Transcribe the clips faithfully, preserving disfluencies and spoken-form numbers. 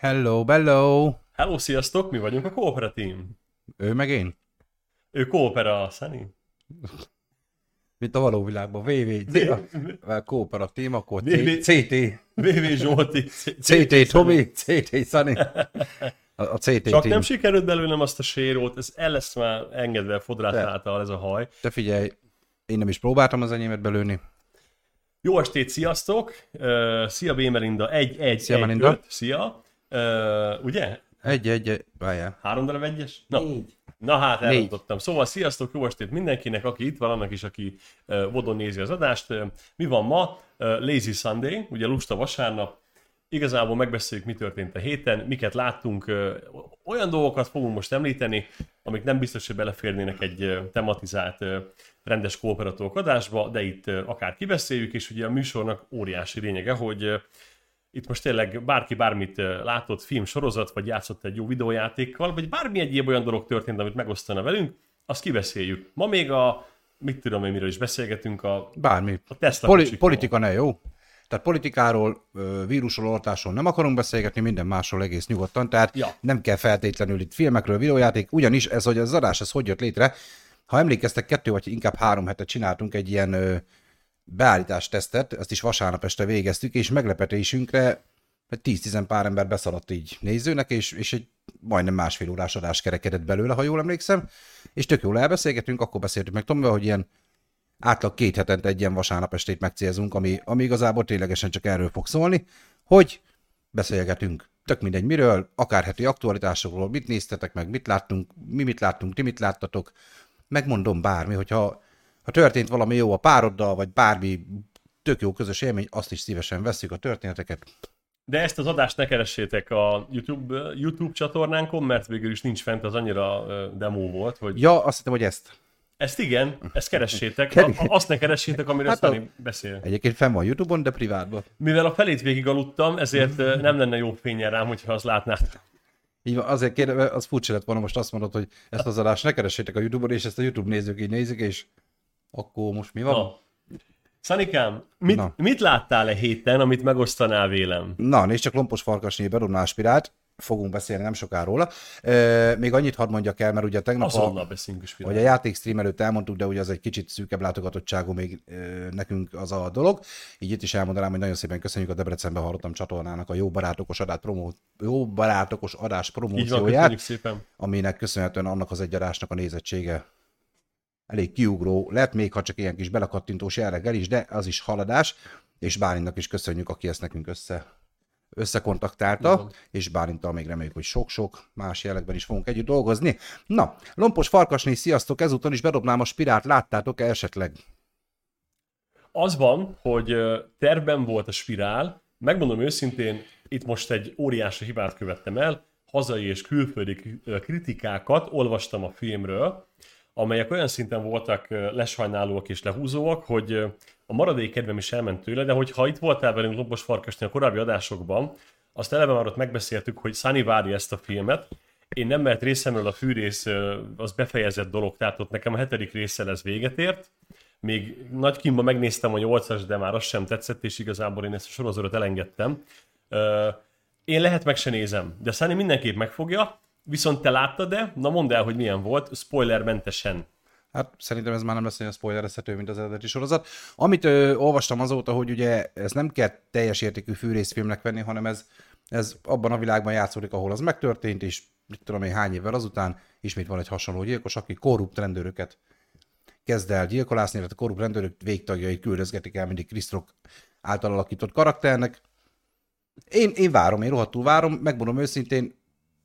Hello, bello! Hello, sziasztok! Mi vagyunk a Koopera Team. Ő meg én? Ő Koopera, Sunny. Mint a való világban. vé vé Kooperatív, akkor vé vé cé té. vé vé Zsolti. cé té Tomi, cé té Sunny. A cé té Csak team. nem sikerült belőlem azt a sérót, ez el lesz már engedve fodrát De. által ez a haj. Te figyelj, én nem is próbáltam az enyémet belőni. Jó estét, sziasztok! Uh, szia B. Melinda, egy, egy, Szia, egy, Melinda. öt, szia! Uh, ugye? Egy, egy, várjál. Három darab egyes? Na, Négy. Na hát, Négy. elrontottam. Szóval sziasztok, jó estét mindenkinek, aki itt van, annak is, aki uh, vodon nézi az adást. Uh, mi van ma? Uh, Lazy Sunday, ugye lusta vasárnap. Igazából megbeszéljük, mi történt a héten, miket láttunk. Uh, olyan dolgokat fogunk most említeni, amik nem biztos, hogy beleférnének egy uh, tematizált, uh, rendes kooperatók adásba, de itt uh, akár kibeszéljük, és ugye a műsornak óriási lényege, hogy uh, itt most tényleg bárki bármit látott, film, sorozat, vagy játszott egy jó videójátékkal, vagy bármi egyéb olyan dolog történt, amit megosztana velünk, azt kibeszéljük. Ma még a, mit tudom én, miről is beszélgetünk, a, Bármi. a Tesla Poli- kocsikról. politika ne jó. Tehát politikáról, ö, vírusról, oltásról nem akarunk beszélgetni, minden másról egész nyugodtan, tehát Ja. nem kell feltétlenül itt filmekről, videójáték, ugyanis ez, hogy az adás, ez hogy jött létre, ha emlékeztek, kettő vagy inkább három hete csináltunk egy ilyen ö, beállítástesztet, ezt is vasárnap este végeztük, és meglepetésünkre tíz-tizen pár ember beszaladt így nézőnek, és, és egy majdnem másfél órás adás kerekedett belőle, ha jól emlékszem, és tök jól elbeszélgetünk, akkor beszéltük meg Tomival, hogy ilyen átlag két hetente egy ilyen vasárnap estét megcélzunk, ami, ami igazából ténylegesen csak erről fog szólni, hogy beszélgetünk tök mindegy miről, akár heti aktualitásokról, mit néztetek meg, mit láttunk, mi mit láttunk, ti mit láttatok, megmondom bármi, hogyha ha történt valami jó a pároddal, vagy bármi tök jó közös élmény, azt is szívesen vesszük a történeteket. De ezt az adást ne keressétek a YouTube, YouTube csatornánkon, mert végül is nincs fent, az annyira ö, demo volt, hogy... Ja, azt hittem, hogy ezt. Ezt igen, ezt keressétek, Keri- a, azt ne keressétek, amiről Hát hát a- Sunny beszél. Egyébként fenn van YouTube-on, de privátban. Mivel a felét végig aludtam, ezért ö, nem lenne jó fényen rám, hogyha azt látnád. Így van, azért kérdem, az furcsa lett volna, most azt mondod, hogy ezt az adást ne keressétek a YouTube-on, és ezt a YouTube nézők így nézik, és akkor most mi van? Na. Szanikám, mit, Na. mit láttál e héten, amit megosztanál vélem? Na, nézd csak, Lompos Farkasné bedobná a spirált, fogunk beszélni nem sokára róla. E, még annyit hadd mondjak el, mert ugye tegnap Azonnal a, beszélünk is. hogy a játékstream előtt elmondtuk, de ugye az egy kicsit szűkebb látogatottságú még e, nekünk az a dolog. Így itt is elmondanám, hogy nagyon szépen köszönjük a Debrecenben hallottam csatornának a Jó Barátokos adás, promó, jó barátokos adás Így van, promócióját, köszönjük szépen. aminek köszönhetően annak az egy adásnak a nézettsége elég kiugró lett, még ha csak ilyen kis belekattintós jelleggel is, de az is haladás, és Bálintnak is köszönjük, aki ezt nekünk össze, összekontaktálta, Igen. és Bálinttal még reméljük, hogy sok-sok más jellegben is fogunk együtt dolgozni. Na, Lompos Farkasné, sziasztok, ezúton is bedobnám a spirált, láttátok-e esetleg? Az van, hogy ö, tervben volt a spirál, megmondom őszintén, itt most egy óriási hibát követtem el, hazai és külföldi ö, kritikákat olvastam a filmről, amelyek olyan szinten voltak ö, lesajnálóak és lehúzóak, hogy ö, a maradék kedvem is elment tőle, de hogyha itt voltál velünk Lompos Farkasné a korábbi adásokban, azt eleve már ott megbeszéltük, hogy Sunny várja ezt a filmet. Én nem, mert részemről a fűrész ö, az befejezett dolog, tehát ott nekem a hetedik résszel ez véget ért. Még nagy kínba megnéztem a nyolcas, de már az sem tetszett, és igazából én ezt a sorozatot elengedtem. Ö, Én lehet meg se nézem, de Sunny mindenképp megfogja, viszont te láttad-e? Na mondd el, hogy milyen volt, spoilermentesen. Hát szerintem ez már nem lesz olyan spoilerezhető, mint az eredeti sorozat. Amit ö, olvastam azóta, hogy ugye ez nem kell teljes értékű fűrészfilmnek venni, hanem ez, ez abban a világban játszódik, ahol az megtörtént, és mit tudom én hány évvel azután ismét van egy hasonló gyilkos, aki korrupt rendőröket kezd el gyilkolászni, illetve a korrupt rendőrök végtagjait küldözgetik el mindig Chris Rock által alakított karakternek. Én, én várom, én rohadtul várom, megmondom őszintén,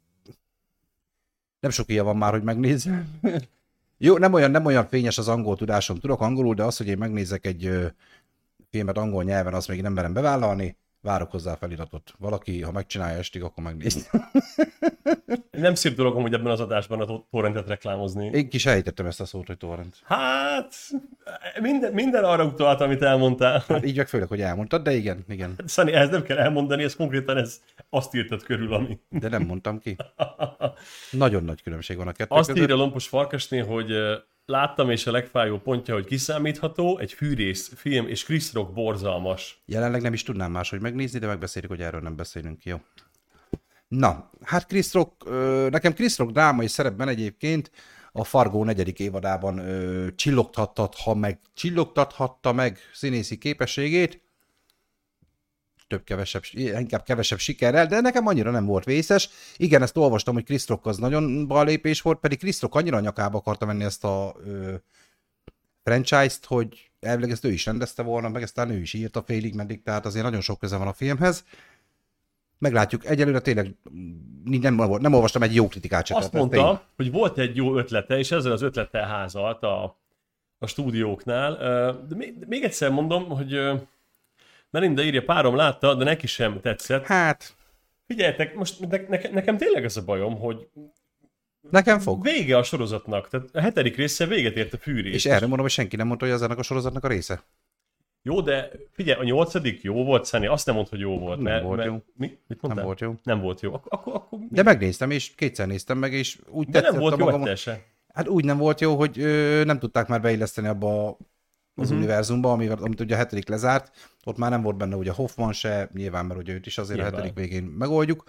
nem sok ilyen van már, hogy megnézzem. Jó, nem olyan, nem olyan fényes az angol tudásom, tudok angolul, de az, hogy én megnézek egy ö, filmet angol nyelven, azt még nem merem bevállalni, várok hozzá feliratot. Valaki, ha megcsinálja estig, akkor megnézni. Nem szép dolog, hogy ebben az adásban a torrentet reklámozni. Én ki sejtettem ezt a szót, hogy torrent. Hát, minden, minden arra utalt, amit elmondtál. Hát így meg főleg, hogy elmondtad, de igen, igen. Sunny, ezt nem kell elmondani, ez konkrétan ez azt írtad körül, ami... De nem mondtam ki. Nagyon nagy különbség van a kettő Azt között. írja Lompos Farkasné, hogy ö, láttam, és a legfájóbb pontja, hogy kiszámítható, egy fűrész, film és Chris Rock borzalmas. Jelenleg nem is tudnám máshogy megnézni, de megbeszéljük, hogy erről nem beszélünk. Jó. Na, hát Chris Rock, ö, nekem Chris Rock drámai szerepben egyébként a Fargo negyedik évadában ö, csillogtathatta meg, csillogtathatta meg színészi képességét, több-kevesebb, inkább kevesebb sikerrel, de nekem annyira nem volt vészes. Igen, ezt olvastam, hogy Chris Rock az nagyon ballépés volt, pedig Chris Rock annyira nyakába akarta venni ezt a ö, franchise-t, hogy elvileg ezt ő is rendezte volna, meg aztán ő is írta félig meddig, tehát azért nagyon sok köze van a filmhez. Meglátjuk, egyelőre tényleg nem, nem olvastam egy jó kritikát sem. Azt mondta, tény. hogy volt egy jó ötlete, és ezzel az ötlettel házalt a, a stúdióknál. De még, de még egyszer mondom, hogy Melinda írja, párom látta, de neki sem tetszett. Hát... Figyeljetek, most ne, ne, nekem tényleg ez a bajom, hogy nekem fog. Vége a sorozatnak, tehát a hetedik része véget ért a fűrés. És erre mondom, hogy senki nem mondta, hogy ez ennek a sorozatnak a része. Jó, de figyelj, a nyolcadik jó volt, Szeni, azt nem mondd, hogy jó volt. Nem mert, volt mert, jó. Mi? Mit mondtál? Nem volt jó. Nem volt jó. Ak- akkor, akkor de megnéztem, és kétszer néztem meg, és úgy de tetszett nem volt a jó magam... egyszer. Hát úgy nem volt jó, hogy ö, nem tudták már beilleszteni abba az uh-huh. univerzumba, ami, amit ugye a hetedik lezárt. Ott már nem volt benne ugye Hoffman se, nyilván, mert ugye őt is azért nyilván. A hetedik végén megoldjuk.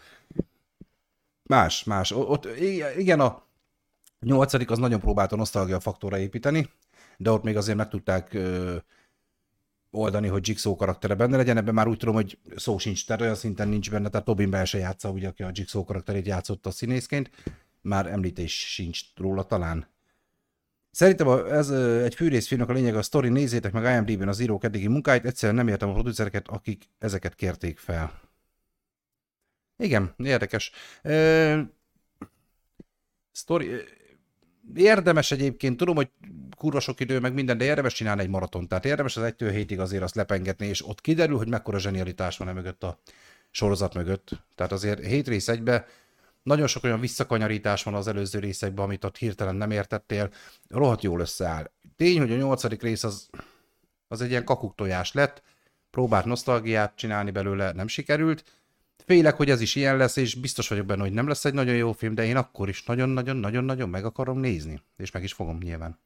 Más, más. Ott, igen, a nyolcadik az nagyon próbált a nosztalgia faktorra építeni, de ott még azért meg tudták ö, oldani, hogy Jigsaw karaktere benne legyen. Ebben már úgy tudom, hogy szó sincs, tehát olyan szinten nincs benne, tehát Tobin Bell se játsza, ugye, aki a Jigsaw karakterét játszotta színészként. Már említés sincs róla talán. Szerintem ez egy fűrészfilmnek a lényeg, a sztori, nézzétek meg I M D B-ben az írók eddigi munkáit, egyszerűen nem értem a producereket, akik ezeket kérték fel. Igen, érdekes. Uh, story... Érdemes egyébként, tudom, hogy kurva sok idő, meg minden, de érdemes csinálni egy maraton. Tehát érdemes az egytől hétig azért azt lepengetni, és ott kiderül, hogy mekkora zsenialitás van e mögött a sorozat mögött. Tehát azért hét rész egybe nagyon sok olyan visszakanyarítás van az előző részekben, amit ott hirtelen nem értettél. Rohadt jól összeáll. Tény, hogy a nyolcadik rész az, az egy ilyen kakuktojás lett, próbált nosztalgiát csinálni belőle, nem sikerült. Félek, hogy ez is ilyen lesz, és biztos vagyok benne, hogy nem lesz egy nagyon jó film, de én akkor is nagyon-nagyon-nagyon-nagyon meg akarom nézni. És meg is fogom nyilván.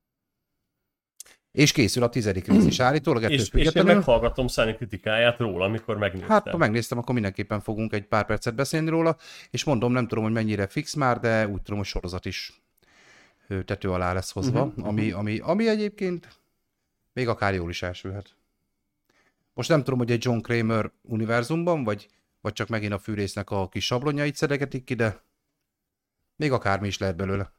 És készül a tizedik rész is állítólag. És, és én meghallgatom Száni kritikáját róla, amikor megnéztem. Hát, ha megnéztem, akkor mindenképpen fogunk egy pár percet beszélni róla, és mondom, nem tudom, hogy mennyire fix már, de úgy tudom, hogy sorozat is tető alá lesz hozva, uh-huh, ami, ami, ami egyébként még akár jól is elsülhet. Most nem tudom, hogy egy John Kramer univerzumban, vagy, vagy csak megint a fűrésznek a kis sablonjait szedegetik ki, de még akármi is lehet belőle.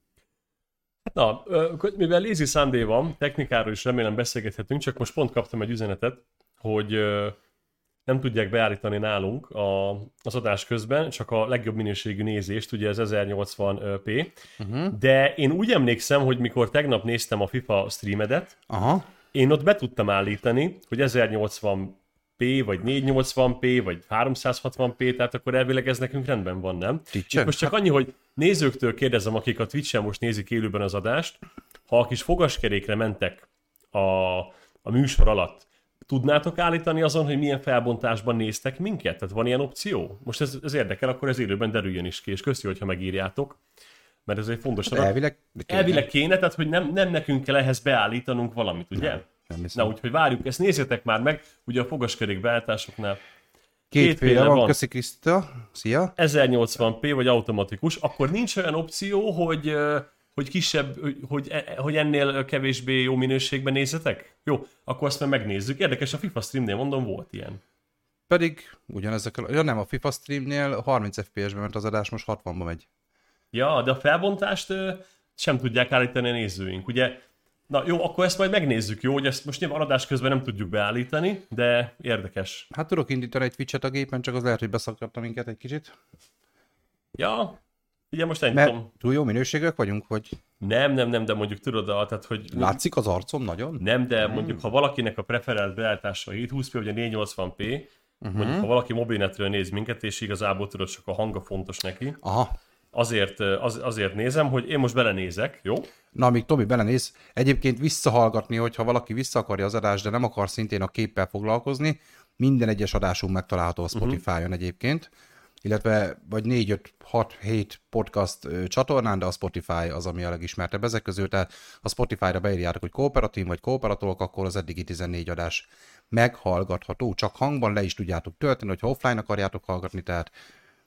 Na, mivel Lazy Sunday van, technikáról is remélem beszélgethetünk, csak most pont kaptam egy üzenetet, hogy nem tudják beállítani nálunk a, az adás közben, csak a legjobb minőségű nézést, ugye ez ezernyolcvan pé, uh-huh. de én úgy emlékszem, hogy mikor tegnap néztem a FIFA streamedet, uh-huh. én ott be tudtam állítani, hogy ezernyolcvan pé, vagy négyszáznyolcvan pé, vagy háromszázhatvan pé, tehát akkor elvileg ez nekünk rendben van, nem? Itt most csak annyi, hogy nézőktől kérdezem, akik a Twitch-en most nézik élőben az adást, ha a kis fogaskerékre mentek a, a műsor alatt, tudnátok állítani azon, hogy milyen felbontásban néztek minket? Tehát van ilyen opció? Most ez, ez érdekel, akkor ez élőben derüljön is ki, és köszi, hogyha megírjátok, mert ez egy fontos hát elvileg, kéne. elvileg kéne, tehát hogy nem, nem nekünk kell ehhez beállítanunk valamit, ugye? Nem. Na, úgyhogy várjuk, ezt nézzétek már meg, ugye a fogaskerék beállításoknál. Kétféle van, van, köszi Kriszta, szia! ezernyolcvan pé vagy automatikus, akkor nincs olyan opció, hogy, hogy kisebb, hogy, hogy ennél kevésbé jó minőségben nézzetek? Jó, akkor azt már megnézzük. Érdekes, a FIFA streamnél mondom, volt ilyen. Pedig ugyanezekkel, ja nem, a FIFA streamnél harminc ef pé es-ben ment az adás, most hatvanba megy. Ja, de a felbontást sem tudják állítani a nézőink, ugye? Na jó, akkor ezt majd megnézzük, jó? Hogy ezt most nyilván adás közben nem tudjuk beállítani, de érdekes. Hát tudok indítani egy Twitch-et a gépen, csak az lehet, hogy beszakadta minket egy kicsit. Ja, ugye most nem Mert tudom. túl jó minőségek vagyunk, vagy? Nem, nem, nem, de mondjuk tudod, tehát hogy... Látszik az arcom nagyon? Nem, de mondjuk, ha valakinek a preferált beállítása hétszázhúsz pé vagy a négyszáznyolcvan pé, uh-huh. mondjuk, ha valaki mobilnetről néz minket, és igazából tudod, csak a hanga fontos neki. Aha. Azért, az, azért nézem, hogy én most belenézek, jó? Na, amíg Tomi belenéz, egyébként visszahallgatni, hogyha valaki vissza akarja az adást, de nem akar szintén a képpel foglalkozni, minden egyes adásunk megtalálható a Spotify-on uh-huh. egyébként, illetve vagy négy, öt, hat, hét podcast csatornán, de a Spotify az, ami a legismertebb ezek közül, tehát a Spotify-ra beírjátok, hogy kooperatív vagy kooperatorok, akkor az eddigi tizennégy adás meghallgatható, csak hangban le is tudjátok tölteni, hogyha offline akarjátok hallgatni, tehát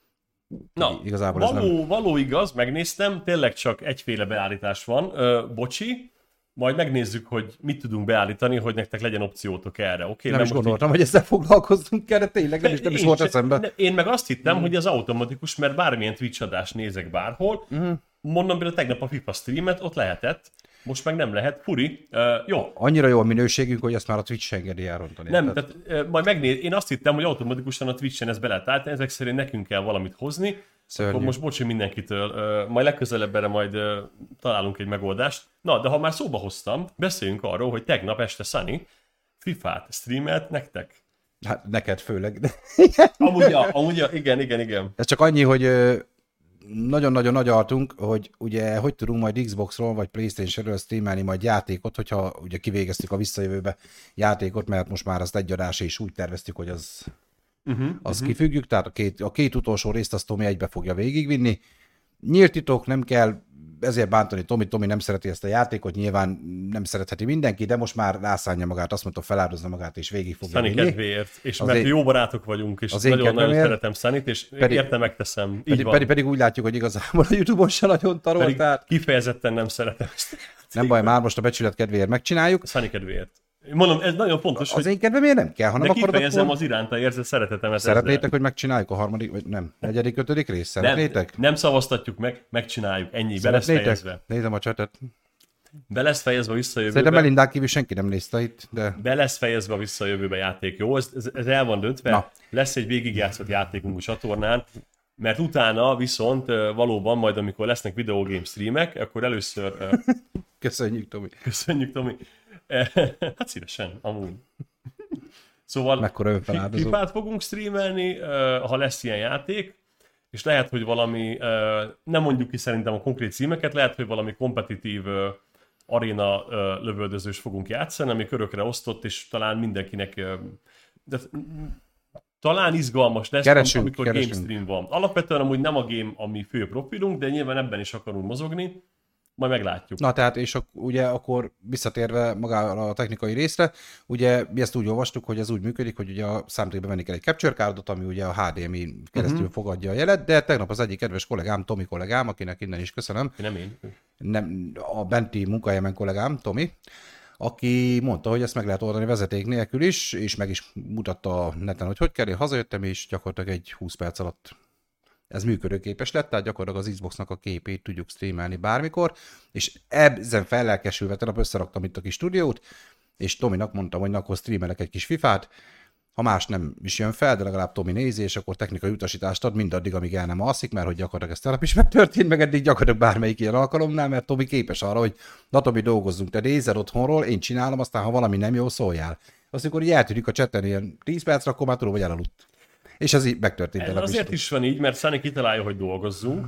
Na, igazából való, nem... való igaz, megnéztem, tényleg csak egyféle beállítás van. Ö, bocsi, majd megnézzük, hogy mit tudunk beállítani, hogy nektek legyen opciótok erre. Okay? Nem is gondoltam, így... hogy ezzel foglalkozzunk kell, de tényleg nem is, nem is volt eszembe. Én meg azt hittem, mm. hogy ez automatikus, mert bármilyen Twitch adást nézek bárhol, mm. mondom például tegnap a FIFA streamet, ott lehetett, most meg nem lehet. Furi, uh, jó. Annyira jó a minőségünk, hogy ezt már a Twitch engedi elrontani. Nem, tehát uh, majd megnéz, én azt hittem, hogy automatikusan a Twitchen ez be lehet állítani, ezek szerint nekünk kell valamit hozni. Szörnyű. Akkor most bocsi mindenkitől, uh, majd legközelebb erre majd uh, találunk egy megoldást. Na, de ha már szóba hoztam, beszéljünk arról, hogy tegnap este Sunny fifát streamelt nektek. Hát neked főleg. amúgy, ja, amúgy ja, igen, igen, igen. Ez csak annyi, hogy nagyon-nagyon nagy altunk, hogy ugye hogy tudunk majd Xboxról vagy PlayStation-ről streamelni majd játékot, hogyha ugye kivégeztük a visszajövőbe játékot, mert most már azt egy adásra is úgy terveztük, hogy az, uh-huh, az uh-huh. kifüggjük, tehát a két, a két utolsó részt azt Tomi egybe fogja végigvinni. Nyílt titok, nem kell ezért bántani Tomi, Tomi nem szereti ezt a játékot, nyilván nem szeretheti mindenki, de most már rászánja magát, azt mondta, feláldozza magát, és végig fogja vinni. Sunny kedvéért, és az mert én, jó barátok vagyunk, és nagyon-nagyon szeretem Sunnyt, és pedig, érte megteszem. Így pedig, pedig, pedig úgy látjuk, hogy igazából a YouTube-on se nagyon tarol, tehát... Kifejezetten nem szeretem ezt. Nem baj, már most a becsület kedvéért megcsináljuk. Sunny kedvéért. Mondom, ez nagyon fontos, az hogy... én kedvemért nem kell, hanem de kifejezem akkor... az iránta érzett szeretetemet. Szeretnétek, ezzel. Hogy megcsináljuk a harmadik, vagy nem, negyedik, ötödik rész? Szeretnétek? Nem, nem szavaztatjuk meg, megcsináljuk, ennyi, be lesz fejezve. Nézem a csatot. Be lesz fejezve a visszajövőbe. Szerintem Melindán kívül senki nem nézte itt, de... Be lesz fejezve a visszajövőbe játék, jó? Ez, ez, ez el van döntve. Na. Lesz egy végigjátszott játékunk a csatornán, mert utána viszont valóban majd, amikor lesznek videogame streamek, akkor először... Köszönjük, Tomi. Köszönjük, Tomi. Hát szívesen, amúgy. Szóval fifát fogunk streamelni, ha lesz ilyen játék, és lehet, hogy valami, nem mondjuk ki szerintem a konkrét címeket, lehet, hogy valami kompetitív aréna lövöldözős fogunk játszani, ami körökre osztott, és talán mindenkinek de talán izgalmas lesz, keresünk, amikor keresünk. game stream van. Alapvetően amúgy nem a game a mi fő profilunk, de nyilván ebben is akarunk mozogni. Majd meglátjuk. Na tehát, és ak- ugye akkor visszatérve magára a technikai részre, ugye mi ezt úgy olvastuk, hogy ez úgy működik, hogy ugye a számítógépbe venni kell egy capture cardot, ami ugye a há dé em i keresztül uh-huh. fogadja a jelet, de tegnap az egyik kedves kollégám, Tomi kollégám, akinek innen is köszönöm. Nem én. Nem, a benti munkahelyemen kollégám, Tomi, aki mondta, hogy ezt meg lehet oldani vezeték nélkül is, és meg is mutatta a neten, hogy hogy kell. Én hazajöttem, és gyakorlatilag egy húsz perc alatt ez működőképes lett, tehát gyakorlatilag az Xboxnak a képét tudjuk streamelni bármikor, és ezen fellelkesülve tegnap összeraktam itt a kis stúdiót, és Tominak mondtam, hogy na, akkor streamelek egy kis fifát, ha más nem is jön fel, de legalább Tomi nézi, és akkor technikai utasítást ad mindaddig, amíg el nem alszik, mert hogy gyakorlatilag ez tegnap is megtörtént, meg eddig gyakorlatilag bármelyik ilyen alkalomnál, mert Tomi képes arra, hogy na Tomi, dolgozzunk, te nézed otthonról, én csinálom, aztán ha valami nem jó, szóljál. Azt amikor így eltűnik a chatten ilyen tíz percre, akkor már tudom, hogy elaludt. És ez így megtörtént. Ez azért is van így, mert Sunny kitalálja, hogy dolgozzunk.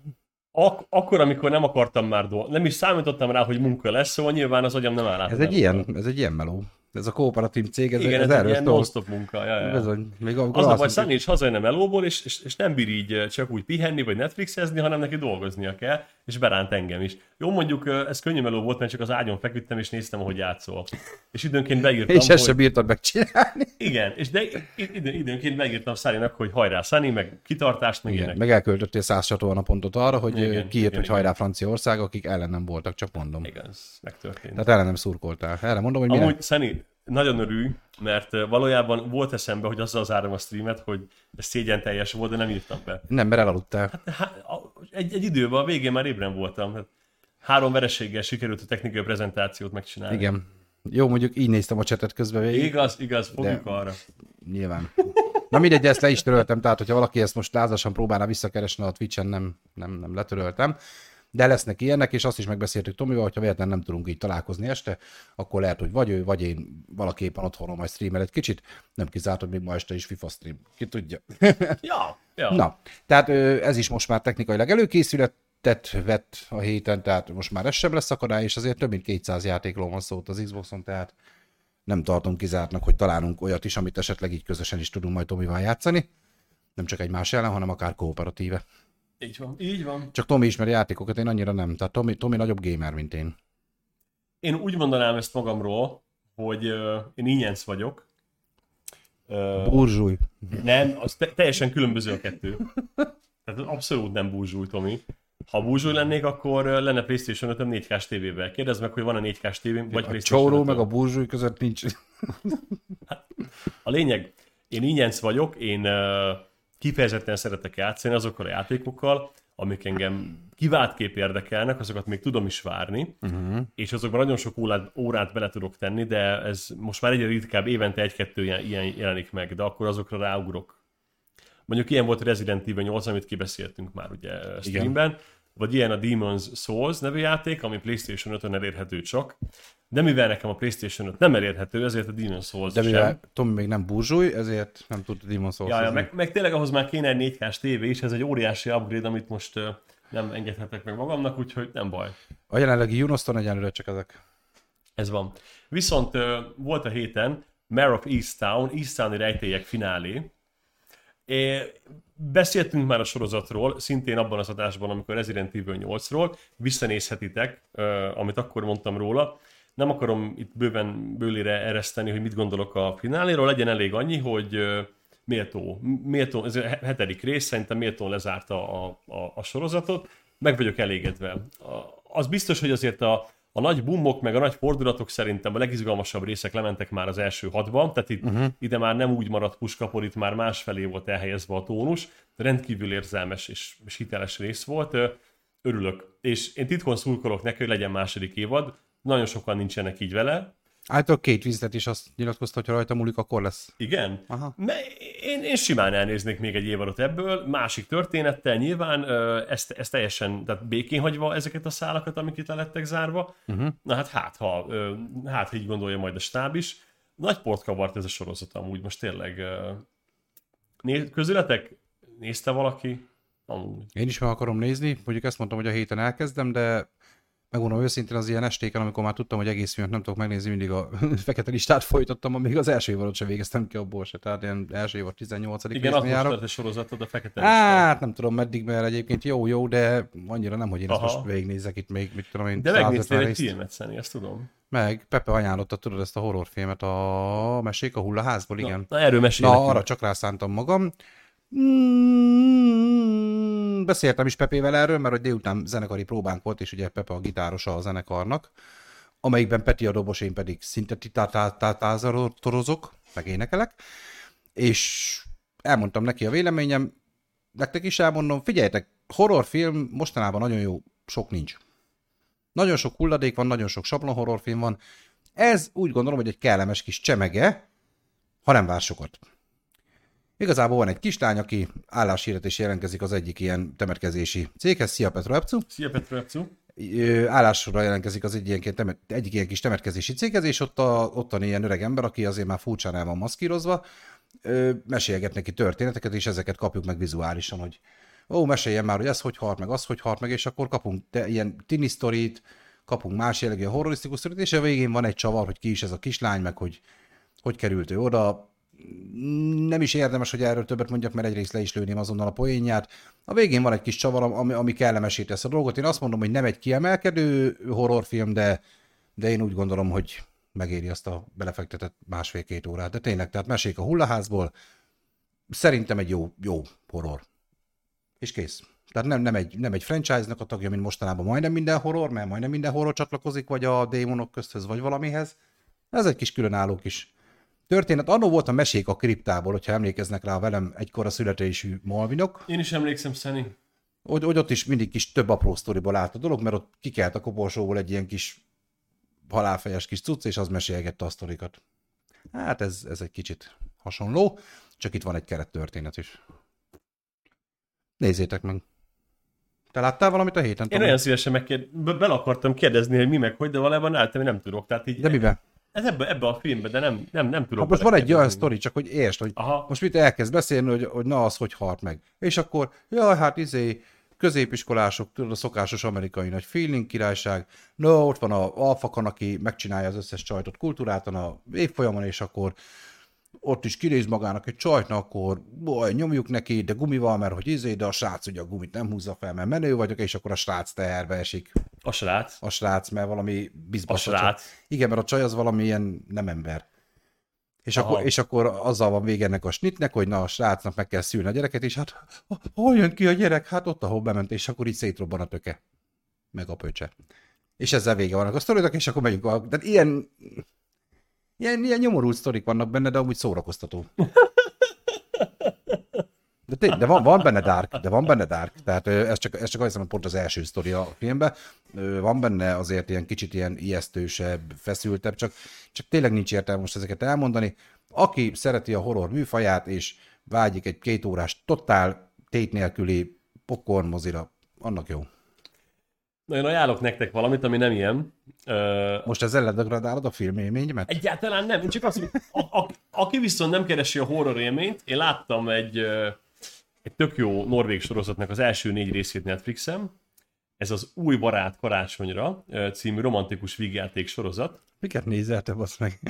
Ak- akkor, amikor nem akartam már dolgozni, nem is számítottam rá, hogy munka lesz, szóval nyilván az agyam nem áll át. Ez egy ilyen, ez egy ilyen meló. Ez a kooperatív cég, ez, igen, ez, ez ez egy ilyen non-stop munka. Ja, ja. Bizony, még az a baj, Sunny is hazajön a melóból, és, és, és nem bír így csak úgy pihenni, vagy Netflixezni, hanem neki dolgoznia kell, és beránt engem is. Jó, mondjuk ez könnyű meló volt, mert csak az ágyon feküdtem, és néztem, ahogy játszol. És időnként beírtam, és ezt hogy... sem bírtad megcsinálni. Igen, és de idő, időnként beírtam Sunnynak, hogy hajrá Sunny, meg kitartást, meg ilyenek. Meg elköltöttél száz csatornapontot arra, hogy igen, kiírt, igen, hogy hajrá Franciaország, akik ellen nem voltak, csak mondom. Igen, ez megtörtént. Tehát ellen nem szurkoltál. Erre mondom, hogy mire? Amúgy, Sunny, nagyon örülj, mert valójában volt eszembe, hogy azzal zárom a streamet, hogy ez szégyen teljes volt, de nem írtam be. Nem, mert elaludtál. Hát, hát, egy, egy időben, a végén már ébren voltam. Hát, három vereséggel sikerült a technikai prezentációt megcsinálni. Igen. Jó, mondjuk így néztem a csetet közben végig. Igaz, igaz, fogjuk de... arra. Nyilván. Na mindegy, ezt le is töröltem, tehát hogyha valaki ezt most lázasan próbálna visszakeresni a Twitch-en, nem, nem, nem letöröltem. De lesznek ilyenek, és azt is megbeszéltük Tomival, hogyha véletlenül nem tudunk így találkozni este, akkor lehet, hogy vagy ő, vagy én valaki éppen otthonról majd streamel egy kicsit. Nem kizárt, hogy még ma este is FIFA stream. Ki tudja. Ja, ja. Na, tehát ez is most már technikailag előkészületet vett a héten, tehát most már ez sem lesz akadály, és azért több mint kétszáz játékról van szó az Xboxon, tehát nem tartom kizártnak, hogy találunk olyat is, amit esetleg így közösen is tudunk majd Tomival játszani. Nem csak egymás ellen, hanem akár kooperatíve. Így van, így van. Csak Tomi ismeri játékokat, én annyira nem. Tehát Tomi, Tomi nagyobb gamer, mint én. Én úgy mondanám ezt magamról, hogy uh, én ingyenc vagyok. Uh, Burzsúj. Nem, az te- teljesen különböző a kettő. Tehát abszolút nem búzsúly, Tomi. Ha búzsúly lennék, akkor lenne PlayStation ötöm négy kás tévével. Kérdezd meg, hogy van a négy kás tévém, vagy A PlayStation csóró ötöm. meg a búzsúly között nincs. A lényeg, én ingyenc vagyok, én uh, kifejezetten szeretek játszani azokkal a játékokkal, amik engem kiváltképp érdekelnek, azokat még tudom is várni, uh-huh. és azokban nagyon sok órát, órát bele tudok tenni, de ez most már egyre ritkább, évente egy-kettő ilyen, ilyen jelenik meg, de akkor azokra ráugrok. Mondjuk ilyen volt a Resident Evil nyolc, amit kibeszéltünk már ugye streamben, igen. Vagy ilyen a Demon's Souls nevű játék, ami PlayStation ötön elérhető csak, de mivel nekem a PlayStation öt nem elérhető, ezért a Demon's Souls de sem. mivel Tomi még nem búzsúly, ezért nem tud a Demon's Souls. Ja, ja, meg, meg tényleg ahhoz már kéne egy négy kás tévé is, ez egy óriási upgrade, amit most uh, nem engedhetek meg magamnak, úgyhogy nem baj. A jelenlegi Unoston egyenlőre csak ezek. Ez van. Viszont uh, volt a héten Mare of Easttown, Easttowni rejtélyek finálé. É, beszéltünk már a sorozatról, szintén abban az adásban, amikor Resident Evil nyolcról, visszanézhetitek, uh, amit akkor mondtam róla. Nem akarom itt bőven bőlére ereszteni, hogy mit gondolok a fináléról, legyen elég annyi, hogy uh, méltó, méltó, ez a hetedik rész, szerintem méltón lezárta a, a, a sorozatot, meg vagyok elégedve. A, az biztos, hogy azért a A nagy boomok, meg a nagy fordulatok szerintem a legizgalmasabb részek lementek már az első hatban, tehát itt, uh-huh. ide már nem úgy maradt puskapor, itt már másfelé volt elhelyezve a tónus, de rendkívül érzelmes és, és hiteles rész volt. Örülök. És én titkon szurkolok neki, hogy legyen második évad. Nagyon sokan nincsenek így vele. Általában Kate Winslet is azt nyilatkozta, hogy ha rajta múlik, akkor lesz. Igen? Aha. Én, én simán elnéznék még egy évadot ebből, másik történettel nyilván, ezt, ezt teljesen tehát békén hagyva ezeket a szálakat, amik itt le lettek zárva. Uh-huh. Na hát hát, ha hát így gondolja majd a stáb is. Nagy port kavart ez a sorozat amúgy, most tényleg. Néz, közületek nézte valaki? Amúgy. Én is meg akarom nézni, mondjuk ezt mondtam, hogy a héten elkezdem, de megmondom őszintén, az ilyen estéken, amikor már tudtam, hogy egész filmet nem tudok megnézni, mindig a fekete listát folytattam, amíg az első évadot sem végeztem ki abból se. Tehát ilyen első évad tizennyolcadik Igen, résznél járok. Igen, a sorozatod a fekete listát. Hát nem tudom meddig, mert egyébként jó, jó, de annyira nem, hogy én Aha. ezt most végignézek itt még, mit tudom én, de megnéztél egy részt. filmet, Szeni, ezt tudom. Meg, Pepe ajánlotta, tudod, ezt a horrorfilmet, a Mesék a hullaházból, igen. Na, na erről mesélj. Na, arra csak rászántam magam. Mm, beszéltem is Pepével erről, mert hogy délután zenekari próbánk volt, és ugye Pepe a gitárosa a zenekarnak, amelyikben Peti a dobos, én pedig szintetizáltorozok, meg énekelek, és elmondtam neki a véleményem, nektek is elmondom, figyeljetek, horrorfilm mostanában nagyon jó, sok nincs. Nagyon sok hulladék van, nagyon sok sablon horrorfilm van. Ez úgy gondolom, hogy egy kellemes kis csemege, ha nem vár sokat. Igazából van egy kislány, aki álláshirdetés jelentkezik az egyik ilyen temetkezési céghez. Szia Petro Epcu! Szia Petro Epcu! Állásra jelentkezik az egyik ilyen, temet, egyik ilyen kis temetkezési céghez, és ott a, ottan ilyen öreg ember, aki azért már furcsán el van maszkírozva, mesélget neki történeteket, és ezeket kapjuk meg vizuálisan, hogy ó, meséljen már, hogy ez hogy halt meg, az hogy halt meg, és akkor kapunk te, ilyen tini sztorit, kapunk más jellegű horrorisztikus sztorit, és a végén van egy csavar, hogy ki is ez a kislány, meg hogy hogy került ő oda. Nem is érdemes, hogy erről többet mondjak, mert egyrészt le is lőném azonnal a poénját. A végén van egy kis csavar, ami, ami kellemesé tesz a dolgot. Én azt mondom, hogy nem egy kiemelkedő horrorfilm, de, de én úgy gondolom, hogy megéri azt a belefektetett másfél-két órát. De tényleg, tehát Mesék a hullaházból szerintem egy jó, jó horror. És kész. Tehát nem, nem, egy, nem egy franchise-nak a tagja, mint mostanában majdnem minden horror, mert majdnem minden horror csatlakozik, vagy a démonok közthöz, vagy valamihez. Ez egy kis különálló kis történet. Annó volt a Mesék a kriptából, hogyha emlékeznek rá a velem egykor a születésű Malvinok. Én is emlékszem, Szeni. Hogy, hogy ott is mindig kis több apró sztoriból állt a dolog, mert ott kikelt a koporsóból egy ilyen kis halálfejes kis cucc, és az mesélgette a sztorikat. Hát ez, ez egy kicsit hasonló, csak itt van egy kerettörténet is. Nézzétek meg. Te láttál valamit a héten? Én nagyon szívesen megkér... Be- bele akartam kérdezni, hogy mi meg hogy, de valójában álltam, nem tudok. Tehát így... De miben? Ez ebbe, ebbe a filmbe, de nem, nem, nem tudok. Hát most van egy olyan sztori, csak hogy értsd, hogy Aha. most mit elkezd beszélni, hogy, hogy na az, hogy halt meg. És akkor, jaj, hát izé, középiskolások, tudod, a szokásos amerikai nagy feeling királyság, no, ott van a alfakan, aki megcsinálja az összes csajtot kultúráltan a évfolyamon, és akkor ott is kinéz magának egy csajtnak, akkor boj, nyomjuk neki, de gumival, mert hogy izé, de a srác ugye a gumit nem húzza fel, mert menő vagyok, és akkor a srác teherbe esik. A srác? A srác, mert valami bizbas. A srác? Igen, mert a csaj az valami ilyen nem ember. És akkor, és akkor azzal van vége ennek a snitnek, hogy na a srácnak meg kell szülni a gyereket, és hát hol jön ki a gyerek? Hát ott, ahol bement, és akkor így szétrobban a töke. Meg a pöcse. És ezzel vége vannak a sztorinak, és akkor megyünk a... De ilyen, ilyen, ilyen nyomorult sztorik vannak benne, de amúgy szórakoztató. De, tény, de van, van benne dark, de van benne dark. Tehát ez csak, ez csak azt hiszem, pont az első sztori a filmben. Van benne azért ilyen kicsit ilyen ijesztősebb, feszültebb, csak, csak tényleg nincs értelme most ezeket elmondani. Aki szereti a horror műfaját, és vágyik egy két órás totál tét nélküli popcorn mozira, annak jó. Na, én ajánlok nektek valamit, ami nem ilyen. Uh, Most ezzel ledegradálod a film élményemet? Egyáltalán nem. Én csak azt mondom, a, a, aki viszont nem keresi a horror élményt, én láttam egy, egy tök jó norvég sorozatnak az első négy részét Netflixen. Ez az Új barát karácsonyra című romantikus vígjáték sorozat. Miket nézel te, basz meg?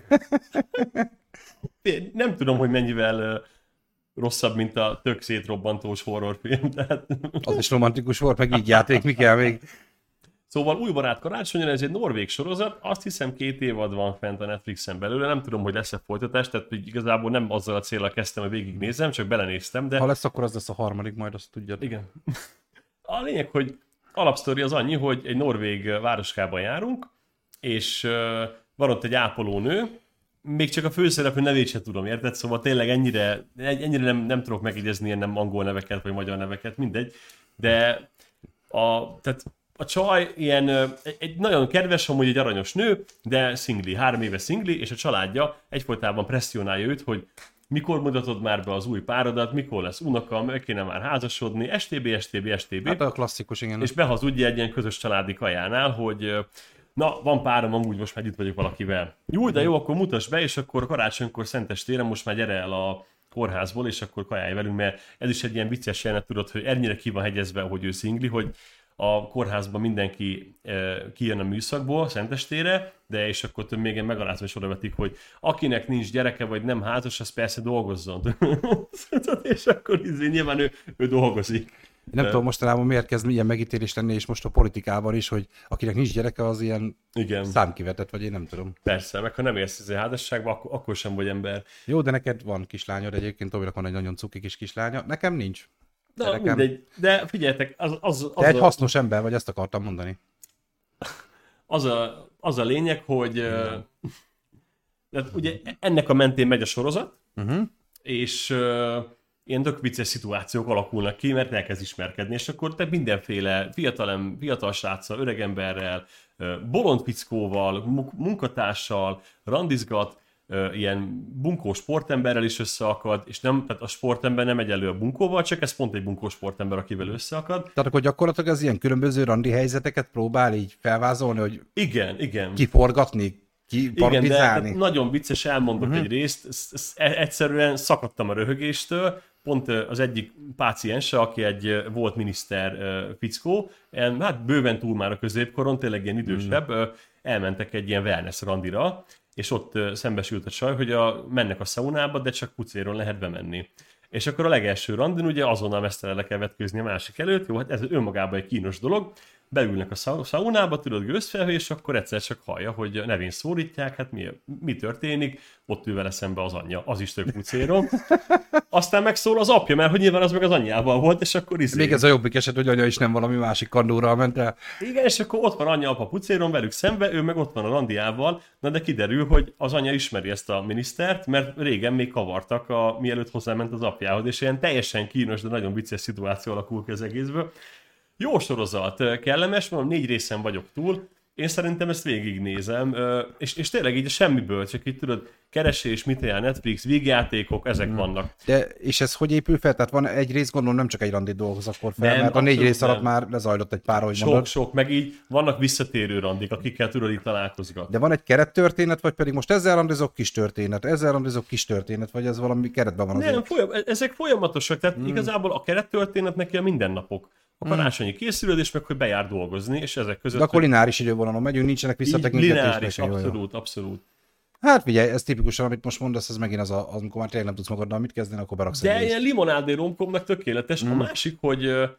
Én nem tudom, hogy mennyivel rosszabb, mint a tök szétrobbantós horrorfilm. Tehát... Az is romantikus volt, meg vígjáték, mi kell még? Szóval Új barát karácsonyra, ez egy norvég sorozat, azt hiszem két évad van fent a Netflixen belőle, nem tudom, hogy lesz-e folytatás, tehát igazából nem azzal a céllal kezdtem, hogy végignézem, csak belenéztem, de... Ha lesz, akkor az lesz a harmadik, majd azt tudjad. Igen. A lényeg, hogy alapsztori az annyi, hogy egy norvég városkában járunk, és van ott egy ápolónő, még csak a főszereplő nevét sem tudom, érted? Szóval tényleg ennyire, ennyire nem, nem tudok megidézni ilyen nem angol neveket, vagy magyar neveket, mindegy, de a, tehát a csaj ilyen, egy, egy nagyon kedves, amúgy egy aranyos nő, de szingli, három éve szingli, és a családja egyfolytában presszionálja őt, hogy mikor mutatod már be az új párodat, mikor lesz unoka, meg kéne már házasodni, stb. stb. stb. Hát a klasszikus, igen. És behazudja egy ilyen közös családi kajánál, hogy na, van párom, amúgy most már itt vagyok valakivel. Jó, de jó, akkor mutass be, és akkor karácsonykor szentestére most már gyere el a kórházból, és akkor kajálj velünk, mert ez is egy ilyen vicces jelenet, tudod, hogy ennyire ki van hegyezve, hogy ő szingli, hogy a kórházban mindenki e, kijön a műszakból szentestére, de és akkor több még megalázva is odavetik, hogy akinek nincs gyereke, vagy nem házas, az persze dolgozzon. És akkor izé, nyilván ő, ő dolgozik. Nem tudom mostanában miért kezd ilyen megítélés lenni, és most a politikában is, hogy akinek nincs gyereke, az ilyen igen. számkivetett, vagy én nem tudom. Persze, meg ha nem érsz ezzel házasságba, akkor, akkor sem vagy ember. Jó, de neked van kislányod egyébként, Tominak van egy nagyon cuki kis kislánya, nekem nincs. Na, de, nekem... mindegy, de figyeljetek, az, az, az Te egy a... hasznos ember vagy, ezt akartam mondani. Az a, az a lényeg, hogy uh, ugye ennek a mentén megy a sorozat, uh-huh. és uh, ilyen tök vicces szituációk alakulnak ki, mert elkezd ismerkedni, és akkor te mindenféle fiatal, fiatal sráccal, öregemberrel, bolond fickóval, munkatársal randizgat, ilyen bunkó sportemberrel is összeakad, és nem, tehát a sportember nem megy elő a bunkóval, csak ez pont egy bunkó sportember, akivel összeakad. Tehát akkor gyakorlatilag az ilyen különböző randi helyzeteket próbál így felvázolni, hogy igen, igen. kiforgatni, kipartizálni. Igen, de nagyon vicces, elmondok uh-huh. egy részt, ezt, ezt egyszerűen szakadtam a röhögéstől, pont az egyik páciense, aki egy volt miniszter fickó, hát bőven túl már a középkoron, tényleg ilyen idősebb, uh-huh. elmentek egy ilyen wellness randira, és ott szembesült a csaj, hogy a, mennek a szaunába, de csak pucéron lehet bemenni. És akkor a legelső randin ugye azonnal mesztelen le kell vetkőzni a másik előtt, jó, hát ez önmagában egy kínos dolog, beülnek a szaunába, tudod, gőzfelhő, és akkor egyszer csak hallja, hogy nevén szólítják, hát mi, mi történik, ott ül vele szembe az anyja, az is tök pucéron. Aztán megszól az apja, mert hogy nyilván az meg az anyjával volt, és akkor izé... Még ez a jobbik eset, hogy anya is nem valami másik kandúrral ment el. Igen, és akkor ott van anyja, apa pucéron velük szembe, ő meg ott van a randiával, na de kiderül, hogy az anya ismeri ezt a minisztert, mert régen még kavartak, a, mielőtt hozzáment az apjához, és ilyen teljesen kínos, de nagyon vicces szituáció alakul ki az egészből. Jó sorozat, kellemes, mondom, négy részen vagyok túl, én szerintem ezt végignézem, és, és tényleg így a semmiből, csak így tudod, keresés, mit ajánl Netflix, vígjátékok, ezek hmm. vannak. De és ez hogy épül fel? Tehát van egy rész, gondolom nem csak egy randit dolgoz akkor fel, nem, mert a négy rész alatt nem. már lezajlott egy pár, hogy Sok, mondod. sok, meg így vannak visszatérő randik, akikkel tudod így találkozgatni. De van egy kerettörténet, vagy pedig most ezzel randizok, kis történet, ezzel randizok, kis történet, vagy ez valami keretben van azért? Nem, folyam, ezek folyamatosak, tehát hmm. igazából a kerettörténet neki a mindennapok. A karácsonyi készülődés, meg hogy bejár dolgozni, és ezek között... De akkor lineáris idővonalon megyünk, nincsenek visszatekintések. Lineáris, abszolút, abszolút. Hát figyelj, ez tipikusan, amit most mondasz, ez megint az, a, az amikor már tényleg nem tudsz magaddal mit kezdeni, akkor beraksz De egy ilyen limonádé romkomnak tökéletes. Mm. A Mm. másik, hogy uh,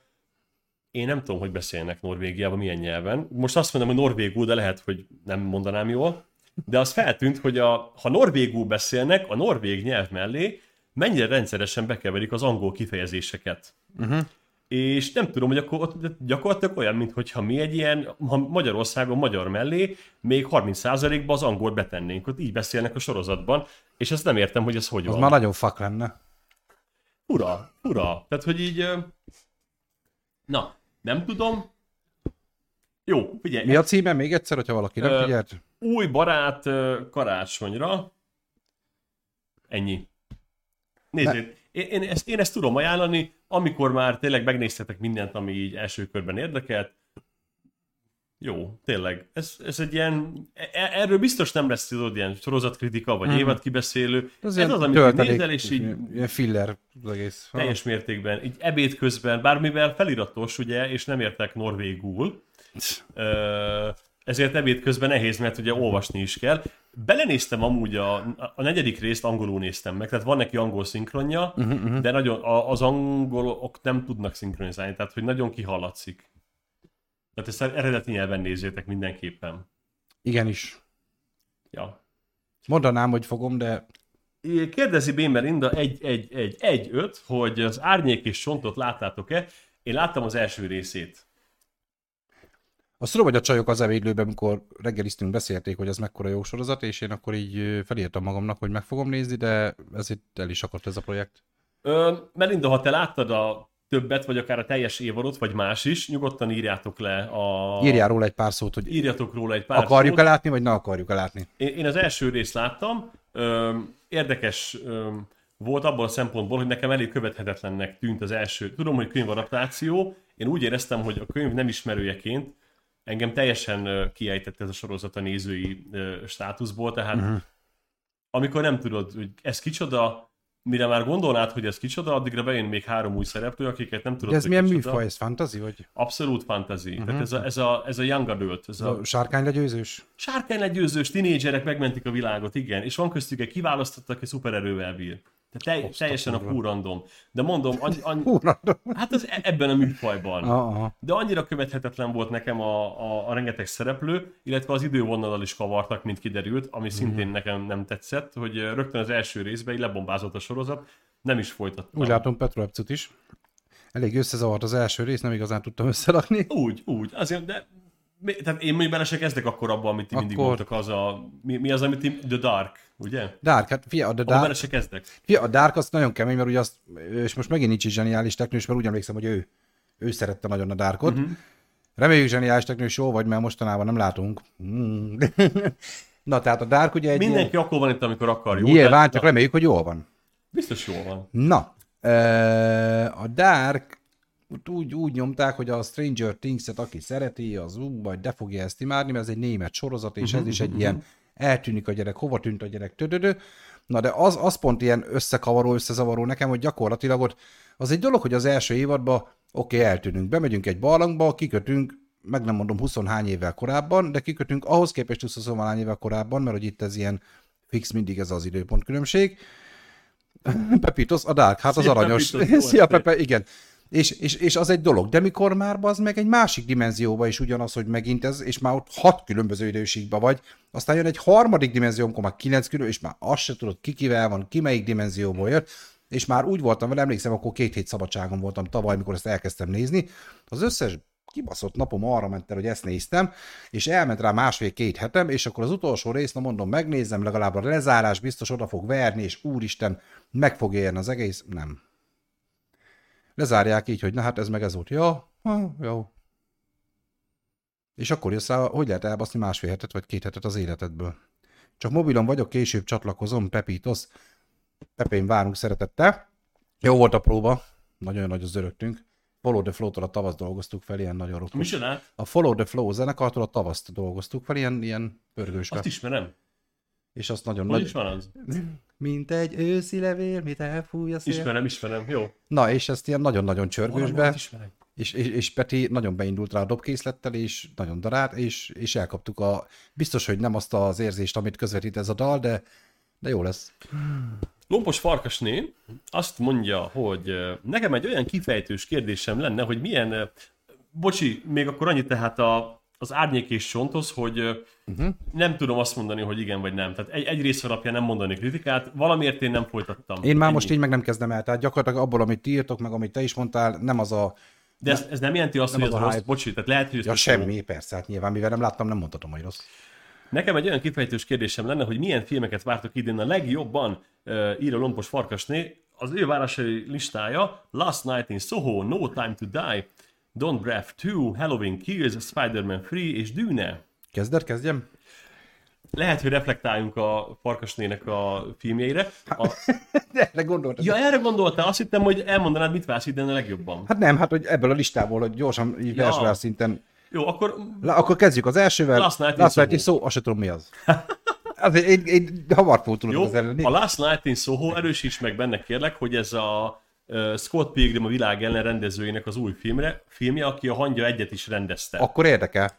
én nem tudom, hogy beszélnek Norvégiában, milyen nyelven. Most azt mondom, hogy norvégul, de lehet, hogy nem mondanám jól. de az feltűnt, hogy a, ha norvégul beszélnek, a norvég nyelv mellé mennyire rendszeresen bekeverik az angol kifejezéseket. Uh-huh. És nem tudom, hogy akkor ott gyakorlatilag olyan, mintha mi egy ilyen, ha Magyarországon magyar mellé még harminc százalékban az angolt betennénk, ott így beszélnek a sorozatban, és ezt nem értem, hogy ez hogy az van. már nagyon fuck lenne. Fura, fura. Tehát, hogy így... Na, nem tudom. Jó, figyelj. Mi a címe még egyszer, hogyha valaki nem Ö, figyelt? Új barát karácsonyra. Ennyi. Nézzétek, én, én, ezt, én ezt tudom ajánlani, amikor már tényleg megnéztetek mindent, ami így első körben érdekelt. Jó, tényleg. Ez, ez egy ilyen, erről biztos nem lesz tudod, ilyen sorozatkritika, vagy uh-huh. évad-kibeszélő. Ez, ez az, amit nézel, és így ilyen filler az egész. teljes mértékben, így ebéd közben, bármivel feliratos, ugye, és nem értek norvégul, ezért ebéd közben nehéz, mert ugye olvasni is kell. Belenéztem amúgy a, a negyedik részt, angolul néztem meg, tehát van neki angol szinkronja, uh-huh, uh-huh. de nagyon, a, az angolok nem tudnak szinkronizálni, tehát hogy nagyon kihallatszik. Tehát ezt eredeti nyelven nézzétek mindenképpen. Igenis. Ja. Mondanám, hogy fogom, de... Kérdezi Bémer Inda egy egy egy egy öt, hogy az Árnyék és Csontot láttátok-e? Én láttam az első részét. Azt tudom, hogy a csajok az ebédlőben, amikor reggeliztünk, beszélték, hogy ez mekkora jó sorozat, és én akkor így felírtam magamnak, hogy meg fogom nézni, de ez itt el is akadt ez a projekt. Ö, Melinda, ha te láttad a többet, vagy akár a teljes évadot, vagy más is, nyugodtan írjátok le a... Írjál róla egy pár szót, hogy írjatok róla egy pár akarjuk-e szót. látni, vagy ne akarjuk-e látni. Én, én az első részt láttam, ö, érdekes ö, volt abban a szempontból, hogy nekem elég követhetetlennek tűnt az első. Tudom, hogy könyvadaptáció, én úgy éreztem, hogy a könyv nem ismerőjeként engem teljesen kiejtett ez a sorozat a nézői státuszból, tehát uh-huh. amikor nem tudod, hogy ez kicsoda, mire már gondolnád, hogy ez kicsoda, addigra bejön még három új szereplő, akiket nem tudod, de ez hogy milyen kicsoda. műfaj, ez fantasy, vagy? Abszolút fantasy. Uh-huh. Tehát ez a, ez, a, ez a young adult. Ez a, a sárkánylegyőzős? Sárkánylegyőzős tinédzserek megmentik a világot, igen, és van köztük egy kiválasztottak, aki szupererővel bír. Tehát te, teljesen a full random. De mondom, annyi, annyi, hát az ebben a műfajban. Uh-huh. De annyira követhetetlen volt nekem a, a, a rengeteg szereplő, illetve az idővonalal is kavartak, mint kiderült, ami uh-huh. szintén nekem nem tetszett, hogy rögtön az első részben így lebombázott a sorozat, nem is folytattam. Úgy látom Petro Epcut is. Elég összezavart az első rész, nem igazán tudtam összerakni. Úgy, úgy. Azért, de tehát én még bele se kezdek akkor abban, amit ti akkor... mindig mondtak, az a... Mi, mi az, amit ti... The Dark, ugye? Dark, hát fia, a The Dark... bele se kezdek. Fia, a Dark az nagyon kemény, mert ugye azt... És most megint nincs is zseniális teknős, mert úgy emlékszem, hogy ő, ő szerette nagyon a Darkot. Uh-huh. Reméljük zseniális teknős jó vagy, mert mostanában nem látunk. Mm. Na, tehát a Dark ugye egy... Mindenki ilyen... akkor van itt, amikor akar, jó? Nyilván, tehát... csak reméljük, hogy jól van. Biztos jól van. Na, a Dark úgy, úgy nyomták, hogy a Stranger Things-et aki szereti, az úgy, vagy de fogja ezt imádni, mert ez egy német sorozat, és ez is egy ilyen eltűnik a gyerek, hova tűnt a gyerek, tödödö. Na de az, az pont ilyen összekavaró, összezavaró nekem, hogy gyakorlatilag ott az egy dolog, hogy az első évadban oké, okay, eltűnünk, bemegyünk egy barlangba, kikötünk, meg nem mondom huszonhány évvel korábban, de kikötünk ahhoz képest huszonhány évvel korábban, mert hogy itt ez ilyen fix mindig ez az időpontkülönbség. Pepitos, a Dark, hát az Szia, aranyos. Pepitos, Szia, Pepe, igen. És, és, és az egy dolog, de mikor már az meg egy másik dimenzióba is ugyanaz, hogy megint ez, és már ott hat különböző időségben vagy, aztán jön egy harmadik dimenzió, amikor már kilenc külön, és már azt se tudod, ki kivel van, ki melyik dimenzióból jött, és már úgy voltam vele, emlékszem, akkor két hét szabadságon voltam tavaly, amikor ezt elkezdtem nézni, az összes kibaszott napom arra ment el, hogy ezt néztem, és elment rá másfél-két hetem, és akkor az utolsó részt, na mondom, megnézem, legalább a lezárás biztos oda fog verni, és úristen, meg fog érni az egész, nem. Lezárják így, hogy na hát ez meg ez volt. Ja, ha, jó. És akkor jössz rá, hogy lehet elbaszni másfél hetet vagy két hetet az életedből. Csak mobilon vagyok, később csatlakozom, Pepitos. Pepén várunk szeretettel. Jó volt a próba, nagyon nagy az öröktünk. Follow the Flow-tól a tavasz dolgoztuk fel, ilyen nagyon rokos. Mi csinált? A Follow the Flow zenekartól a tavaszt dolgoztuk fel, ilyen, ilyen pörgősket. Azt ismerem. És azt nagyon hogy nagy... is van az? Mint egy őszi levél, mit elfúj a szél. Ismerem, ismerem, jó. Na, és ezt ilyen nagyon-nagyon csörgősbe. ismerem. És, és, és Peti nagyon beindult rá a dobkészlettel, és nagyon darált, és, és elkaptuk a... Biztos, hogy nem azt az érzést, amit közvetít ez a dal, de, de jó lesz. Lompos Farkasné azt mondja, hogy nekem egy olyan kifejtős kérdésem lenne, hogy milyen... Bocsi, még akkor annyit tehát a az Árnyék és Csonthoz, hogy uh-huh. nem tudom azt mondani, hogy igen vagy nem. Tehát egy, egy rész alapján nem mondani kritikát, valamiért én nem folytattam. Én már Ennyi. Most így meg nem kezdem el. Tehát gyakorlatilag abból, amit ti írtok, meg amit te is mondtál, nem az a... De ez, ez nem jelenti azt, nem hogy az, az rossz, bocsi, tehát lehet, hogy ez ja, semmi, jó. Persze, hát nyilván, mivel nem láttam, nem mondhatom, hogy rossz. Nekem egy olyan kifejtős kérdésem lenne, hogy milyen filmeket vártok idén a legjobban, uh, ír a Lompos Farkasné. Az ő várásai listája: Last Night in Soho, No Time to Die, Don't Breath two, Halloween Kills, Spider-Man Free és Dűne. Kezded, kezdjem? Lehet, hogy reflektáljunk a Farkasnének a filmjeire. A... erre gondoltad. Ja, erre gondoltál. Azt hittem, hogy elmondanád, mit vársz idén a legjobban. Hát nem, hát hogy ebből a listából, hogy gyorsan így ja. versvel szinten. Jó, akkor... La, akkor kezdjük az elsővel. Last Night in Last Soho. Night in Soho, azt sem tudom mi az. Azért én, én hamar fog tudod az ellen. A Last Night in Soho, erősíts meg benne kérlek, hogy ez a uh, Scott Pilgrim a világ ellen rendezőjének az új filmre, filmje, aki a Hangya egyet is rendezte. Akkor érdekel.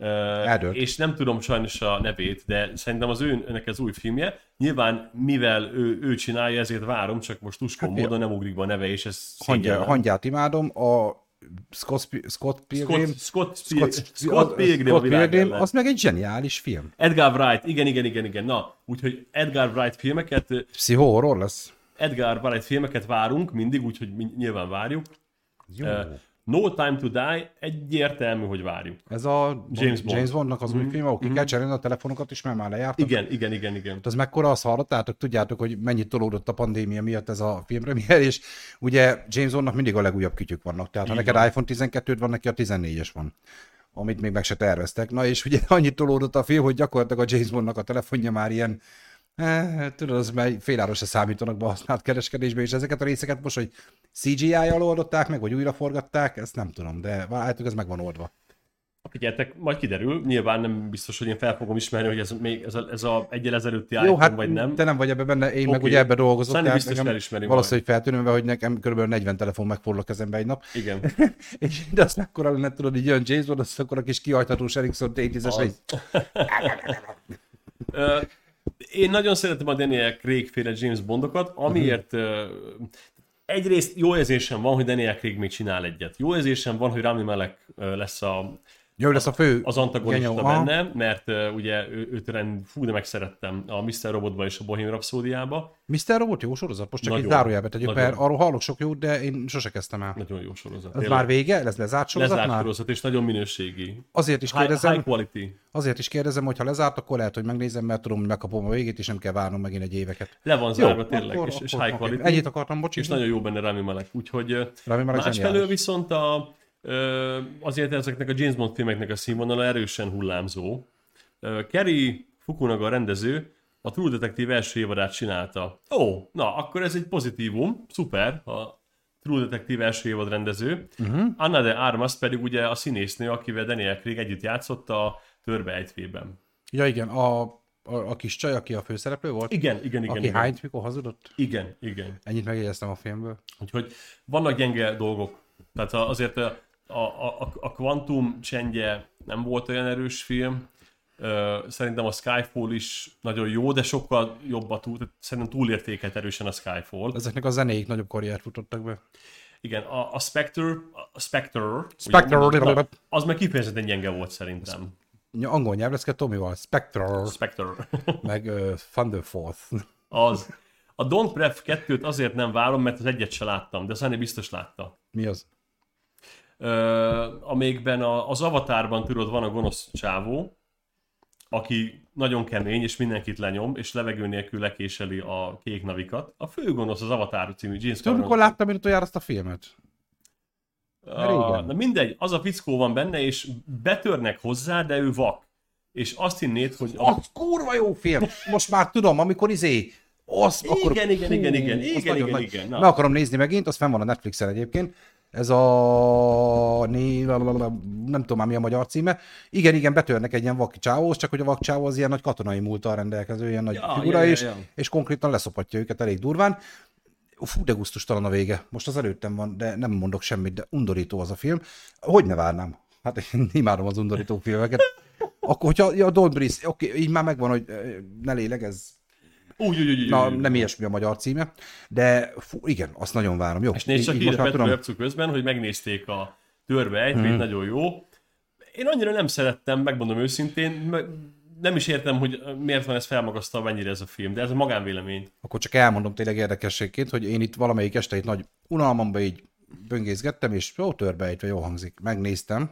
Uh, és nem tudom sajnos a nevét, de szerintem az ő, önnek ez új filmje. Nyilván, mivel ő, ő csinálja, ezért várom, csak most tuskó hát, módon nem ugrik be a neve, és ez Hangya, Hangyát imádom, a Scott, Scott Pilgrim, Scott, Scott, Scott, Scott, Scott Pilgrim, Scott Pilgrim az meg egy zseniális film. Edgar Wright, igen, igen, igen, igen. Na, úgyhogy Edgar Wright filmeket... Pszichó-horror lesz? Edgar Wright filmeket várunk mindig, úgyhogy nyilván várjuk. Jó. Uh, No Time to Die, egyértelmű, hogy várjuk. Ez a James, Bond. James Bondnak az mm-hmm. új film, ahol ki mm-hmm. kell cserélni a telefonokat is, mert már lejártak. Igen, igen, igen, igen. Az mekkora, azt hallottátok, tudjátok, hogy mennyit tolódott a pandémia miatt ez a filmpremier, és ugye James Bondnak mindig a legújabb kütyük vannak. Tehát ha neked iPhone tizenkettőd van, neki a tizennégyes van, amit még meg se terveztek. Na és ugye annyit tolódott a film, hogy gyakorlatilag a James Bondnak a telefonja már ilyen, eh, tudod, az már féláron se számítanak be a használt kereskedésbe, és ezeket a részeket most, hogy cé gé í-jal oldották meg, vagy újra forgatták, ezt nem tudom, de állítólag ez meg van oldva. Figyeljetek, majd kiderül, nyilván nem biztos, hogy én fel fogom ismerni, hogy ez, még ez a, ez a egyel ezelőtti Jó, iPhone, hát vagy nem. te nem vagy ebben benne, én okay. meg ugye ebben dolgozok. Szerintem biztos felismeri valószínűleg feltűnően, hogy nekem kb. negyven telefon megfordul a kezembe egy nap. Igen. És de azt mekkora lenne, tudod, így jön James Bond, azt akkor a kis kihajthatós Ericsson té tízes egy... Én nagyon szeretem a Daniel Craig féle James Bondokat, amiért uh, egyrészt jó érzésem van, hogy Daniel Craig még csinál egyet. Jó érzésem van, hogy Rami Malek uh, lesz a Jó, lesz a fő az antagonista genyó. benne, aha. mert uh, ugye ő, őt rend, fú, de megszerettem a miszter Robotban és a Bohemian Rhapsody-ába. miszter Robot jó sorozat? Most csak egy zárójelbe tegyük, mert arról hallok sok jót, de én sose kezdtem el. Nagyon jó sorozat. Ez tényleg. Már vége? Ez lezárt sorozat lezárt már? sorozat, és nagyon minőségi. Azért is high, kérdezem, high quality. Azért is kérdezem, hogy ha lezárt, akkor lehet, hogy megnézem, mert tudom, hogy megkapom a végét, és nem kell várnom megint egy éveket. Le van zárva jó, tényleg, akkor, és, és akkor, high quality. Okay. Ennyit akartam, bocsi. És nagyon jó benne Rami Malek. Úgyhogy másfelől viszont a azért ezeknek a James Bond filmeknek a színvonala erősen hullámzó. Kerry Fukunaga a rendező a True Detective első évadát csinálta. Ó, na, akkor ez egy pozitívum, szuper, a True Detective első évad rendező. Uh-huh. Anna de Armas pedig ugye a színésznő, akivel Daniel Craig együtt játszott a Törbe ejtvében. Ja igen, a, a, a kis csaj, aki a főszereplő volt? Igen, igen, igen. Aki igen. hányt, mikor hazudott? Igen, igen. Ennyit megjegyeztem a filmből. Úgyhogy vannak gyenge dolgok. Tehát azért a A, a, a Quantum csendje nem volt olyan erős film. Szerintem a Skyfall is nagyon jó, de sokkal jobb a túl, szerintem túlértékelt erősen a Skyfall. Ezeknek a zenéik nagyobb karriert futottak be. Igen, a, a Spectre, a Spectre, Spectre ugye, az meg kifejezetten gyenge volt szerintem. Angol nyelv lesz kell Tomival. Spectre. Spectre. Meg uh, Thunderforth. Az. A Don't Breath kettőt azért nem várom, mert az egyet se láttam, de Szani biztos látta. Mi az? Uh, amikben a, az Avatárban tudod, van a gonosz csávó, aki nagyon kemény, és mindenkit lenyom, és levegő nélkül lekéseli a kék navikat. A fő gonosz az Avatar című James Cameron. Amikor láttam én utoljára azt a filmet? Uh, na mindegy, az a fickó van benne, és betörnek hozzá, de ő vak. És azt hinnéd, hogy... A... Az kurva jó film! Most már tudom, amikor izé... Az, igen, akkor... igen, igen, igen, igen, igen, igen, nagy... igen. Meg akarom nézni megint, az fenn van a Netflixen egyébként. Ez a... nem tudom már mi a magyar címe. Igen, igen, betörnek egy ilyen vak csávóhoz, csak hogy a vak csávó az ilyen nagy katonai múlttal rendelkező, ilyen nagy ja, figura, ja, és, ja, ja. és konkrétan leszopatja őket elég durván. Fú, de gusztustalan a vége. Most az előttem van, de nem mondok semmit, de undorító az a film. Hogy ne várnám? Hát én imádom az undorító filmeket. Akkor, hogyha ja, Don't Breathe, oké, így már megvan, hogy ne lélegezz. Úgy, úgy, úgy, Na, úgy, nem ilyesmi a magyar címe, de fú, igen, azt nagyon várom. Jó, és nézd csak ide Petro közben, hogy megnézték a Törbe ejtvényt, hmm. nagyon jó. Én annyira nem szerettem, megmondom őszintén, nem is értem, hogy miért van ez felmagasztalva ennyire ez a film, de ez a magánvélemény. Akkor csak elmondom tényleg érdekességként, hogy én itt valamelyik este itt nagy unalmamba így böngészgettem, és jó törbejtve, jó hangzik, megnéztem.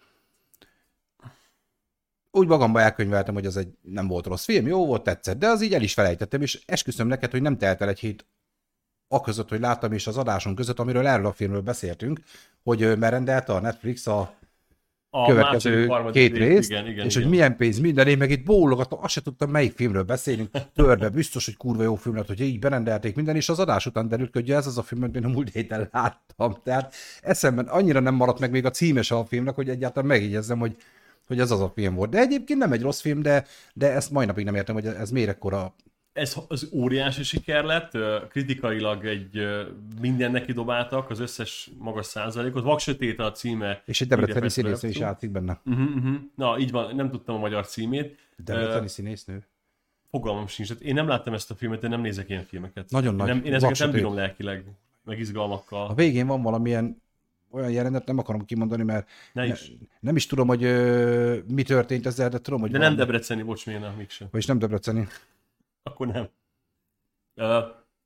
Úgy magamba elkönyveltem, hogy az egy nem volt rossz film, jó volt, tetszett, de az így el is felejtettem, és esküszöm neked, hogy nem telt el egy hét aközött, hogy láttam is az adásunk között, amiről erről a filmről beszéltünk, hogy merendelte a Netflix a, a következő két részt, igen, igen, és igen. Hogy milyen pénz minden, én meg itt bólogattam, azt se tudtam, melyik filmről beszélünk, törve, biztos, hogy kurva jó film lett, hogy így berendelték minden, és az adás után derült, hogy ez az a film, amit én a múlt héten láttam. Tehát eszemben annyira nem maradt meg még a címes a filmnek, hogy egyáltalán megjegyezzem, hogy hogy ez az a film volt. De egyébként nem egy rossz film, de, de ezt mai napig nem értem, hogy ez miért ekkora... Ez az óriási siker lett, kritikailag egy minden neki dobáltak, az összes magas százalékot. Vaksötét a címe. És egy debreceni színésznő is játszik benne. Uh-huh, uh-huh. Na, így van, nem tudtam a magyar címét. Debreceni uh, színésznő? Fogalmam sincs. Én nem láttam ezt a filmet, én nem nézek ilyen filmeket. Nagyon én nagy. Nem, én ezeket Vaksötét. Nem bírom lelkileg, meg izgalmakkal. A végén van valamilyen olyan jelenet, nem akarom kimondani, mert ne ne, nem is tudom, hogy ö, mi történt ezzel, de tudom, hogy de valami... nem debreceni, bocs, milyen a mégsem. Vagyis nem debreceni. Akkor nem. Uh,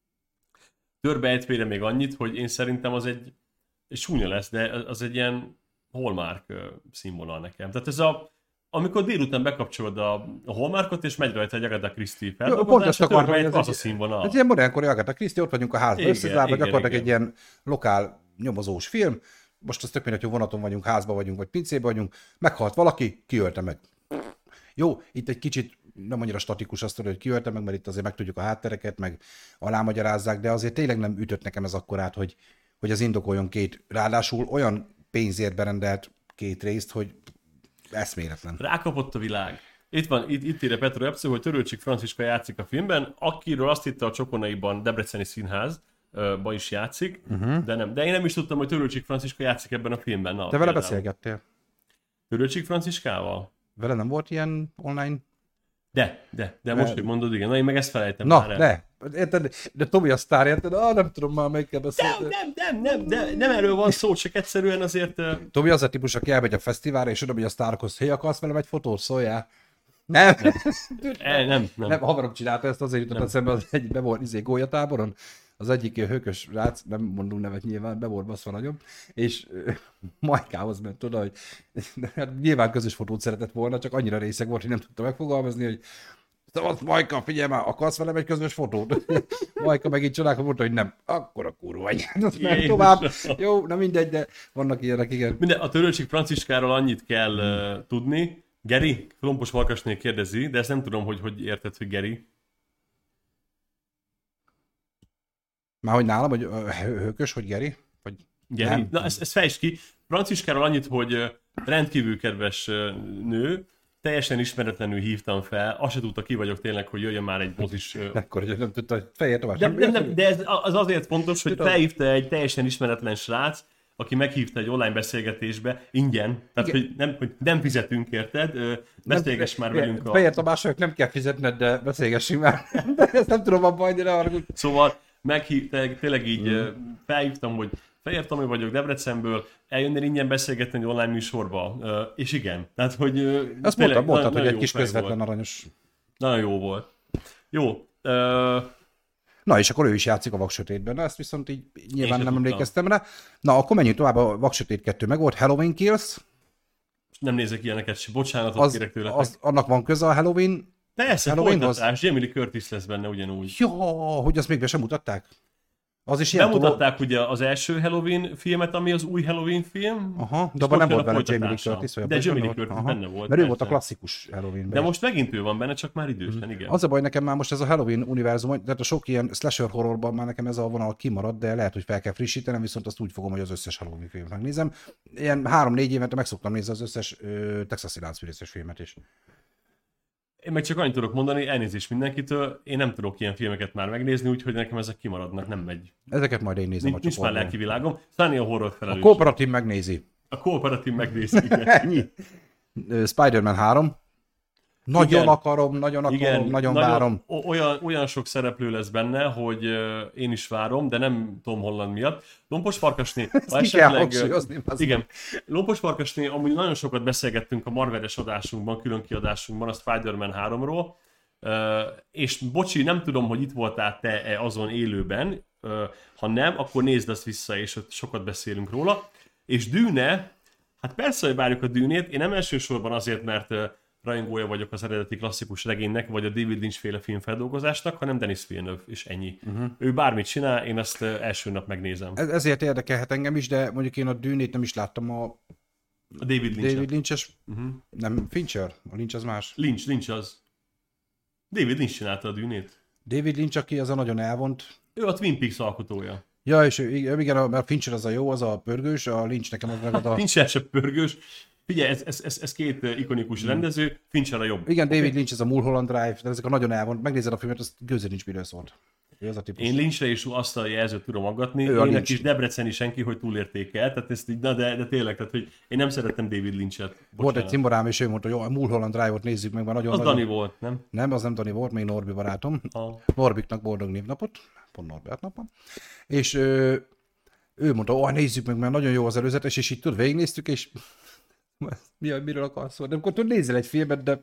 Törbejtvére még annyit, hogy én szerintem az egy, egy súnya lesz, de az egy ilyen Hallmark uh, színvonal nekem. Tehát ez a, amikor délután bekapcsolod a, a Hallmarkot, és megy rajta egy Agatha Christie feldolgozás, a Törbejt az a színvonal. Ez ilyen modernkori Agatha Christie, ott vagyunk a házban összezárva, gyakorlatilag egy ilyen lokál nyomozós film. Most az tök mindegy, hogy vonaton vagyunk, házban vagyunk, vagy pincében vagyunk, meghalt valaki, kiölte meg. Jó, itt egy kicsit nem annyira statikus azt, hogy kiölte meg, mert itt azért megtudjuk a háttereket, meg alámagyarázzák, de azért tényleg nem ütött nekem ez akkorát, hogy, hogy az indokoljon két, ráadásul olyan pénzért berendelt két részt, hogy eszméletlen. Rákapott a világ. Itt van, itt, itt írja Petro Epsző, hogy Törőcsik Franciska játszik a filmben, akiről azt hitte a Csokonaiban Debreceni Színház, ba is játszik, uh-huh. de nem. De én nem is tudtam, hogy Törőcsik Franciska játszik ebben a filmben. Na, te vele beszélgettél? Törőcsik Franciskával? Vele nem volt ilyen online? De, de, de most, hogy mondod, igen. Na, én meg ezt felejtem. Na, már de, érted, de Tomi a sztár, érted? Ah, nem tudom már, melyikkel beszéltél. Nem, nem, nem, nem, de nem erről van szó, csak egyszerűen azért... Tomi az a típus, aki elmegy a fesztiválra, és oda megy a sztárokhoz, hé, akarsz velem egy fotót, szóljál? Nem. Nem, nem, nem. nem. nem havarom csinálta ezt, azért jutott eszembe, az egy be volt izé gólyatáboron, az egyik hőkös rác, nem mondunk nevet nyilván, be volt baszva nagyon, és Majkához ment oda, hogy nyilván közös fotót szeretett volna, csak annyira részeg volt, hogy nem tudta megfogalmazni, hogy szóval Majka, figyelj már, akarsz velem egy közös fotót? Majka megint csodálkozva mondta, hogy nem. Akkor a kurva vagy. Nem tovább. Jó, na mindegy, de vannak ilyenek, igen. Minden, a Törőcsik Franciskáról annyit kell hmm. uh, tudni. Geri, Lompos Farkasnél kérdezi, de ezt nem tudom, hogy hogy érted, hogy Geri. Már hogy nálam, hogy hőkös, hogy Geri? Vagy Geri? Nem. Na, ezt, ezt fejtsd ki. Franciskáról annyit, hogy rendkívül kedves nő, teljesen ismeretlenül hívtam fel, azt se tudta, ki vagyok tényleg, hogy jöjjön már egy mozis... Ekkor, hogy nem tudta, hogy Fejér Tamás. De, de, de, de ez az azért fontos, hogy felhívta egy teljesen ismeretlen srác, aki meghívta egy online beszélgetésbe, ingyen, tehát hogy nem, hogy nem fizetünk, érted? Beszélgess már velünk a... Fejér Tamásnak nem kell fizetned, de beszélgessünk már. De ezt nem tudom abban hagyni, de arra... Szóval meghívta, tényleg így mm. felhívtam, hogy Fejér Tomi vagyok Debrecenből, eljönnél ingyen beszélgetni egy online műsorba. És igen, tehát hogy... Azt mondtad, mondtad, hogy egy kis közvetlen volt. Aranyos. Nagyon jó volt. Jó. Uh... Na és akkor ő is játszik a Vaksötétben, na ezt viszont így nyilván nem emlékeztem rá. Na akkor menjünk tovább, a Vaksötét kettő meg volt, Halloween Kills. Nem nézek ilyeneket se, bocsánatot az, kérek tőletek. Az, annak van köze a Halloween? Persze, folytatás, Jamie Lee Curtis lesz benne ugyanúgy. Ja, hogy azt még be sem mutatták? Az is ilyen bemutatták tudom... ugye az első Halloween filmet, ami az új Halloween film. Aha, de abban nem volt benne Jamie Lee Curtis. De Jamie Lee Curtis benne volt. Mert ő volt a klasszikus Halloween. De most megint ő van benne, csak már idősen, mm. igen. Az a baj nekem már most ez a Halloween univerzum, tehát a sok ilyen slasher horrorban már nekem ez a vonal kimarad, de lehet, hogy fel kell frissítenem, viszont azt úgy fogom, hogy az összes Halloween filmet megnézem. Ilyen három-négy évente meg szoktam nézni az összes ö, texasi láncfűrészes filmet is. Én meg csak annyit tudok mondani, elnézést mindenkitől, én nem tudok ilyen filmeket már megnézni, úgyhogy nekem ezek kimaradnak, nem megy. Ezeket majd én nézem Nincs, a csoportban. Nincs már lelki világom. Szállni a horror felelősség. A kooperatív megnézi. A kooperatív megnézi, igen. Ennyi. Spider-Man három. Nagyon igen, akarom, nagyon akarom, igen, nagyon, nagyon várom. Olyan, olyan sok szereplő lesz benne, hogy uh, én is várom, de nem Tom Holland miatt. Lompos Farkasné, ha Ezt ki kell esetleg... hangsúlyozni, az igen, Lompos Farkasné, amúgy nagyon sokat beszélgettünk a Marveles adásunkban, külön kiadásunkban, a Spider-Man háromról, uh, és bocsi, nem tudom, hogy itt voltál te azon élőben, uh, ha nem, akkor nézd azt vissza, és ott sokat beszélünk róla. És Dűne, hát persze, hogy várjuk a Dűnét, én nem elsősorban azért, mert uh, rajongója vagyok az eredeti klasszikus regénynek, vagy a David Lynch féle filmfeldolgozásnak, hanem Denis Villeneuve, és ennyi. Uh-huh. Ő bármit csinál, én azt uh, első nap megnézem. Ez, ezért érdekelhet engem is, de mondjuk én a Dűnét nem is láttam a, a David Lynch. David Lynch-es, uh-huh. nem Fincher, a Lynch az más. Lynch, Lynch az. David Lynch csinálta a Dűnét. David Lynch, aki az a nagyon elvont. Ő a Twin Peaks alkotója. Ja, és ő, igen, a Fincher az a jó, az a pörgős, a Lynch nekem az meg az a... Fincher se pörgős. Figyelj, ez, ez, ez, ez két ikonikus rendező, Fincher a jobb. Igen, David okay. Lynch, ez a Mulholland Drive, de ezek a nagyon elvont. Megnézed a filmet, az gőző nincs miről szólt. Az a típus. Én Lynchre is azt a jelzőt tudom aggatni, ő ének is debreceni senki, hogy túlértékel, tehát ezt így, na de, de tényleg, tehát hogy én nem szerettem David Lynch-et. Bocsánat. Volt egy cimborám, és ő mondta, hogy jó, a Mulholland Drive-ot nézzük meg, mert nagyon... Az nagyon... Dani volt, nem? Nem, az nem Dani volt, még Norbi barátom. Ah. Norbiknak boldog névnapot, pont Norbert napon. És ő, ő mondta, ó, nézzük meg, mert nagyon jó az előzetes, és így tudod, végignéztük, és mi, miről akarsz szólni? De akkor tudod, nézel egy filmet, de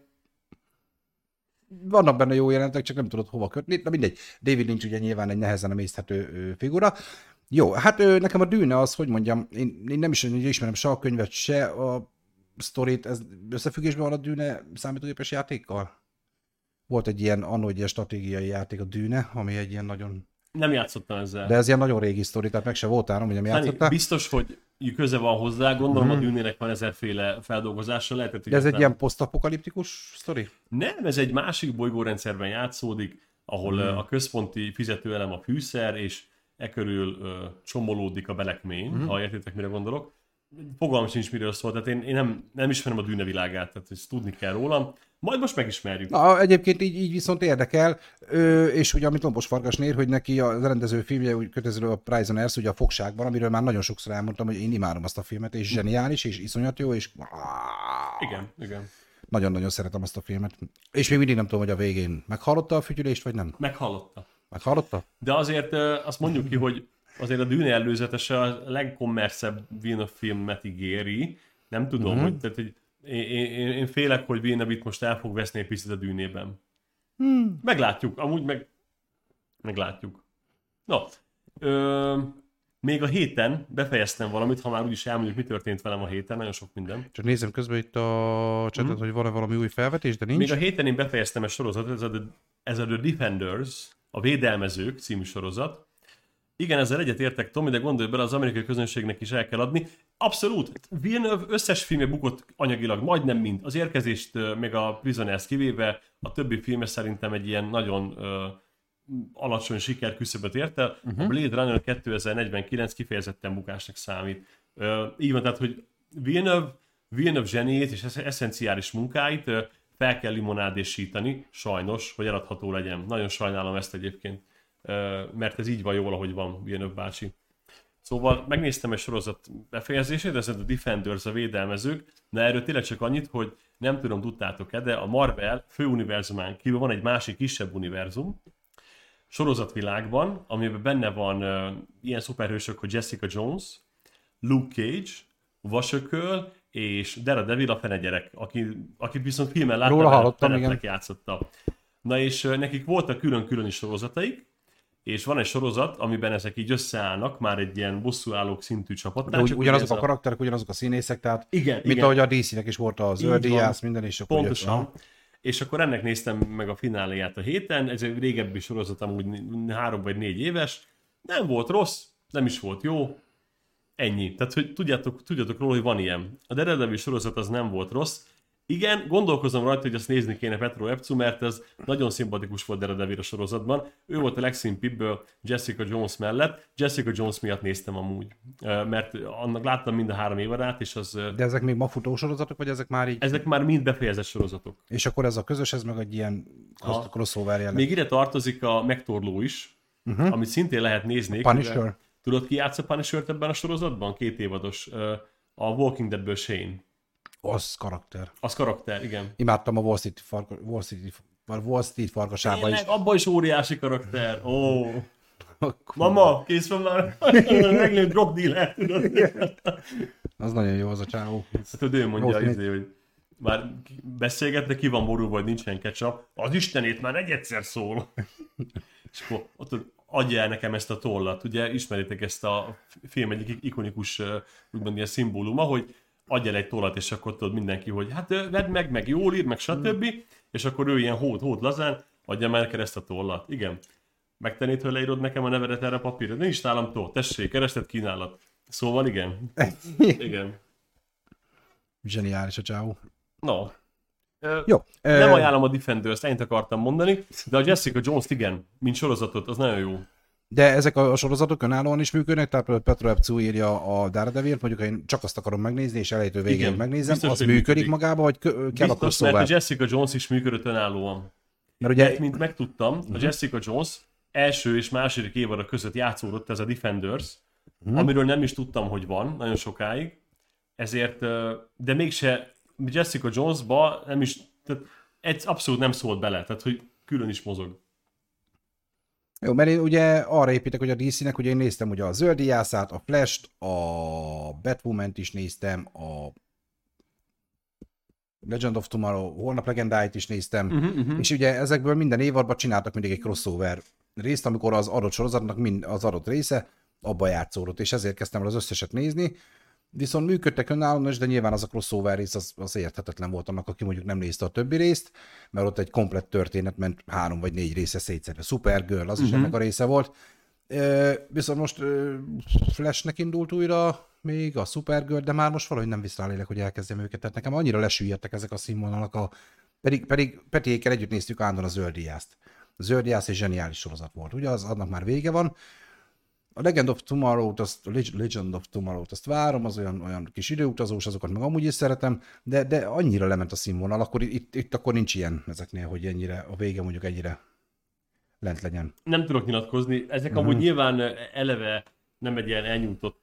vannak benne jó jelentek, csak nem tudod hova kötni. Na mindegy, David Lynch ugye nyilván egy nehezen emészthető figura. Jó, hát nekem a Dűne az, hogy mondjam, én, én nem is ismerem se a könyvet, se a sztorit, ez összefüggésben van a Dűne számítógépes játékkal? Volt egy ilyen, annó egy ilyen stratégiai játék, a Dűne, ami egy ilyen nagyon... Nem játszottam ezzel. De ez ilyen nagyon régi sztori, tehát meg se voltál, hogy nem játszottál. Biztos, hogy köze van hozzá, gondolom mm-hmm. a Dűnének van ezerféle feldolgozása. Lehetett, de ez egy ilyen posztapokaliptikus sztori? Nem, ez egy másik bolygórendszerben játszódik, ahol mm. a központi fizetőelem a fűszer, és e körül uh, csomolódik a belekmény, mm. ha értitek, mire gondolok. Fogalmam sincs, miről szól, tehát én, én nem, nem ismerem a Dűne világát, tehát ezt tudni kell rólam. Majd most megismerjük. Na, egyébként így, így viszont érdekel, ö, és ugye amit Lompos Farkasné, hogy neki a rendező filmje, úgy kötelező a Prisoners, ugye a Fogságban, amiről már nagyon sokszor elmondtam, hogy én imádom azt a filmet, és zseniális, és iszonyat jó, és... Igen, igen. Nagyon-nagyon szeretem azt a filmet. És még mindig nem tudom, hogy a végén meghallotta a fütyülést, vagy nem? Meghallotta. Meghallotta? De azért azt mondjuk ki, hogy azért a Dűne előzetese a legkommerszebb Villeneuve filmet ígéri. Nem tudom, mm-hmm. hogy... Tehát, hogy Én, én, én félek, hogy Villeneuve itt most el fog veszni egy picit a Dűnében. Hmm. Meglátjuk, amúgy meg... Meglátjuk. No, ö, még a héten befejeztem valamit, ha már úgyis elmondjuk, mi történt velem a héten, nagyon sok minden. Csak nézem közben itt a csatot, hmm. hogy van-e valami új felvetés, de nincs. Még a héten én befejeztem egy sorozatot, ez a, The, ez a The Defenders, a Védelmezők című sorozat. Igen, ezzel egyetértek, Tomi, de gondolj bele, az amerikai közönségnek is el kell adni. Abszolút! Villeneuve összes filmje bukott anyagilag, majdnem mind. Az Érkezést, még a Prisoners kivéve, a többi filme szerintem egy ilyen nagyon uh, alacsony sikerküszöböt ért el. Uh-huh. A Blade Runner kétezer-negyvenkilenc kifejezetten bukásnak számít. Uh, így van, tehát, hogy Villeneuve, Villeneuve zseniét és eszenciális munkáit uh, fel kell limonádésítani, sajnos, hogy eladható legyen. Nagyon sajnálom ezt egyébként. Mert ez így van jól, ahogy van, Villeneuve bácsi. Szóval megnéztem egy sorozat befejezését, ez a Defenders, a Védelmezők, de erről tényleg csak annyit, hogy nem tudom, tudtátok-e, de a Marvel főuniverzumán kívül van egy másik kisebb univerzum, sorozatvilágban, amiben benne van uh, ilyen szuperhősök, hogy Jessica Jones, Luke Cage, Vasököl és Daredevil a fenegyerek, aki, akit viszont filmen láttam, róla hallottam, igen. Játszotta. Na és uh, nekik voltak külön-külön is sorozataik, és van egy sorozat, amiben ezek így összeállnak, már egy ilyen bosszúállók szintű csapat. De ugy, ugyanazok a, a karakterek, ugyanazok a színészek, tehát igen, mint igen. ahogy a dé cé-nek is volt a zöld díjász, minden is. Pontosan. Ugye, és akkor ennek néztem meg a fináléját a héten, ez egy régebbi sorozat, amúgy három vagy négy éves. Nem volt rossz, nem is volt jó. Ennyi. Tehát, hogy tudjátok, tudjátok róla, hogy van ilyen. A Daredevil sorozat az nem volt rossz. Igen, gondolkozom rajta, hogy azt nézni kéne Petro Epcu, mert ez nagyon szimpatikus volt Daredevil a sorozatban. Ő volt a legszimpibb Jessica Jones mellett. Jessica Jones miatt néztem amúgy, mert annak láttam mind a három évadát, és az... De ezek még ma futó sorozatok, vagy ezek már így... Ezek már mind befejezett sorozatok. És akkor ez a közös, ez meg egy ilyen crossover jelent. Még ide tartozik a Megtorló is, uh-huh. amit szintén lehet nézni. Punisher. Tudod, ki játsz a Punishert ebben a sorozatban? Két évados. A Walking Deadből Shane. Az karakter. Az karakter, igen. Imádtam a Wall Street, farka, Wall Street, Wall Street farkasában is. Abban is óriási karakter. Ó. Mama, kész van már. Meglőtt drug dealer, tudod. Az nagyon jó az a csávó. Hát ő mondja, izé, hogy már beszélgetne, ki van borulva, vagy nincsen ketchup. Az Istenét már egy egyszer szól. És akkor ott adja el nekem ezt a tollat. Ugye ismeritek ezt a film egyik ikonikus úgymond ilyen szimbóluma, hogy adja el egy tollat, és akkor tudod mindenki, hogy hát vedd meg, meg jól ír, meg stb. Mm. És akkor ő ilyen hót-hót lazán, adja már nekem ezt a tollat. Igen. Megtennéd, hogy leírod nekem a nevedet erre a papírra? Nincs nálam tó, tessék, kerested kínálat. Szóval igen. Igen. Zseniális a csávó. No. Jó. Nem ajánlom a Defenders-t, ennyit akartam mondani, de a Jessica Jones-t igen, mint sorozatot, az nagyon jó. De ezek a sorozatok önállóan is működnek, tehát például Petro Epcu írja a Daredevil-t, mondjuk én csak azt akarom megnézni, és elejétől végén megnézem, biztos, az működik, működik magába, vagy kell biztos, a crossover? Mert a Jessica Jones is működött önállóan. Mert ugye... Mert, mint megtudtam, uh-huh. a Jessica Jones első és második évada között játszódott ez a Defenders, uh-huh. amiről nem is tudtam, hogy van, nagyon sokáig, ezért, de mégse Jessica Jonesba nem is, tehát egy abszolút nem szólt bele, tehát hogy külön is mozog. Jó, mert én ugye arra építek, hogy a dé cé-nek, ugye én néztem ugye a Zölddiászát, a Flash-t, a Batwoman-t is néztem, a Legend of Tomorrow, Holnap legendáit is néztem, uh-huh, uh-huh. és ugye ezekből minden évadban csináltak mindig egy crossover részt, amikor az adott sorozatnak mind, az adott része abba játszódott, és ezért kezdtem el az összeset nézni. Viszont működtek önállóan is, de nyilván az a crossover rész az, az érthetetlen volt annak, aki mondjuk nem nézte a többi részt, mert ott egy komplett történet ment három vagy négy része szétszedve. Supergirl, az uh-huh. is ennek a része volt. E, viszont most e, Flashnek indult újra még a Supergirl, de már most valahogy nem visszalélek, hogy elkezdjem őket. Tehát nekem annyira lesüllyedtek ezek a színvonalak, a... pedig, pedig Petiékkel együtt néztük állandóan a Zölddiászt. A Zölddiász egy zseniális sorozat volt, ugye? Az annak már vége van. A Legend of Tomorrow-t, azt, Legend of Tomorrow-t azt várom, az olyan, olyan kis időutazós, azokat meg amúgy is szeretem, de, de annyira lement a színvonal, akkor itt, itt akkor nincs ilyen ezeknél, hogy ennyire, a vége mondjuk ennyire lent legyen. Nem tudok nyilatkozni, ezek uh-huh. amúgy nyilván eleve nem egy ilyen elnyújtott,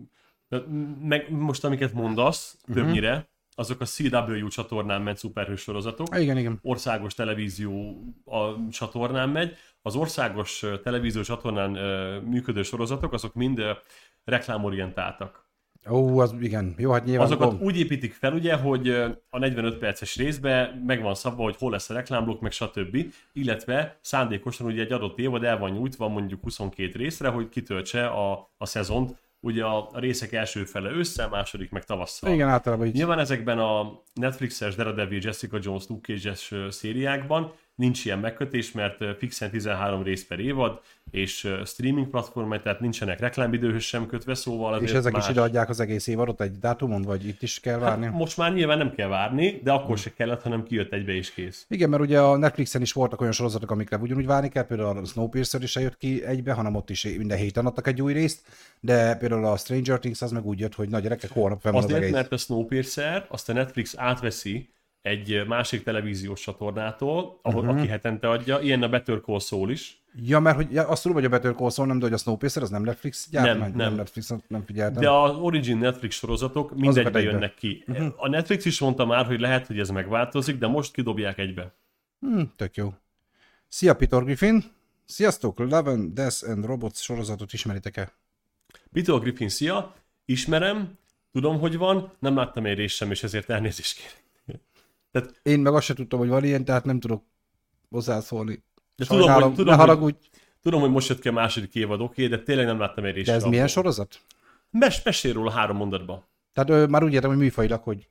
meg most amiket mondasz uh-huh. többnyire, azok a cé dupla vé csatornán ment szuperhős sorozatok. Igen, igen. Országos televízió a csatornán megy. Az országos televízió csatornán uh, működő sorozatok, azok mind uh, reklámorientáltak. Ó, az igen. Jó, hát nyilván... Azokat bom. úgy építik fel, ugye, hogy uh, a negyvenöt perces részben meg van szabva, hogy hol lesz a reklámblokk, meg stb. Illetve szándékosan ugye egy adott évad el van nyújtva mondjuk huszonkét részre, hogy kitöltse a, a szezont. Ugye a részek első fele ősszel, második meg tavasszal. Igen, általában így. Nyilván ezekben a Netflixes Daredevil, Jessica Jones, Luke Cage-es szériákban nincs ilyen megkötés, mert fixen tizenhárom rész per évad, és streaming platformai, tehát nincsenek reklámidőhöz sem kötve, szóval azért és ezek más... is ideadják az egész évadot egy dátumon, vagy itt is kell várni? Hát most már nyilván nem kell várni, de akkor hmm. se kellett, hanem kijött egybe és kész. Igen, mert ugye a Netflixen is voltak olyan sorozatok, amikre ugyanúgy várni kell, például a Snowpiercer is jött ki egybe, hanem ott is minden héten adtak egy új részt, de például a Stranger Things az meg úgy jött, hogy nagy gyerekek, holnap fenn van az egész. Mert a Snowpiercer, azt a Netflix átveszi egy másik televíziós csatornától, ahol uh-huh. aki hetente adja, ilyen a Better Call Saul is. Ja, mert hogy, ja, azt tudom, hogy a Better Call Saul nem, de hogy a Snowpiercer az nem Netflix gyárt, nem, nem, nem. Netflix, nem figyeltem. De az Origin Netflix sorozatok mindegybe jönnek ki. Uh-huh. A Netflix is mondta már, hogy lehet, hogy ez megváltozik, de most kidobják egybe. Hmm, tök jó. Szia, Peter Griffin! Sziasztok! Love and Death and Robots sorozatot ismeritek-e? Peter Griffin, szia! Ismerem, tudom, hogy van, nem láttam egy részt sem, és ezért elnézést kérek. Tehát... Én meg azt sem tudtam, hogy van ilyen, tehát nem tudok hozzászólni. De tudom, hogy, tudom, ne haragudj. Hogy, tudom, hogy most jött ki a második évad, oké, de tényleg nem láttam egy részt. De ez milyen abból. Sorozat? Mes, mesél róla három mondatban. Tehát ö, már úgy értem, hogy műfajilag, hogy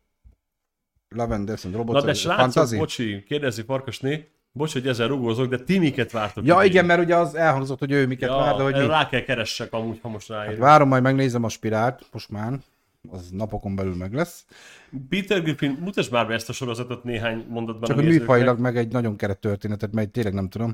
Love and Death and Robots, na de srácok, bocsi, kérdezi Farkasné, bocs, hogy ezzel rugózok, de ti miket vártok? Ja igen, mert ugye az elhangzott, hogy ő miket ja, vár, de hogy mi... rá kell keressek amúgy, ha most ráérünk. Hát várom, majd megnézem a Spirált, most már. Az napokon belül meg lesz. Peter Griffin, mutasd már be ezt a sorozatot néhány mondatban. Csak a műfajilag meg egy nagyon keret történetet, mert tényleg nem tudom.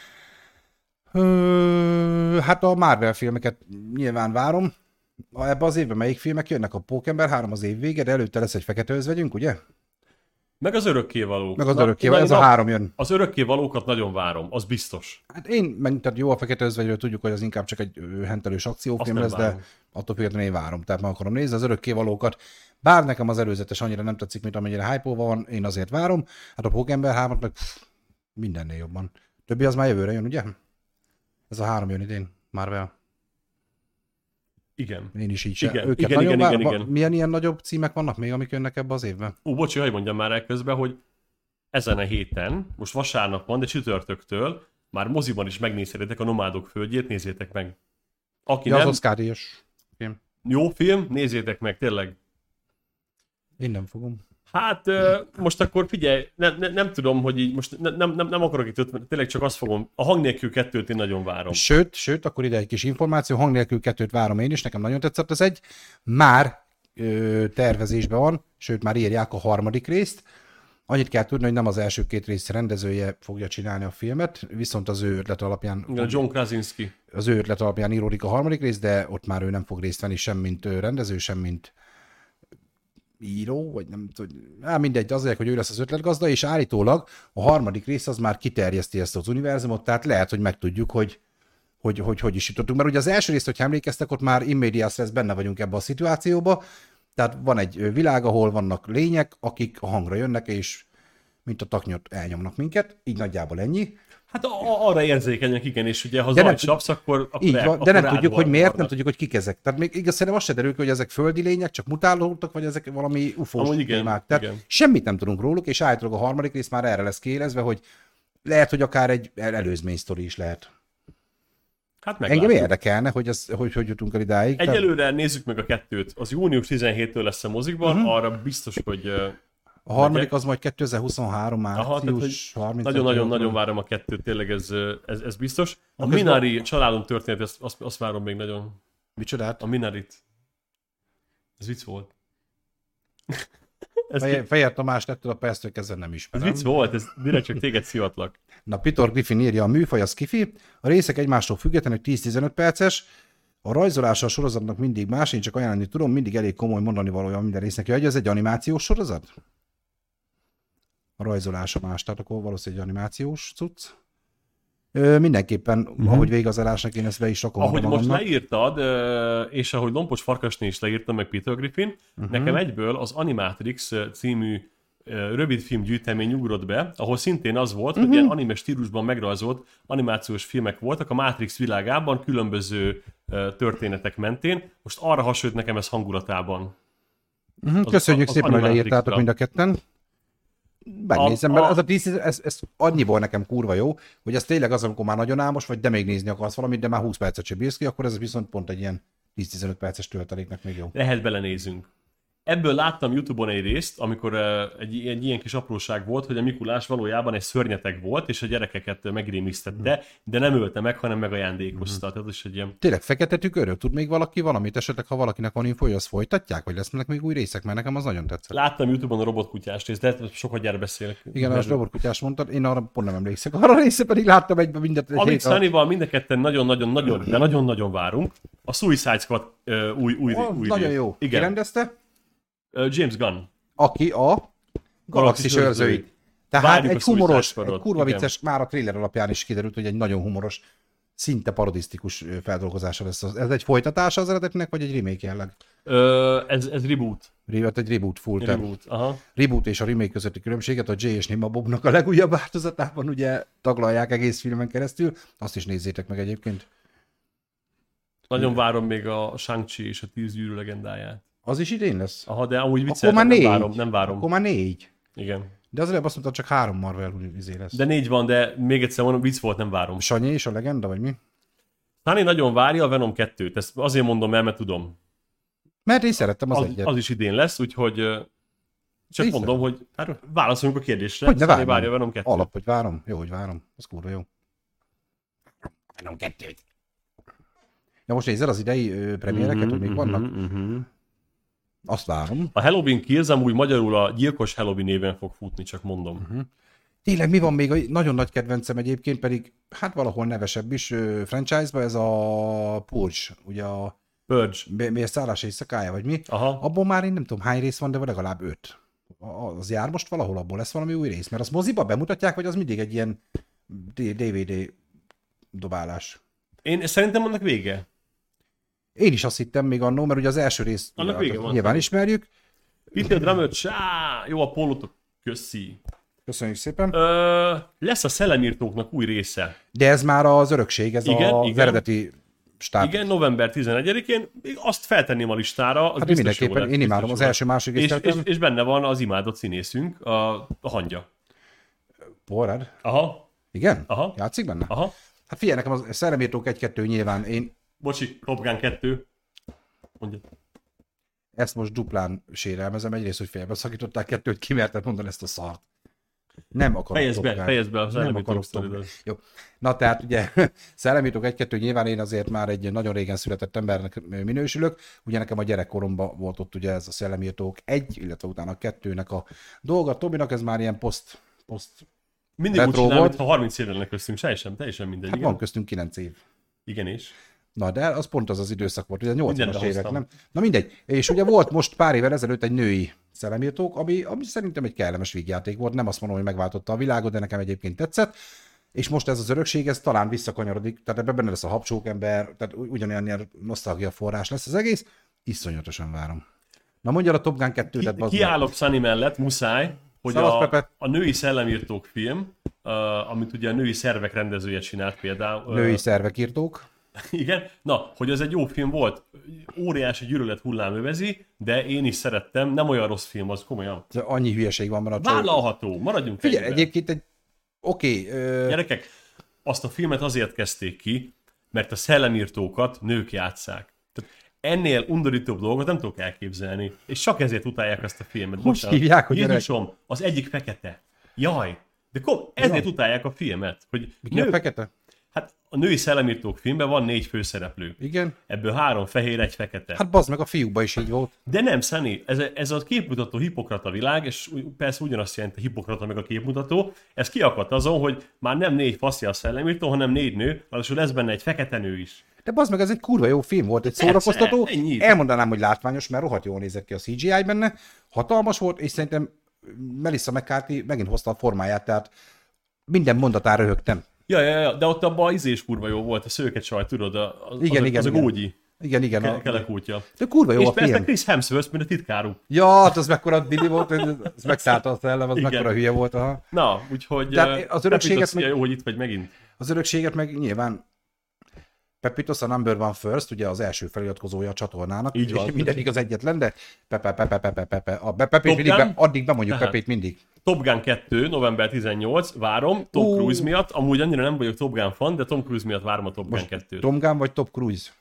Ö, hát a Marvel filmeket nyilván várom. Ebben az évben melyik filmek jönnek? A Pókember három az év vége, de előtte lesz egy Fekete Özvegyünk, ugye? Meg az Örökkévalók. Meg az Örökkévalók, ez a három jön. Az Örökkévalókat nagyon várom, az biztos. Hát én, meg tehát jó, a Fekete Özvegyről tudjuk, hogy az inkább csak egy hentelős akciófilm lesz, várom. De attól függetlenül én várom, tehát meg akarom nézni az Örökkévalókat. Bár nekem az előzetes annyira nem tetszik, mint amennyire hype-olva van, én azért várom. Hát a Pókember hármat meg pff, mindennél jobban. Többi az már jövőre jön, ugye? Ez a három jön idén, Marvel. Igen. Én is így sem. Igen, Őket igen, nagyon igen, vár... igen, igen. Milyen ilyen nagyobb címek vannak még, amik jönnek ebbe az évben? Ú, bocsi, hogy mondjam már el közben, hogy ezen a héten, most vasárnap van, de csütörtöktől már moziban is megnézhetitek a Nomádok földjét, nézzétek meg. Aki Ja, nem, az Oscar-díjas film. jó film, nézzétek meg, tényleg. Én nem fogom. Hát most akkor figyelj, ne, ne, nem tudom, hogy így most ne, nem, nem, nem akarok itt öt, tényleg csak azt fogom, a Hang nélkül kettőt én nagyon várom. Sőt, sőt, akkor ide egy kis információ, Hang nélkül kettőt várom én is, nekem nagyon tetszett az egy. Már ö, tervezésben van, sőt már írják a harmadik részt. Annyit kell tudni, hogy nem az első két rész rendezője fogja csinálni a filmet, viszont az ő ötlet alapján, Igen, John Krasinski. az ő ötlet alapján íródik a harmadik rész, de ott már ő nem fog részt venni sem mint rendező, sem mint író, vagy nem tudom, á, mindegy, azért, hogy ő lesz az ötletgazda, és állítólag a harmadik rész az már kiterjeszti ezt az univerzumot, tehát lehet, hogy megtudjuk, hogy hogy, hogy hogy is jutottunk. Mert ugye az első részt, hogyha emlékeztek, ott már in medias res benne vagyunk ebbe a szituációba, tehát van egy világ, ahol vannak lények, akik a hangra jönnek, és mint a taknyot elnyomnak minket, így nagyjából ennyi. Hát a, arra érzékenyek, igen, és ugye ha De zajt nem- csapsz, akkor, akkor Így el- van, de akkor nem tudjuk, hogy rád miért, nem varnak. tudjuk, hogy kik ezek. Tehát még igaz, szerintem azt se derül ki, hogy ezek földi lények, csak mutálódtak, vagy ezek valami ufós Amúgy igen, témák. Tehát igen. semmit nem tudunk róluk, és állítólag a harmadik rész már erre lesz kiélezve, hogy lehet, hogy akár egy el- előzmény sztori is lehet. Hát Engem meglátjuk. érdekelne, hogy, ez, hogy hogy jutunk el idáig. Tehát Egyelőre nézzük meg a kettőt. Az június tizenhétől lesz a mozikban, Mhm. uh-huh. arra biztos, hogy ö, a harmadik az majd kétezer-huszonhárom Aha, tehát, március harmincadika. nagyon-nagyon-nagyon várom a kettőt, tényleg ez, ö, ez, ez biztos. A közben- Minari családom történet, azt, azt, azt várom még nagyon. Micsodát? A Minarit. Ez vicc volt. ez, Feje, Fejer Tamás ettől a perctől kezdve nem ez ismerem. vicc volt, ez direkt csak téged szivatlak. Na, Peter Griffin írja, a műfaj az kifi, a részek egymástól függetlenül tíz-tizenöt perces, a rajzolása a sorozatnak mindig más, én csak ajánlani tudom, mindig elég komoly mondani valója minden résznek. Ja, hogy ez egy animációs sorozat? A rajzolása más, tehát akkor valószínűleg egy animációs cucc. Ö, mindenképpen, uh-huh. ahogy végigazolásnak én ezt be is rakom. Ahogy most magamnak. leírtad, ö, és ahogy Lompos Farkasné is leírta, meg Peter Griffin, uh-huh. nekem egyből az Animatrix című ö, rövidfilm gyűjtemény ugrott be, ahol szintén az volt, uh-huh. hogy ilyen anime stílusban megrajzolt animációs filmek voltak a Matrix világában, különböző ö, történetek mentén. Most arra hasonlít nekem ez hangulatában. Uh-huh. az- Köszönjük az szépen, hogy Animatrixra. leírtátok mind a ketten. Megnézem, A- mert a- ez a tíz, ez, ez annyiból nekem kurva jó, hogy ez tényleg az, amikor már nagyon álmos vagy, de még nézni akarsz valamit, de már húsz percet sem bírsz ki, akkor ez viszont pont egy ilyen tíz-tizenöt perces tölteléknek még jó. Lehet belenézünk. Ebből láttam YouTube-on egy részt, amikor uh, egy, egy ilyen kis apróság volt, hogy a Mikulás valójában egy szörnyeteg volt, és a gyerekeket megrémisztette, de nem ölte meg, hanem megajándékozta. Tehát ez is egy ilyen... Tényleg fekete tükörről tud még valaki valamit, esetleg ha valakinek van infója, azt folytatják, vagy lesznek még új részek, mert nekem az nagyon tetszett. Láttam YouTube-on a robotkutyás részt, de sokat gyára beszélek. Igen, a robotkutyás mondtad, én arra pont nem emlékszek. Arra a része pedig láttam egyben mindent. Egy Amit hét alatt. Sunnyval mind a ketten nagyon-nagyon-nagyon, de nagyon-nagyon várunk. A Suicide Squad uh, új, új, Oh, új nagyon rész. jó. Ki Igen. rendezte? Uh, James Gunn. Aki a Galaxis őrzőit. Tehát Várjuk a egy humoros, Suicide Squadot, egy kurva igen. vicces, már a trailer alapján is kiderült, hogy egy nagyon humoros, szinte parodisztikus ö, feldolgozása lesz. az. Ez egy folytatása az eredetinek, vagy egy remake jelleg? Uh, ez, ez reboot. Reboot, egy reboot full term. Reboot. Aha. Reboot és a remake közötti különbséget a Jay és Nima Bobnak a legújabb változatában ugye taglalják egész filmen keresztül. Azt is nézzétek meg egyébként. Nagyon várom még a Shang-Chi és a Tíz gyűrű legendáját. Az is idén lesz? Aha, de amúgy Akkor vicceltem, már nem négy. várom, nem várom. Akkor már négy. Igen. De az előbb azt mondtad, csak három Marvel izé lesz. De négy van, de még egyszer mondom, vicc volt, nem várom. Sanyi és a legenda, vagy mi? Tani nagyon várja a Venom kettőt, ezt azért mondom el, mert tudom. Mert én szerettem az, Az, egyet. az is idén lesz, úgyhogy ö, csak Én mondom, hogy hát válaszoljunk a kérdésre. Hogy ne Sunny várjam. várja a Venom kettőt. Alap, hogy várom? Jó, hogy várom. Az kurva jó. Venom kettőt. Ja, most nézzel az idei ö, premiereket, Mhm, hogy még mhm, vannak? mhm. Azt várom. A Halloween Kills amúgy magyarul a Gyilkos Halloween néven fog futni, csak mondom. Mhm. Tényleg mi van még? A nagyon nagy kedvencem egyébként pedig, hát valahol nevesebb is ö, franchise-ba, ez a Purge, ugye a Purge. mi- miért szállás éjszakája, vagy mi? Aha. Abból már én nem tudom hány rész van, de legalább öt. A- Az jár most valahol, abból lesz valami új rész, mert azt moziba bemutatják, vagy az mindig egy ilyen dé vé dé dobálás. Én szerintem annak vége. Én is azt hittem még annó, mert ugye az első rész Annak ugye, vége hát van. nyilván ismerjük, Itt a dramöt, jó a pólótok, köszi. Köszönjük szépen. Ö, lesz a Szellemírtóknak új része. De ez már az örökség, ez igen, az igen. eredeti start. Igen, november tizenegyedikén, azt feltenném a listára, az hát biztos jó mindenképpen, lett, én imádom, az első második és, és, és benne van az imádott színészünk, a, a hangya. Borrad? Aha. Igen? Aha. Játszik benne? Aha. Hát figyelj, nekem a Szellemírtók egy-kettő nyilván, én... Bocsi, Top Gun kettő. Mondja. Ezt most duplán sérelmezem, egyrészt, hogy félbeszakították kettőt, ki merted mondani ezt a szart. Nem akarok fejezd be, fejezd be a Szellemírtók sztoridat. Jó. Na tehát ugye Szellemírtók egy-kettő nyilván én azért már egy nagyon régen született embernek minősülök. Ugye nekem a gyerekkoromban volt ott ugye ez a Szellemírtók egy, illetve utána a kettőnek a dolga. Tobinak ez már ilyen poszt, poszt mindig úgy csinál, mintha harminc évvel lenne köztünk, teljesen, teljesen mindegy. Hát igen? van köztünk kilenc év. Igen és? Na, de az pont az az időszak volt, ugye nyolcvanas évek, nem? Na mindegy. És ugye volt most pár évvel ezelőtt egy női Szellemírtók, ami, ami szerintem egy kellemes vígjáték volt. Nem azt mondom, hogy megváltotta a világot, de nekem egyébként tetszett. És most ez az örökség, ez talán visszakanyarodik, tehát ebben benne lesz a habcsókember, tehát ugyanilyen ilyen nosztalgia forrás lesz az egész. Iszonyatosan várom. Na mondja a Top Gun kettőt. Ki, kiállok Sunny mellett, muszáj, hogy a, a női Szellemírtók film, uh, amit ugye a női szervek rendezője csinált például. Uh, női szervek írtók. Igen, na, hogy ez egy jó film volt, óriási gyűlölet hullám övezi, de én is szerettem, nem olyan rossz film, az komolyan. Annyi hülyeség van benne a vállalható, maradjunk Figyelj, ennyiben. Egyébként egy... Oké. Okay, ö... Gyerekek, azt a filmet azért kezdték ki, mert a szellemírtókat nők játsszák. Tehát ennél undorítóbb dolgot nem tudok elképzelni, és csak ezért utálják azt a filmet. Most hívják, hogy Jézusom, az egyik fekete. Jaj, de kom, ezért ja. utálják a filmet. Hogy nő... a fekete? Hát a női Szellemírtók filmben van négy főszereplő. Igen. Ebből három fehér, egy fekete. Hát bazd meg, a fiúkban is így volt. De nem, Sunny, ez, ez a képmutató Hippokrata világ, és persze ugyanazt jelent a Hippokrata meg a képmutató, ez kiakadt azon, hogy már nem négy faszja a Szellemírtó, hanem négy nő, ráadásul lesz benne egy fekete nő is. De bazd meg, ez egy kurva jó film volt, egy szórakoztató. Elmondanám, hogy látványos, mert rohadt jól nézett ki a cé gé í benne. Hatalmas volt, és szerintem Melissa McCarthy megint hozta a formáját, tehát minden mondatára röhögtem. Ja, ja, ja, de ott abban az ízés kurva jó volt, a szőke csaj, tudod, az, igen, az, igen, az igen. a gógyi. Igen, igen. Ke- kelekútja. De kurva jó és a film. És persze Chris Hemsworth, mint a titkáruk. Ja, az mekkora dili volt, az megszállta a szellem, az igen. mekkora hülye volt. Aha. Na, úgyhogy az örökséget meg... jó, hogy itt vagy megint. Az örökséget meg nyilván Pepitos a number one first, ugye az első feliratkozója a csatornának. Így van. Mindenik az egyetlen, de Pepe, Pepe, Pepe, Pepe. A Pepét mindig, be, addig bemondjuk Aha. Pepét mindig. Top Gun kettő, november tizennyolc, várom, Tom uh. Cruise miatt. Amúgy annyira nem vagyok Top Gun fan, de Tom Cruise miatt várom a Top Gun kettőt. Tom Gun vagy Top Cruise?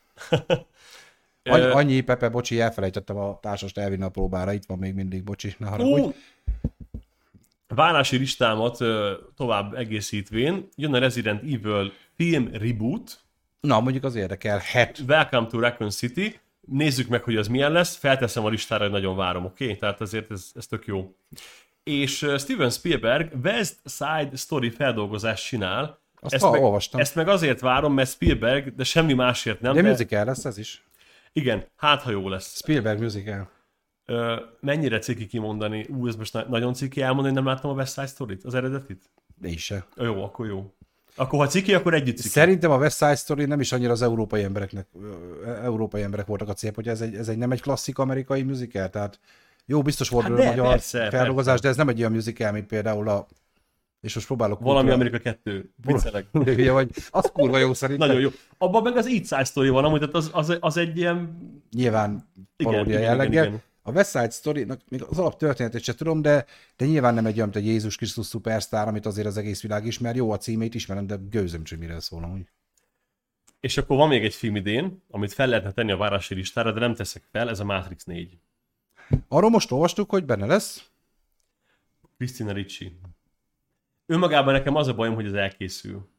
Annyi, annyi, Pepe, bocsi, elfelejtettem a társast elvinni a próbára, itt van még mindig, bocsi, ne haragudj. Uh. Várási listámat tovább egészítvén, jön a Resident Evil film reboot. Na, mondjuk az érdekel. Het. Welcome to Raccoon City. Nézzük meg, hogy az milyen lesz. Felteszem a listára, hogy nagyon várom, oké? Okay? Tehát ezért ez, ez tök jó. És Steven Spielberg West Side Story feldolgozást csinál. Azt ezt, ha, meg, olvastam. ezt meg azért várom, mert Spielberg, de semmi másért nem. De, de... musical lesz ez is. Igen, hát ha jó lesz. Spielberg musical. Ö, mennyire ciki kimondani? Ú, ez most na- nagyon ciki elmondani, hogy nem láttam a West Side Story-t, az eredetit? De is se. Jó, akkor jó. Akkor ha ciki, akkor együtt ciki. Szerintem a West Side Story nem is annyira az európai embereknek, európai emberek voltak a cél, hogy ez egy, ez egy nem egy klasszik amerikai musical, tehát jó, biztos volt hát de, magyar persze, feldolgozás, persze. De ez nem egy olyan musical, mint például a és most próbálok... Valami kultúra... Amerika kettő. Viccelek. Hülye vagy. Az kurva jó szerintem. Nagyon jó. Abban meg az East Side Story van, amúgy az, az, az egy ilyen... Nyilván paródia jelleggel. A West Side Story-nak még az alaptörténetét sem tudom, de, de nyilván nem egy olyan, mint a Jézus Krisztus szupersztár, amit azért az egész világ ismer. Jó, a címét ismerem, de gőzöm csak mire szól amúgy. És akkor van még egy film idén, amit fel lehetne tenni a várási listára, de nem teszek fel, ez a Matrix négy. Arról most olvastuk, hogy benne lesz. Christina Ricci. Önmagában nekem az a bajom, hogy ez elkészül.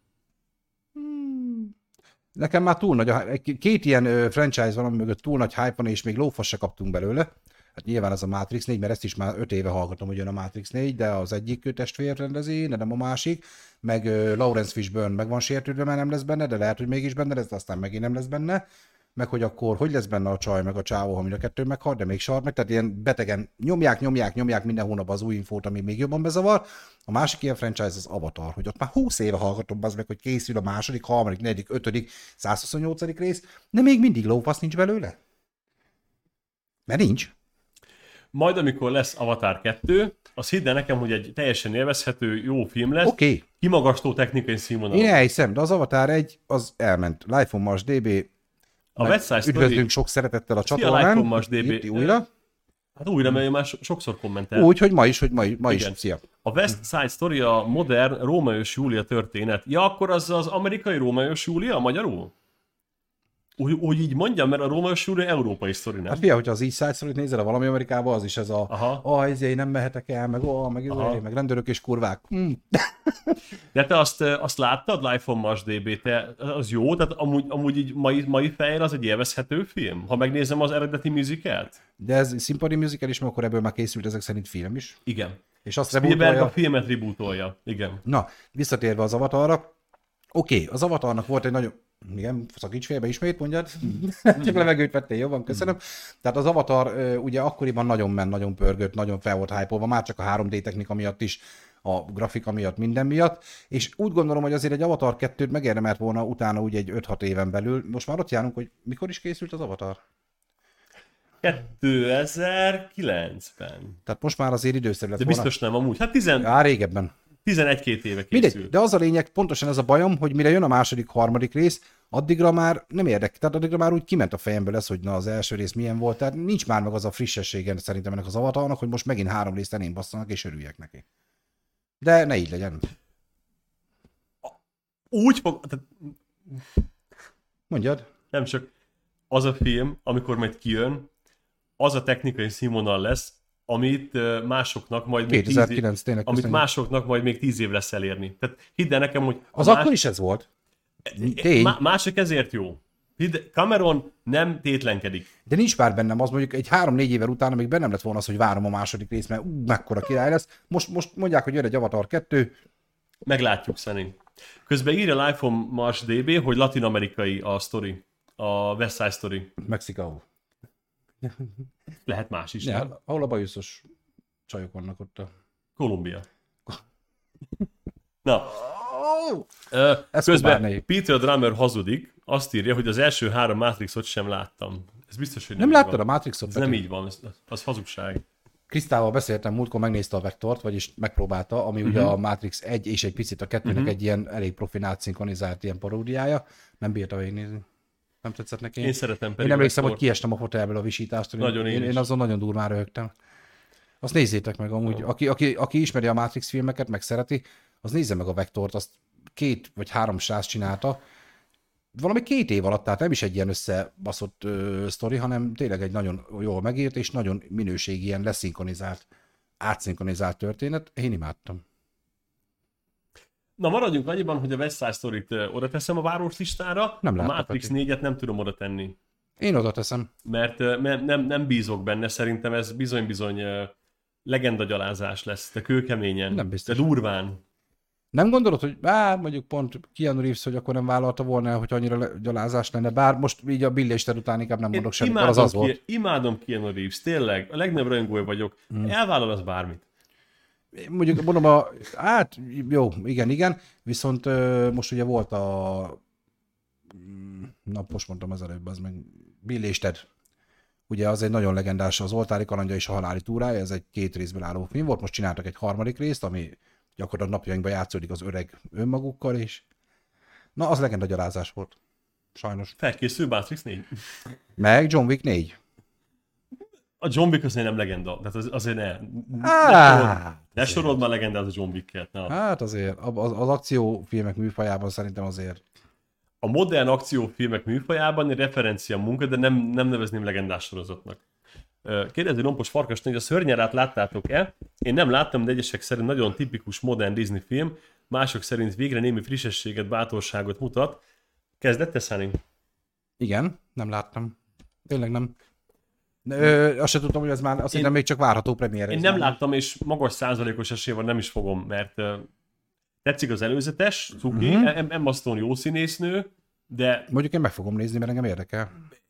Hmm. Nekem már túl nagy, a, két ilyen franchise van, ami mögött túl nagy hype van, és még lófasz se kaptunk belőle. Hát nyilván ez a Matrix négy, mert ezt is már öt éve hallgatom, hogy jön a Matrix négy, de az egyik testvér rendezi, de nem a másik. Meg uh, Lawrence Fishburne meg van sértődve, mert nem lesz benne, de lehet, hogy mégis benne lesz, de aztán megint nem lesz benne. Meg hogy akkor hogy lesz benne a csaj, meg a csávó, ha mind a kettő meghal, de még sar meg, tehát ilyen betegen nyomják, nyomják, nyomják minden hónap az új infót, ami még jobban bezavar. A másik ilyen franchise az Avatar, hogy ott már húsz éve hallgatom az meg, hogy készül a második, harmadik, negyedik, ötödik, százhuszonnyolcadik rész, de még mindig lófasz nincs belőle. Mert nincs. Majd amikor lesz Avatar kettő, az hidd el nekem, hogy egy teljesen élvezhető, jó film lesz. Oké. Okay. Kimagasló technikai színvonalon. Én elhiszem, de az Avatar egy, az elment. Life on Mars dé bé. A West Side Story... Üdvözlünk sok szeretettel a Szia, csatornán. Life on Mars dé bé. Újra. Hát újra, mert már sokszor kommentel. Úgy, hogy ma is, hogy ma, ma is. Szia. A West Side Story a modern Rómeó és Júlia történet. Ja, akkor az az amerikai Rómeó és Júlia, magyarul? Úgy, úgy így mondjam, mert a Rómeó és Júlia európai sztori, nem? Hát fia, hogyha az East Side Story-t nézel, a valami Amerikában, az is ez a ah, ezért nem mehetek el, meg ó, meg, ezért, meg rendőrök és kurvák. Mm. De te azt, azt láttad, Life on Mars dé bé, te, az jó? Tehát amúgy, amúgy így mai, mai fejjel az egy élvezhető film? Ha megnézem az eredeti musicalt? De ez színpadi musical is, mert akkor ebből már készült ezek szerint film is. Igen. És azt Spielberg rebootolja... a filmet rebootolja. Igen. Na, visszatérve az Avatarra. Oké, okay, az Avatarnak volt egy nagyon... Igen, szakíts félbe ismét, mondjad. Csak levegőt vettél, jó van, köszönöm. Tehát az Avatar ugye akkoriban nagyon ment, nagyon pörgött, nagyon fel volt hype-olva, már csak a három dé technika miatt is, a grafika miatt, minden miatt, és úgy gondolom, hogy azért egy Avatar kettőt megérdemelt volna utána úgy egy öt-hat éven belül. Most már ott járunk, hogy mikor is készült az Avatar? kétezer-kilencben. Tehát most már azért időszerű lett De volna. biztos nem amúgy. Hát tizen... Á, régebben. tizenegy-két éve készült. Mindegy, de az a lényeg, pontosan ez a bajom, hogy mire jön a második, harmadik rész, addigra már nem érdek, tehát addigra már úgy kiment a fejemből ez, hogy na az első rész milyen volt, tehát nincs már meg az a frissességen szerintem ennek az Avatarnak, hogy most megint három részt elén basszanak és örüljek neki. De ne így legyen. Úgy fog... Mondjad. Nem csak az a film, amikor majd kijön, az a technikai színvonal lesz, amit másoknak majd még tíz év, amit köszönjük. másoknak majd még tíz év lesz elérni. Tehát hidd el nekem, hogy... Az más... akkor is ez volt. Tény. Má- mások ezért jó. Hidd, Cameron nem tétlenkedik. De nincs már bennem az, mondjuk egy három-négy évvel utána még bennem lett volna az, hogy várom a második részt, mert ú, mekkora király lesz. Most, most mondják, hogy jön egy Avatar kettő. Meglátjuk, Szeni. Közben írja Life on Mars dé bé, hogy latin-amerikai a sztori. A West Side Story. Mexikó. Lehet más is. Ja, ahol a bajuszos csajok vannak ott a... Kolumbia. Na. Oh, közben Peter Drummer hazudik, azt írja, hogy az első három Matrixot sem láttam. Ez biztos, hogy nem Nem láttad van. A Matrixot? Ez nem így van, az, az hazugság. Krisztával beszéltem, múltkor megnézte a Vektort, vagyis megpróbálta, ami uh-huh. ugye a Matrix egy és egy picit a kettőnek uh-huh. egy ilyen elég profin átszinkronizált ilyen paródiája. Nem bírta végignézni. Nem tetszett neki. Én szeretem pedig. Én emlékszem, hogy kiestem a fotelből a visítástól. Nagyon én, én, én azon nagyon durván röhögtem. Azt nézzétek meg amúgy. Aki, aki, aki ismeri a Matrix filmeket, meg szereti, az nézze meg a Vektort, azt két vagy három srác csinálta. Valami két év alatt, tehát nem is egy ilyen összebaszott ö, sztori, hanem tényleg egy nagyon jól megírt és nagyon minőségi, ilyen leszinkronizált, átszinkronizált történet. Én imádtam. Na maradjunk annyiban, hogy a West Side Story-t oda teszem a város listára, nem a Matrix négyet nem tudom oda tenni. Én oda teszem. Mert nem, nem, nem bízok benne, szerintem ez bizony-bizony legendagyalázás lesz, de kőkeményen, nem biztos. De durván. Nem gondolod, hogy bár mondjuk pont Keanu Reeves, hogy akkor nem vállalta volna, hogy annyira gyalázás lenne, bár most így a Bill és Ted után inkább nem mondok semmit, az az volt. Imádom Keanu Reeves, tényleg, a legnagyobb rajongója vagyok, hmm. elvállal az bármit. Mondjuk mondom, a, hát jó, igen, igen, viszont uh, most ugye volt a, na most mondtam az előbb, az meg Bill és Ted. Ugye az egy nagyon legendás, az Oltári kalandja és a haláli túrája, ez egy két részből álló film volt, most csináltak egy harmadik részt, ami gyakorlatilag napjainkban játszódik az öreg önmagukkal, és na, az legendagyalázás volt. Sajnos. Felkészül Matrix négy. Meg John Wick négy. A John Wick azért nem legenda, tehát az, azért ne. Ah, ne sorold már legendát a John Wicket. Na. Hát azért, az, az akciófilmek műfajában szerintem azért. A modern akciófilmek műfajában egy referencia munka, de nem, nem nevezném legendás sorozatnak. Kérdezi Lompos Farkas, hogy a Szörnyerát láttátok-e? Én nem láttam, de egyesek szerint nagyon tipikus modern Disney film, mások szerint végre némi frissességet, bátorságot mutat. Kezdett te, Sunny? Igen, nem láttam. Tényleg nem. Ö, azt sem tudtam, hogy ez már azt hiszem még csak várható premiér. Én nem láttam, és magas százalékos eséllyel nem is fogom, mert uh, tetszik az előzetes, cuki, uh-huh. Emma Stone jó színésznő, de... Mondjuk én meg fogom nézni, mert engem érdekel.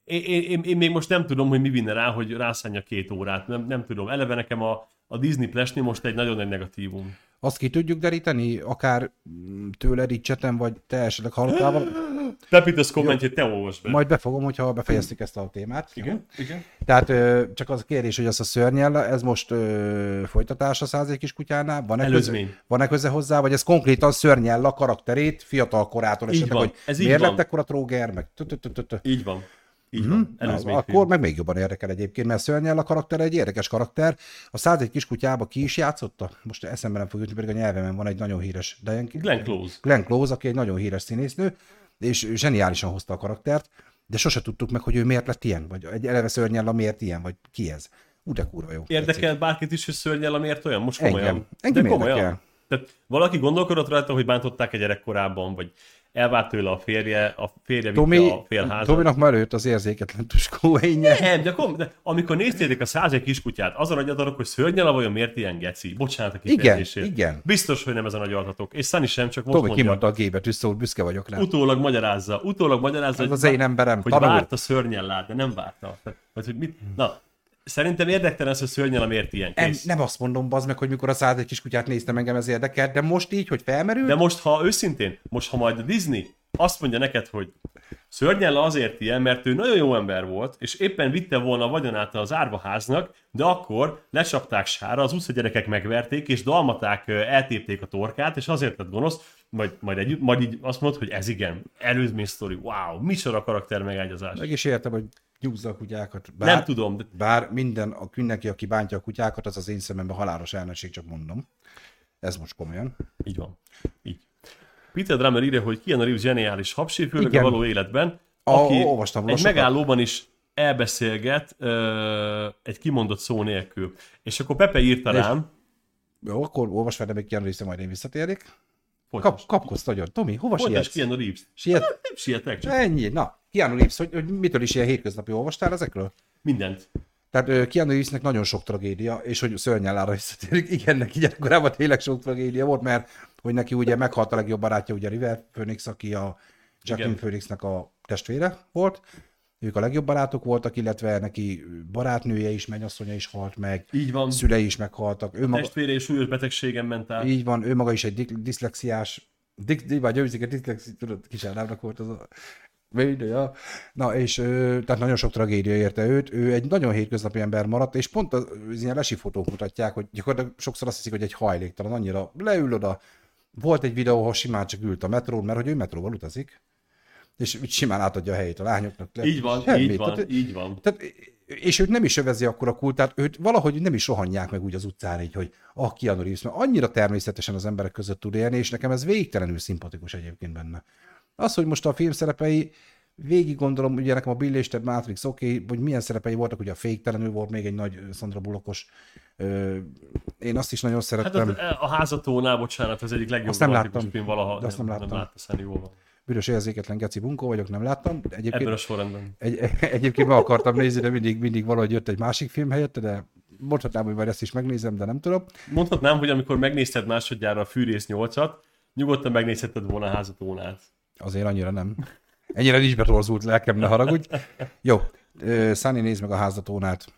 én, én, én még most nem tudom, hogy mi vinne rá, hogy rászánja két órát. Nem, nem tudom. Eleve nekem a, a Disney Plus-nél most egy nagyon nagy negatívum. Azt ki tudjuk deríteni, akár tőled így cseten, vagy te esetleg hallottál. Pepitősz kommentjét te olvasd be. Majd befogom, hogyha befejeztük ezt a témát. Igen, igen. Tehát ö, csak az a kérdés, hogy az a szörnyella, ez most ö, folytatás a száz egy kis kutyánál? Van-e Előzmény. köze, van-e köze hozzá, vagy ez konkrétan szörnyella karakterét fiatal korától esetleg, hogy miért lett ekkora tróger, meg tü-tü-tü-tü-tü. Így van. Így Mm-hmm. van. Előzmény Na, akkor meg még jobban érdekel egyébként, mert Szörnyella karakter egy érdekes karakter. A száz egy kiskutyába ki is játszotta? Most eszembe nem fog jutni, pedig a nyelvemen van egy nagyon híres Diane... Glenn Close. Glenn Close, aki egy nagyon híres színésznő, és zseniálisan hozta a karaktert, de sose tudtuk meg, hogy ő miért lett ilyen, vagy egy eleve Szörnyella miért ilyen, vagy ki ez. Ú, de kurva jó. Érdekel bárkit is, hogy Szörnyella miért olyan? Most komolyan. Engem. Engem de komolyan. érdekel. Tehát valaki gondolkodott rajta, hogy bántották egy gyerekkorában, vagy elvált tőle a férje, a férje Tomi, vitte a félházat. Tominak már előtt az érzéketlen tuskóénye. Nem, de, kom- de amikor néztétek a száz egy kiskutyát, azon agyatatok, hogy Szörnyella vajon miért ilyen geci? Bocsánat a kifejezésért. Igen, igen. Biztos, hogy nem ezen agyaltatok. És Sunny sem, csak most Tomi mondja. kimondta a gébetű szót, büszke vagyok rá. Utólag magyarázza, utólag magyarázza, Ez hogy, az én emberem, hogy tanul. várta Szörnyellát, de nem várta. Tehát, vagy, hogy mit? Na, szerintem érdektelen az, hogy Szörnyella miért ilyen Nem, kész. nem azt mondom, bazd meg, hogy mikor a száz egy kiskutyát néztem, engem ez érdekelt, de most így, hogy felmerül. De most, ha őszintén, most ha majd a Disney azt mondja neked, hogy Szörnyella azért ilyen, mert ő nagyon jó ember volt, és éppen vitte volna a vagyonát az árvaháznak, de akkor lecsapták sára, az utcagyerekek megverték, és dalmaták eltépték a torkát, és azért lett gonosz, majd, majd, együtt, majd így azt mondod, hogy ez igen, előzmény sztori, wow, micsoda karakter megágyazás. Meg is értem, hogy nyúzza a kutyákat. Bár, Nem tudom. De... Bár minden, a, mindenki, aki bántja a kutyákat, az az én szememben halálos elnökség, csak mondom. Ez most komolyan. Így van. Így. Peter Drummer írja, hogy Keanu Reeves zseniális habsé, főleg Igen. a való életben, A, aki olvastam egy lassakat. megállóban is elbeszélget ö, egy kimondott szó nélkül. És akkor Pepe írta És- rám, Jó, akkor olvasd fel, de még Keanu Reeves-re majd én visszatérek. folytasd. Kap, kapkodsz nagyon. Tomi, hova Folytasd sietsz? Keanu Reeves. Siet? Nem sietek, csak Ennyi. Na, Keanu Reeves, hogy, hogy mitől is ilyen hétköznapi olvastál ezekről? mindent. Tehát ö, Keanu Reevesnek nagyon sok tragédia, és hogy Szörnyellára visszatérünk, igen, neki gyerekkorában tényleg sok tragédia volt, mert hogy neki ugye meghalt a legjobb barátja, ugye River Phoenix, aki a Jacqueline Igen. Phoenixnek a testvére volt. Ők a legjobb barátok voltak, illetve neki barátnője is, mennyasszonya is halt meg, Így van. szülei is meghaltak. Ő maga, Testvére és súlyos betegségen ment át. így van, ő maga is egy di- diszlexiás, di- di- vagy győzik, a diszlexi, tudod, kis állámnak volt az a... Mindegy, ja. Na, és ő, tehát nagyon sok tragédia érte őt, ő egy nagyon hétköznapi ember maradt, és pont az, az ilyen lesi fotók mutatják, hogy gyakorlatilag sokszor azt hiszik, hogy egy hajléktalan, annyira leül oda. Volt egy videó, ahol simán csak ült a metrón, mert hogy ő metróval utazik, és úgy simán átadja a helyét a lányoknak. Így van, Semmit. így van, Tehát, így van. tehát, és őt nem is övezi akkor a kult, tehát őt valahogy nem is rohanják meg úgy az utcán így, hogy ah, Keanu Reeves, mert annyira természetesen az emberek között tud élni, és nekem ez végtelenül szimpatikus egyébként benne. Az, hogy most a film szerepei, végig gondolom, ugye nekem a Bill és Ted Matrix, oké, okay, hogy milyen szerepei voltak, ugye a féktelenül volt még egy nagy Sandra Bullockos. Ö, én azt is nagyon Hát szerettem. az, a házatónál, bocsánat, az egyik legjobb Azt nem romantikus láttam. film valaha. De azt nem nem, láttam. nem látta, Szeni, jól van. Büdös érzéketlen geci bunkó vagyok, nem láttam. De egyébként, Ebben a sorrendben. egy, egyébként meg akartam nézni, de mindig, mindig valahogy jött egy másik film helyette, de mondhatnám, hogy majd ezt is megnézem, de nem tudom. Mondhatnám, hogy amikor megnézted másodjára a Fűrész nyolcat, nyugodtan megnézheted volna a házatónát. Azért annyira nem. Ennyire nincs betorzult lelkem, ne haragudj. Jó, uh, Sunny, nézd meg a házatónát.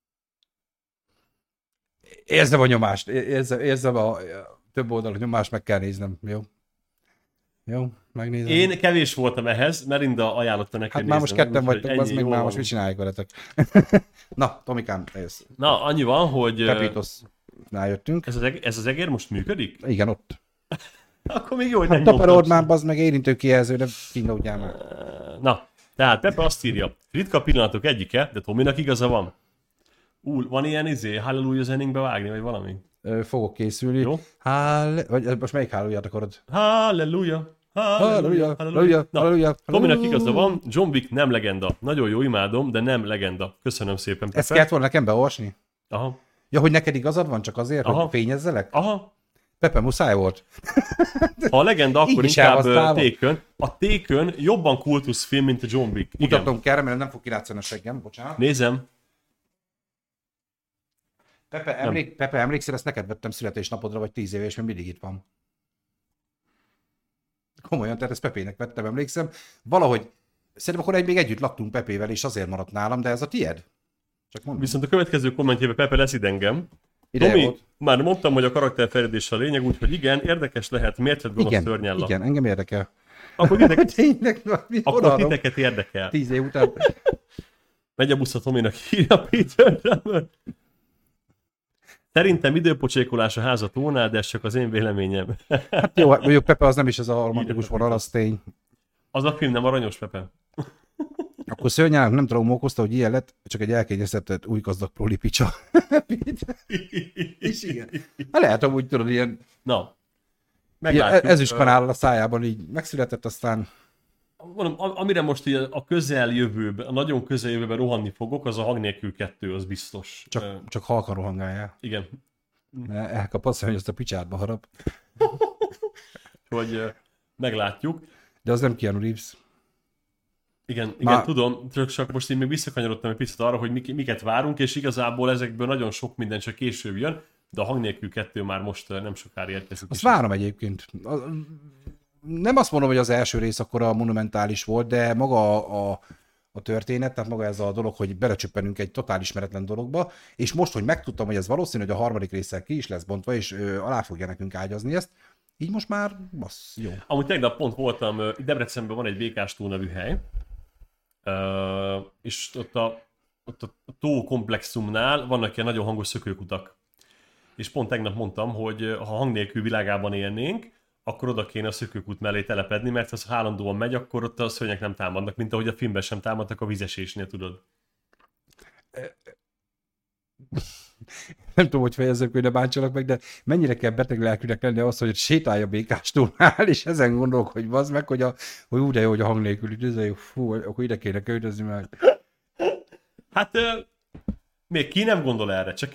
Érzem a nyomást, érzem, érzem a, a több oldalú nyomást, meg kell néznem, jó? Jó, megnézem. Én kevés voltam ehhez, Merinda ajánlotta nekem. Hát már most néznem, ketten úgyhogy vagytok, az ennyi, még jól már van. most mit csinálják veletek? Na, Tomikám, ez. Na, annyi van, hogy ö, Pepitosnál jöttünk. ez az, eg- ez az egér most működik? Igen, ott. Akkor még jó, hogy nem Hát nyomtam. taparold már, bazd meg érintő kijelző, de kínlódjál már. Na, tehát Pepe azt írja, ritka pillanatok egyike, de Tominak igaza van. Ú, van ilyen izé, halleluja zenénkbe vágni, vagy valami? Ö, fogok készülni. Jó. Hall... Vagy most melyik hálóját akarod? Halleluja, Halleluja, halleluja, Na, halleluja. Tominak igaza van, John Wick nem legenda. Nagyon jó, imádom, de nem legenda. Köszönöm szépen, Pepe. Ezt kellett volna nekem beolvasni? Aha, Ja, hogy neked igazad van csak azért, Aha. hogy fényezzelek? aha. Pepe, muszáj volt. Ha a legenda, akkor Így is inkább elhasználva. Taken. A Taken jobban kultuszfilm, mint a John Wick. Igen. Mutatom kell, mert nem fog kirátszani a seggem, bocsánat. Nézem. Pepe, emlék, Pepe, emlékszel, ezt neked vettem születésnapodra, vagy tíz éve, és még mindig itt van. Komolyan, tehát ezt Pepének vettem, emlékszem. Valahogy Szerintem akkor egy még együtt laktunk Pepével, és azért maradt nálam, de ez a tied? Csak mondom. Viszont a következő kommentjében Pepe leszid engem. Ideje Tomi, volt. már mondtam, hogy a karakterfejlődés a lényeg, úgyhogy igen, érdekes lehet, miért lett gonosz Igen, szörnyella. igen, engem érdekel. Akkor titeket, Tényleg, mi akkor odaadom? titeket érdekel. Tíz év után. Megy a busz a Tominak, írja Peter Drummer. Szerintem időpocsékolás a háza tónál, de ez csak az én véleményem. Hát jó, hát mondjuk Pepe az nem is ez a romantikus vonal, az tény. Az a film nem aranyos, Pepe. Akkor szörnyának nem tudom, okozta, hogy ilyen lett, csak egy elkényeztetett új gazdag proli picsa. És igen. Hát lehet, amúgy tudod, ilyen, Na, ilyen meglátjuk. ez is kanál a szájában így megszületett, aztán Mondom, amire most így a közeljövőben, a nagyon közeljövőben rohanni fogok, az a Hang nélkül kettő, az biztos. Ö, csak, csak halkan rohangáljál. igen. Elkapasz, hogy azt a picsádba harap. Hogy ö, meglátjuk. De az nem Keanu Reeves. Igen, igen Már- tudom, csak, csak most én még visszakanyarodtam egy picit arra, hogy mik, miket várunk, és igazából ezekből nagyon sok minden csak később jön, de a Hang nélkül kettő már most ö, nem sokára érkezik. Azt is. várom egyébként. A- Nem azt mondom, hogy az első rész akkor a monumentális volt, de maga a, a, a történet, tehát maga ez a dolog, hogy belecsöppenünk egy totál ismeretlen dologba, és most, hogy megtudtam, hogy ez valószínű, hogy a harmadik résszel ki is lesz bontva, és ö, alá fogja nekünk ágyazni ezt, így most már bassz, jó. Amúgy tegnap pont voltam, ö, Debrecenben van egy vé ká-s tó nevű hely, ö, és ott a, ott a tó komplexumnál vannak ilyen nagyon hangos szökőkutak. És pont tegnap mondtam, hogy ö, ha hang nélkül világában élnénk, akkor oda kéne a szökőkút mellé telepedni, mert ha állandóan megy, akkor ott a szörnyek nem támadnak, mint ahogy a filmben sem támadtak a vízesésnél, tudod. Nem tudom, hogy fejezzem, hogy ne bántsalak meg, de mennyire kell beteg lelkűnek lenni az, hogy sétálja békástónál, és ezen gondolok, hogy bazd meg, hogy, a, hogy úgy de jó, hogy a hang nélkül üdvözöljük, fú, akkor ide kéne költözni meg. Hát ö, még ki nem gondol erre, csak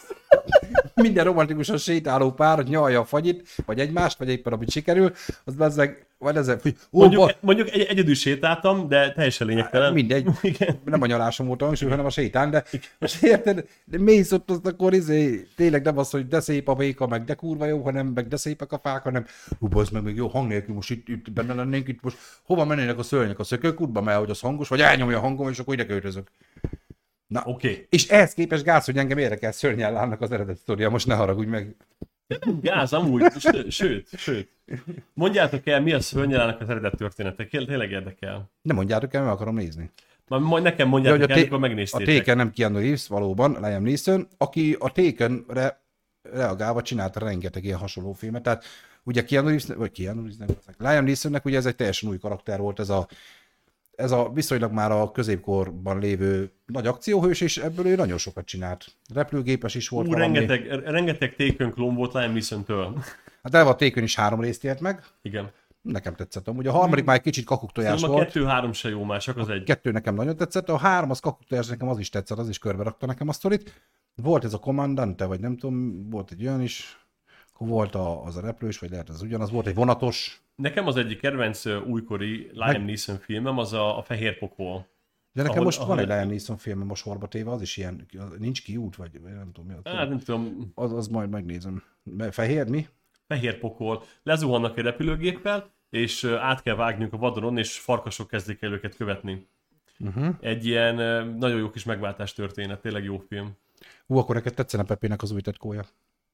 Minden romantikusan sétáló pár, hogy nyalja a fagyit, vagy egymást, vagy éppen amit sikerül, az bezzeg, vagy ezzel, hogy ó, mondjuk, ba, mondjuk egy, egyedül sétáltam, de teljesen lényegtelen. mindegy, Igen. nem a nyalásom volt a hangsúly, hanem a sétán, de most érted, de mész ott, azt akkor izé, tényleg nem az, hogy de szép a béka, meg de kurva jó, hanem meg de szépek a fák, hanem hú, bazd meg, még jó hang nélkül, most itt, itt benne lennénk, itt most hova mennének a szörnyek a szökőkútba, mert hogy az hangos, vagy elnyomja a hangom, és akkor ide költözök. Na, Oké. Okay. és ehhez képest gáz, hogy engem érdekel Szörnyellának az eredet sztoria, most ne haragudj meg. Gáz, amúgy, ső- sőt, sőt. Mondjátok el, mi a Szörnyellának az eredet története, tényleg érdekel. Nem mondjátok el, meg akarom nézni. Majd, majd nekem Ja, mondjátok hogy el, a, amikor té- a megnéztétek. Taken nem Keanu Reeves, valóban, Liam Neeson, aki a Takenre reagálva csinálta rengeteg ilyen hasonló filmet, tehát ugye Keanu Reeves, vagy Keanu Reeves, nem, Liam Neesonnek ugye ez egy teljesen új karakter volt, ez a ez a viszonylag már a középkorban lévő nagy akcióhős, és ebből ő nagyon sokat csinált. Repülőgépes is volt Ú, valami. rengeteg, rengeteg Taken klón volt Liam Neeson-től. Hát eleve a Taken is három részt ért meg. Igen. Nekem tetszett. Ugye a harmadik már egy kicsit kakuktojás Szerintem a volt. kettő-három se jó, már csak az egy. Kettő nekem nagyon tetszett, a három az kakuktojás, nekem az is tetszett, az is körbe rakta nekem a sztorit. Volt ez a Commandante, vagy nem tudom, volt egy olyan is, akkor volt a, az a repülős, vagy lehet az ugyanaz, volt egy vonatos. Nekem az egyik kedvenc ö, újkori Liam Neeson filmem az a, a Fehér Pokol. De nekem Ahol- most ahol- van egy Liam Neeson film most sorba téve, az is ilyen, nincs kiút, vagy nem tudom mi az. Hát nem tudom, Az, az majd megnézem. Fehér mi? Fehér Pokol. Lezuhannak egy repülőgéppel, és ö, át kell vágniuk a vadonon, és farkasok kezdik el őket követni. Uh-huh. Egy ilyen ö, nagyon jó kis megváltás történet, tényleg jó film. Hú, akkor neked tetszene Pepének az új tetkója.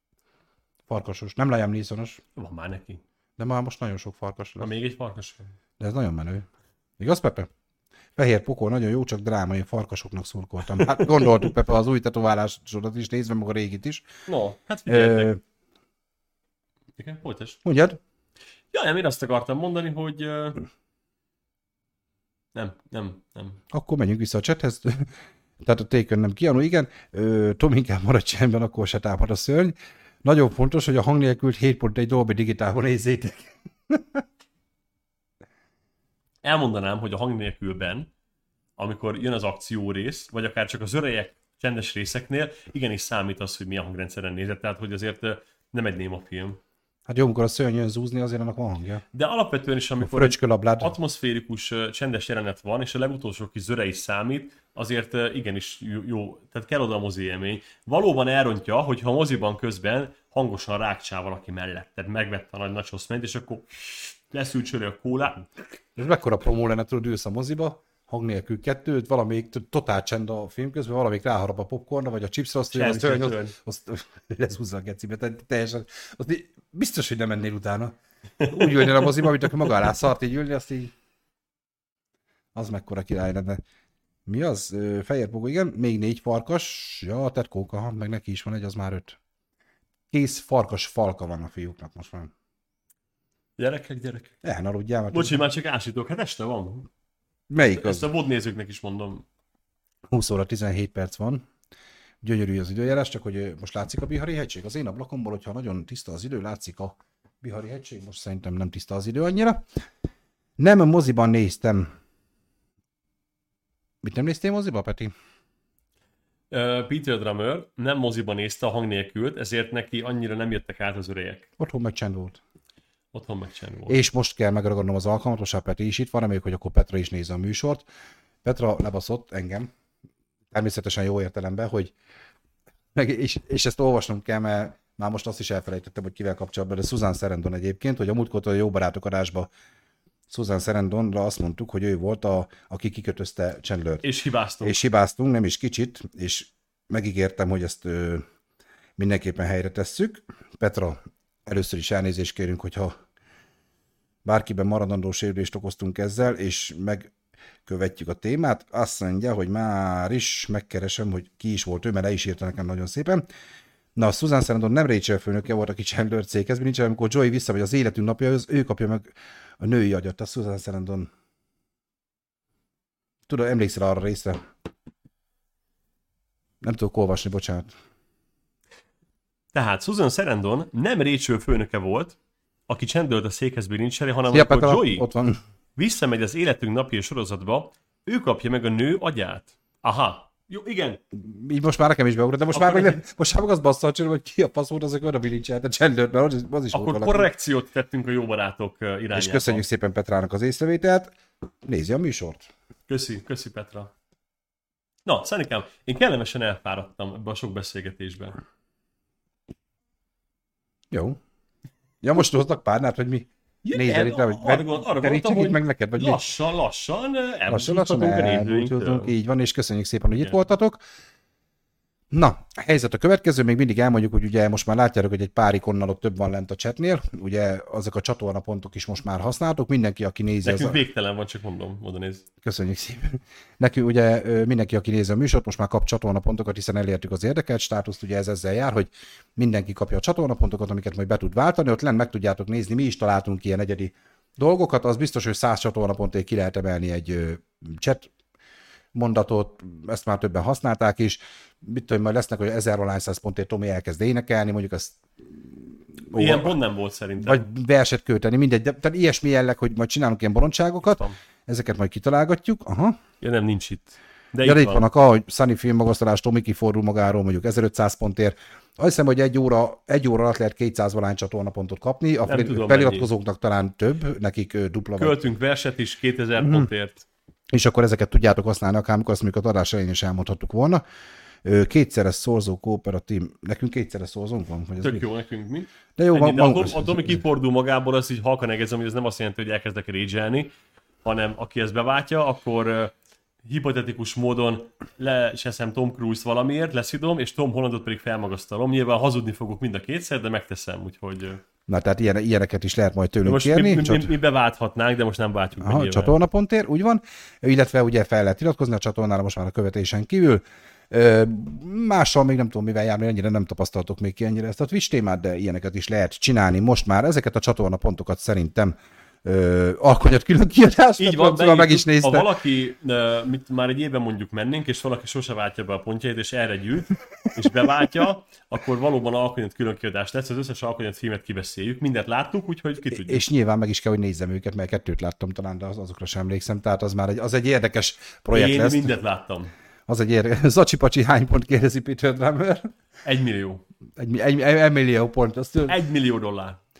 Farkasos. Nem Liam Neesonos, Van már neki. de már most nagyon sok farkas Na, lesz. még egy farkas. De ez nagyon menő. Igaz, Pepe? Fehér Pokol nagyon jó, csak drámai farkasoknak szurkoltam. Hát gondoltuk, Pepe, az új tetoválásodat is, nézve meg a régit is. No, hát figyeljetek. Ö, Igen, folytasd. mondjad? Ja, nem, én azt akartam mondani, hogy... ö, Nem, nem, nem. Akkor menjünk vissza a chathez. Tehát a Taken nem Keanu, igen. Ö, Tom inkább maradj csendben, akkor se támad a szörny. Nagyon fontos, hogy a hang nélkül hét pont egy Dolby Digitálban nézzétek. Elmondanám, hogy a hang nélkülben, amikor jön az akció rész, vagy akár csak az örejek csendes részeknél, igenis számít az, hogy milyen hangrendszeren nézett, tehát hogy azért ö, nem egy néma film. Hát jó, amikor a szörny jön zúzni, azért annak van hangja. De alapvetően is, amikor egy Fröcskölablád. atmoszférikus, ö, csendes jelenet van, és a legutolsó kis zöre is számít, azért ö, igenis jó, jó, tehát kell oda a mozi élmény. Valóban elrontja, hogy ha a moziban közben hangosan rákcsál valaki melletted, megvette a nagy nachos ment, és akkor leszűrt sörő a kólá. Ez mekkora promó lenne, tudod, ülsz a moziba, hang nélkül kettőt, valamelyik totál csend a film közben, valamelyik ráharap a popcornra, vagy a chipsra, azt Semmi azt tőle, sem azt, azt leszúzza a gecibe, tehát teljesen, azt biztos, hogy nem mennél utána. Úgy ülnél a moziba, mint aki maga alá szart így ülni, azt így, az mekkora király lenne. Mi az? Fehérpogó, igen, még négy farkas, ja, tetkók, aha, meg neki is van egy, az már öt. Kész farkas falka van a fiúknak most már. Gyerekek, gyerekek. Elnaludjál, mert... Bocsi, már csak ásítok, hát este van. Melyik az? Ezt a vodnézőknek nézőknek is mondom. húsz óra tizenhét perc van. Gyönyörű az időjárás, csak hogy most látszik a Bihari hegység. Az én ablakomból, hogyha nagyon tiszta az idő, látszik a Bihari hegység. Most szerintem nem tiszta az idő annyira. Nem moziban néztem. Mit nem néztél moziba, Peti? Uh, Peter Drummer nem moziban nézte a hang nélkült, ezért neki annyira nem jöttek át az örejek. Otthon meg csend volt. Otthon meg csend volt. És most kell megragadnom az alkalmat, most a Peti is itt van, reméljük, hogy akkor Petra is nézze a műsort. Petra lebaszott engem, természetesen jó értelemben, hogy meg, és, és ezt olvasnom kell, mert már most azt is elfelejtettem, hogy kivel kapcsolatban, de Susan Sarandon egyébként, hogy a múltkor a Jó Barátok adásban Susan Sarandonra azt mondtuk, hogy ő volt, a, aki kikötözte Chandlert. És hibáztunk. És hibáztunk, nem is kicsit, és megígértem, hogy ezt ö, mindenképpen helyre tesszük. Petra, először is elnézést kérünk, hogyha bárkiben maradandó sérülést okoztunk ezzel, és megkövetjük a témát. Azt mondja, hogy már is megkeresem, hogy ki is volt ő, mert le is írta nekem nagyon szépen. Na, a Susan Sarandon nem Rachel főnöke volt, aki Chandler céghez, nincs, amikor Joey visszamegy az életünk napja, az ő kapja meg a női agyat, a Susan Sarandon. Tudod, emlékszel arra részre? Nem tudok olvasni, bocsánat. Tehát Susan Sarandon nem Rachel főnöke volt, aki Chandlert a székhez bilincseli, hanem Szia, amikor Petra, Joey ott van. visszamegy az életünk napja sorozatba, ő kapja meg a nő agyát. Aha. Jó, igen. Így most már nekem is beugrott, de most Akkor már, meg egy... nem, most már meg azt basszal csinálom, hogy ki a fasz volt az, aki oda bilincselt a Chandlert, mert az, az is Akkor volt korrekciót tettünk a jó barátok irányába. És köszönjük szépen Petrának az észrevételt. Nézze a műsort. Köszi, köszi Petra. Na, Szenikám, én kellemesen elfáradtam ebbe a sok beszélgetésben. Jó. Ja, most hoznak párnát, vagy mi? Nézzel itt rá, hogy arra, arra gondoltam, hogy meg neked, vagy lassan, lassan lassan, lassan elbúcsúzunk. Így van, és köszönjük szépen, hogy Igen. itt voltatok. Na, a helyzet a következő, még mindig elmondjuk, hogy ugye most már látjátok, hogy egy pár ikonnal ott több van lent a chatnél, ugye azok a csatornapontok is most már használtok, mindenki, aki nézi... Nekünk az a... végtelen van, csak mondom, oda néz. Köszönjük szépen. Nekünk ugye mindenki, aki nézi a műsort, most már kap csatornapontokat, hiszen elértük az érdekelt státuszt, ugye ez ezzel jár, hogy mindenki kapja a csatornapontokat, amiket majd be tud váltani, ott lent meg tudjátok nézni, mi is találtunk ilyen egyedi dolgokat, az biztos, hogy száz csatornapontig ki lehet emelni egy chat mondatot, ezt már többen használták is, mit tudom, majd lesznek, hogy ezervalahányszáz pontért Tomi elkezd énekelni, mondjuk azt... Ilyen pont nem volt szerintem. Vagy verset költeni, mindegy, de tehát ilyesmi jelleg, hogy majd csinálunk ilyen bolondságokat, ezeket majd kitalálgatjuk, aha. Ja, nem, nincs itt. De ja, itt itt van. vannak, ahogy Sunny filmmagasztalás, Tomi kifordul magáról, mondjuk ezerötszáz pontért. Azt hiszem, hogy egy óra, egy óra alatt lehet kétszáz valány csatornapontot kapni, a fel, tudom, feliratkozóknak talán több, nekik dupla vagy. Költünk verset is kétezer Mhm. pontért. És akkor ezeket tudjátok használni, akármikor azt mondjuk az adás elején is elmondhattuk volna. Ö, Kétszeres szorzó kooperatív, nekünk kétszeres szorzónk van? Vagy ez Tök mi? jó nekünk, mi? De jó, Ennyi, van, de van, akkor a Tomi kifordul magából, azt így halkan egezem, hogy ez nem azt jelenti, hogy elkezdek rage-elni, hanem aki ezt beváltja, akkor uh, hipotetikus módon leseszem Tom Cruise-t valamiért, leszidom, és Tom Hollandot pedig felmagasztalom. Nyilván hazudni fogok mind a kétszer, de megteszem, úgyhogy... Uh... Na, tehát ilyen, ilyeneket is lehet majd tőlünk most kérni. mi, mi, Csat... mi, mi beválthatnánk, de most nem váltjuk Aha, meg. Csatornapontért, úgy van. Illetve ugye fel lehet iratkozni a csatornára most már a követésen kívül. Ö, mással még nem tudom mivel járni, ennyire nem tapasztaltok még ki ennyire ezt a Twitch témát, de ilyeneket is lehet csinálni most már. Ezeket a csatornapontokat szerintem Ö, alkonyat külön kiadás. Így van, szóval meg is ha nézte. valaki, mit már egy éven mondjuk mennénk, és valaki sose váltja be a pontjait, és erre gyűjt, és beváltja, akkor valóban alkonyat külön kiadás lesz, az összes alkonyat filmet kibeszéljük, mindent láttuk, úgyhogy ki tudjuk. És nyilván meg is kell, hogy nézzem őket, mert kettőt láttam talán, de az, azokra sem emlékszem, tehát az már egy, az egy érdekes projekt Én lesz. mindent láttam. Az egy érdekes. Zacsi-pacsi hány pont kérdezi Peter Drummer? Egy millió. Egy, egy, egy, egy millió pont. Azt Egy millió dollár.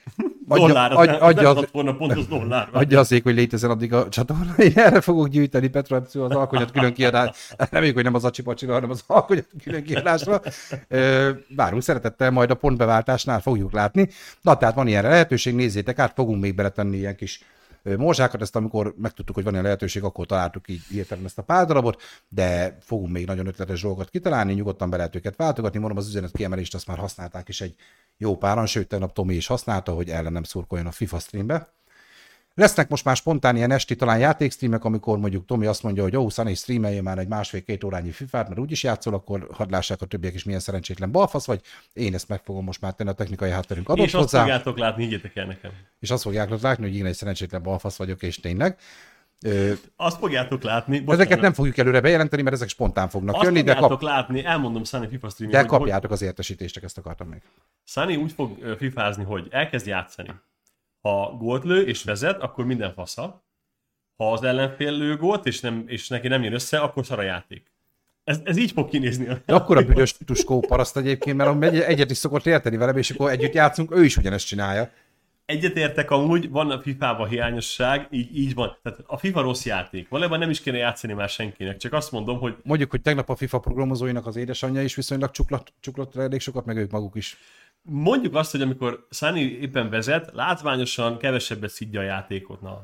dollárra, adja, adja, az, volna pont az dollárra. Adja az ég, hogy létezzen addig a csatorna. Én erre fogok gyűjteni Petroepció az alkonyat külön kiadás. Reméljük, hogy nem az acsipacsira, hanem az alkonyat külön kiadásra. Várunk szeretettel, majd a pontbeváltásnál fogjuk látni. Na, tehát van ilyen lehetőség, nézzétek át, fogunk még beletenni ilyen kis morzsákat, ezt amikor megtudtuk, hogy van ilyen lehetőség, akkor találtuk így írtam ezt a pár darabot, de fogunk még nagyon ötletes dolgokat kitalálni, nyugodtan be lehet őket váltogatni, mondom, az üzenet kiemelést azt már használták is egy jó páran, sőt, tegnap Tomi is használta, hogy ellenem szurkoljon a FIFA streambe. Lesznek most már spontán ilyen esti talán játékstreamek, amikor mondjuk Tomi azt mondja, hogy ó, Sunny streamelje már egy másfél-két órányi fifát, mert úgyis játszol, akkor hadd lássák a többiek is milyen szerencsétlen balfasz vagy. Én ezt meg fogom most már tenni, a technikai hátterünk adott és hozzá. És azt fogjátok látni, higgyétek el nekem. És azt fogjátok látni, hogy én egy szerencsétlen balfasz vagyok, és tényleg. Ö, azt fogjátok látni. Bocsánat. Ezeket nem fogjuk előre bejelenteni, mert ezek spontán fognak azt jönni, de kap... látni, elmondom Sunny FIFA streaming. De kapjátok az értesítést, csak ezt akartam meg. Sunny úgy fog fifázni, hogy elkezd játszani. Ha gólt lő és vezet, akkor minden fasza. Ha az ellenfél lő gólt, és, nem, és neki nem jön össze, akkor szar a játék. Ez, ez így fog kinézni. De akkor a büdös tuskó paraszt egyébként, mert egyet is szokott érteni velem, és akkor együtt játszunk, ő is ugyanezt csinálja. Egyetértek amúgy, van a fifában hiányosság, így, így van. Tehát a FIFA rossz játék. Valójában nem is kéne játszani már senkinek, csak azt mondom, hogy... Mondjuk, hogy tegnap a FIFA programozóinak az édesanyja is viszonylag csuklott, csuklott elég sokat, meg ők maguk is. Mondjuk azt, hogy amikor Sunny éppen vezet, látványosan kevesebbet szidja a játékot. Na.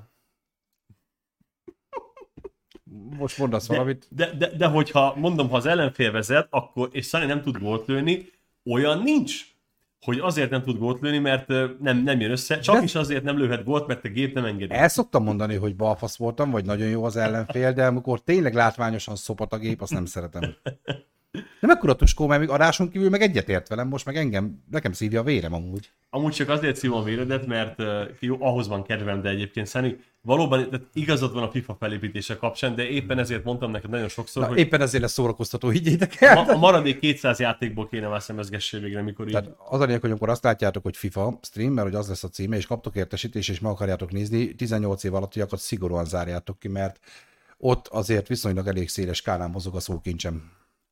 Most mondasz de, valamit. De, de, de hogyha, mondom, ha az ellenfél vezet, akkor, és Sunny nem tud gólt lőni, olyan nincs, hogy azért nem tud gólt lőni, mert nem, nem jön össze, csak de... is azért nem lőhet gólt, mert a gép nem engedi. El szoktam mondani, hogy balfasz voltam, vagy nagyon jó az ellenfél, de amikor tényleg látványosan szopat a gép, azt nem szeretem. De mekkora tuskó, mert még adáson kívül meg egyetért velem, most meg engem, nekem szívja a vérem amúgy. Amúgy csak azért szívom a véredet, mert uh, jó, ahhoz van kedvem, de egyébként Sunny, valóban tehát igazad van a FIFA felépítése kapcsán, de éppen ezért mondtam neked nagyon sokszor, Na, hogy... éppen ezért lesz szórakoztató, higgyétek el. Ma, a maradék kétszáz játékból kéne már szemezgessél végre, mikor így... Tehát az a lényeg, hogy amikor azt látjátok, hogy FIFA stream, mert hogy az lesz a címe, és kaptok értesítést, és meg akarjátok nézni, tizennyolc év alattiakat szigorúan zárjátok ki, mert ott azért viszonylag elég széles skálán mozog a szókincsem.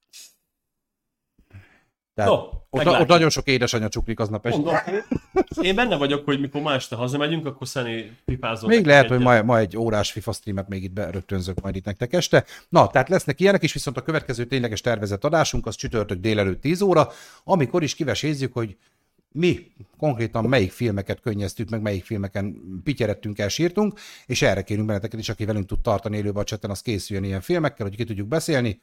Tehát no, ott, ott nagyon sok édesanyja csuklik aznap este. Mondom, én benne vagyok, hogy mikor ma este hazamegyünk, akkor Sunny fifázol. Még lehet, hogy ma, ma egy órás FIFA streamet még itt berögtönzök majd itt nektek este. Na, tehát lesznek ilyenek is, viszont a következő tényleges tervezett adásunk az csütörtök délelőtt tíz óra, amikor is kivesézzük, hogy mi konkrétan melyik filmeket könnyeztük, meg melyik filmeken pityerettünk el, sírtunk, és erre kérünk benneteket is, aki velünk tud tartani élőben a chatten, az készüljön ilyen filmekkel, hogy ki tudjuk beszélni,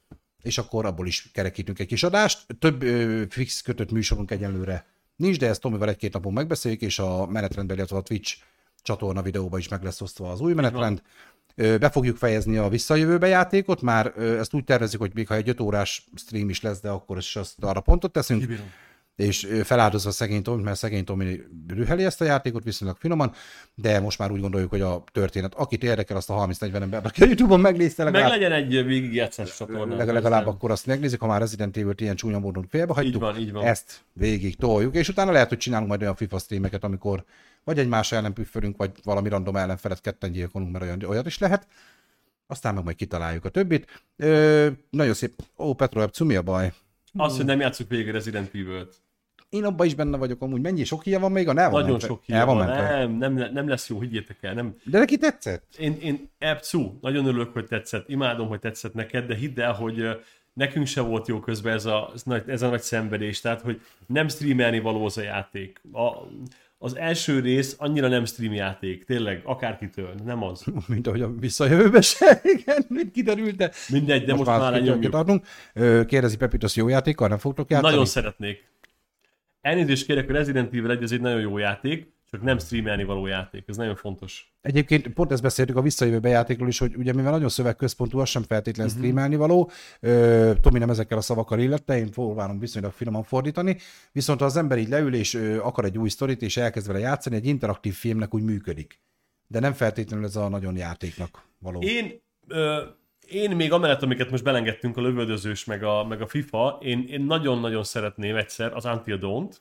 és akkor abból is kerekítünk egy kis adást. Több ö, fix kötött műsorunk egyenlőre nincs, de ezt Tomival egy-két napon megbeszéljük, és a menetrendben, illetve a Twitch csatorna videóban is meg lesz osztva az új menetrend. Ö, be fogjuk fejezni a visszajövőbe játékot, már ö, ezt úgy tervezzük, hogy még ha egy öt órás stream is lesz, de akkor is azt arra pontot teszünk. Kibírom. És feláldozva szegény Tomi, mert szegény Tomi rüheli ezt a játékot viszonylag finoman, de most már úgy gondoljuk, hogy a történet, akit érdekel, azt a harminc-negyven ember, aki a YouTube-on megnézte, legalább... Meg legyen egy végigjátszás csatorna. Legalább, legalább akkor azt megnézik, ha már Resident Evil-t ilyen csúnya módon félbehagytuk, így van, így van. Ezt végig toljuk, és utána lehet, hogy csinálunk majd olyan FIFA streameket, amikor vagy egymás ellen püffölünk, vagy valami random ellenfelet ketten gyilkolunk, mert olyan, olyat is lehet. Aztán meg majd kitaláljuk a többit. Ö, nagyon szép. Ó, Petroepció, mi a baj? Az, hogy nem játsszuk végig Resident Evil-t. Én abban is benne vagyok amúgy. Mennyi sok híja van még? A nem Nagyon sok híja van. van. Nem, nem, nem lesz jó, higgyétek el. Nem. De neki tetszett? Én, én Epcu, nagyon örülök, hogy tetszett. Imádom, hogy tetszett neked, de hidd el, hogy nekünk se volt jó közben ez a, ez a nagy szenvedés. Tehát, hogy nem streamelni való az a játék. A, az első rész annyira nem stream játék. Tényleg, akárkitől. Nem az. Mint ahogy a visszajövőben se. Igen, mint kiderült, de... Mindegy, de most, most már lenyomjuk. Kérdezi Pepitos, jó játékkal nem fogtok játszani? Nagyon szeretnék. Elnézést kérek, a Resident Evil egy az egy nagyon jó játék, csak nem streamelni való játék, ez nagyon fontos. Egyébként pont ezt beszéltük a visszajövőbe játékról is, hogy ugye mivel nagyon szövegközpontú, az sem feltétlenül uh-huh. streamelni való. Ö, Tomi nem ezekkel a szavakkal illette, én próbálom viszonylag finoman fordítani, viszont ha az ember így leül és ö, akar egy új sztorit és elkezd vele játszani, egy interaktív filmnek úgy működik. De nem feltétlenül ez a nagyon játéknak való. Én... Ö... Én még amellett, amiket most belengedtünk, a lövöldözős, meg a, meg a FIFA, én, én nagyon-nagyon szeretném egyszer az Until Dawn-t.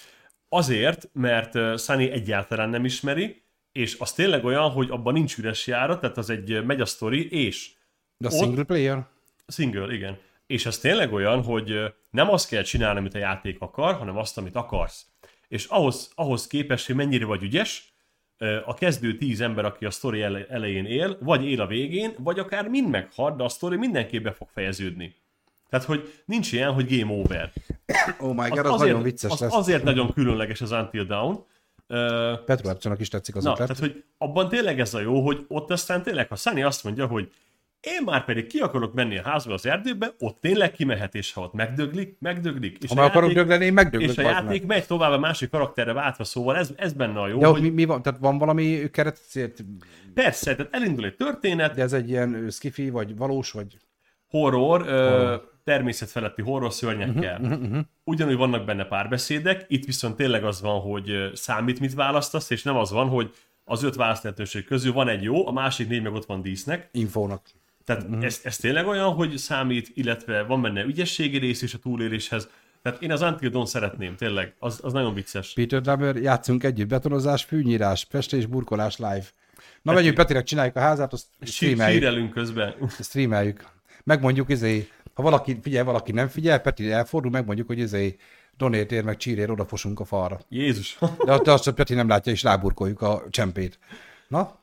Azért, mert Sunny egyáltalán nem ismeri, és az tényleg olyan, hogy abban nincs üres járat, tehát az egy megy a sztori, és... De a single player? Single, igen. És az tényleg olyan, hogy nem azt kell csinálni, amit a játék akar, hanem azt, amit akarsz. és ahhoz, ahhoz képest, hogy mennyire vagy ügyes, a kezdő tíz ember, aki a sztori elején él, vagy él a végén, vagy akár mind meghal, de a sztori mindenképp be fog fejeződni. Tehát, hogy nincs ilyen, hogy game over. Oh my god, az, az azért, nagyon vicces az lesz. Azért nagyon különleges az Until Dawn. Petru Epconak is tetszik az Na, ötlet. tehát, hogy abban tényleg ez a jó, hogy ott aztán tényleg, ha Sunny azt mondja, hogy én már pedig ki akarok menni a házba, az erdőbe, ott tényleg kimehet, és ha ott megdöglik, megdöglik. És ha meg akarok dögleni, én megdöglök. És a játék megy tovább a másik karakterre váltva, szóval ez, ez benne a jó. Ja, hogy... mi, mi van? Tehát van valami keret? Persze, tehát elindul egy történet. De ez egy ilyen skifi, vagy valós, vagy... Horror, horror. Ö, természetfeletti horror szörnyekkel. Uh-huh, uh-huh. Ugyanúgy vannak benne párbeszédek, itt viszont tényleg az van, hogy számít, mit választasz, és nem az van, hogy az öt választáslehetőség közül van egy jó, a másik négy meg ott van dísznek. Infónak. Tehát uh-huh. ez, ez tényleg olyan, hogy számít, illetve van benne ügyességi rész is a túléléshez. Tehát én az Until Dawn szeretném, tényleg, az, az nagyon vicces. Peter Drummer, játszunk együtt, betonozás, fűnyírás, festés, burkolás live. Na menjünk Petinek, csináljuk a házát, azt streameljük. Sírelünk közben. Streameljük. Megmondjuk, izé, ha valaki figyel, valaki nem figyel, Peti elfordul, megmondjuk, hogy izé, Donért ér, meg Csírér, odafosunk a falra. Jézus! De azt, azt Peti nem látja, és ráburkoljuk a csempét. Na?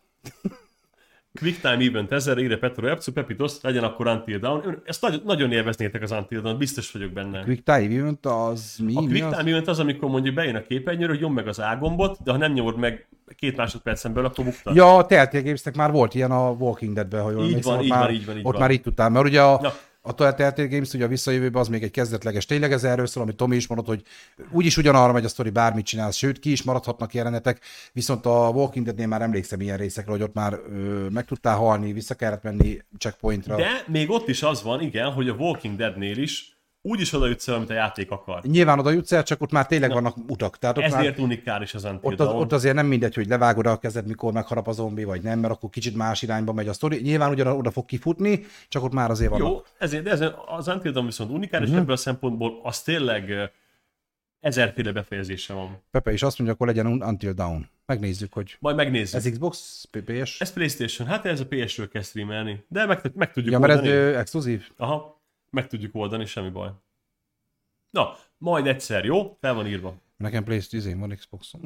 Quick Time Event ezer, írja Petro Epcu, Pepitos, legyen akkor Until Dawn. Ezt nagyon, nagyon élveznétek az Until Dawn, biztos vagyok benne. Quick Time Event az mi? A mi Quick az? Time Event az, amikor mondjuk bejön a képernyőre, hogy nyomd meg az A gombot, de ha nem nyomod meg két másodpercen belül, akkor buktad. Ja, a Telltale Gamesnek már volt ilyen a Walking Deadben, ha jól így van, így már, van, így van, így ott van. már így tudtál, mert ugye a, ja. a Telltale Games, ugye a visszajövőben az még egy kezdetleges, tényleg ez erről szól, amit Tomi is mondott, hogy úgyis ugyanarra megy a sztori, bármit csinálsz, sőt, ki is maradhatnak jelenetek, viszont a Walking Deadnél már emlékszem ilyen részekre, hogy ott már ö, meg tudtál halni, vissza kellett menni checkpointra. De még ott is az van, igen, hogy a Walking Deadnél is úgyis oda jutsz el, amit a játék akar. Nyilván oda jutsz el, csak ott már tényleg Na, vannak utak. Tehát ott ezért már, unikális az Until ott, az, Dawn. ott azért nem mindegy, hogy levágod a kezed, mikor megharap a zombi, vagy nem, mert akkor kicsit más irányba megy a sztori. Nyilván ugyan oda fog kifutni, csak ott már azért vannak. Jó, ezért, de ezért az Until Dawn viszont unikális, uh-huh. ebből a szempontból az tényleg ezerféle befejezése van. Pepe is azt mondja, akkor legyen Until Dawn. Megnézzük, hogy... Majd megnézzük. Ez Xbox, pé es? Ez PlayStation. Hát ez a pé esről kell streamelni. De meg, meg tudjuk ja, oldani. Ja, mert ez exkluzív? Aha, meg tudjuk oldani, semmi baj. Na, majd egyszer, jó? Fel van írva. Nekem PlayStation van, Xboxon.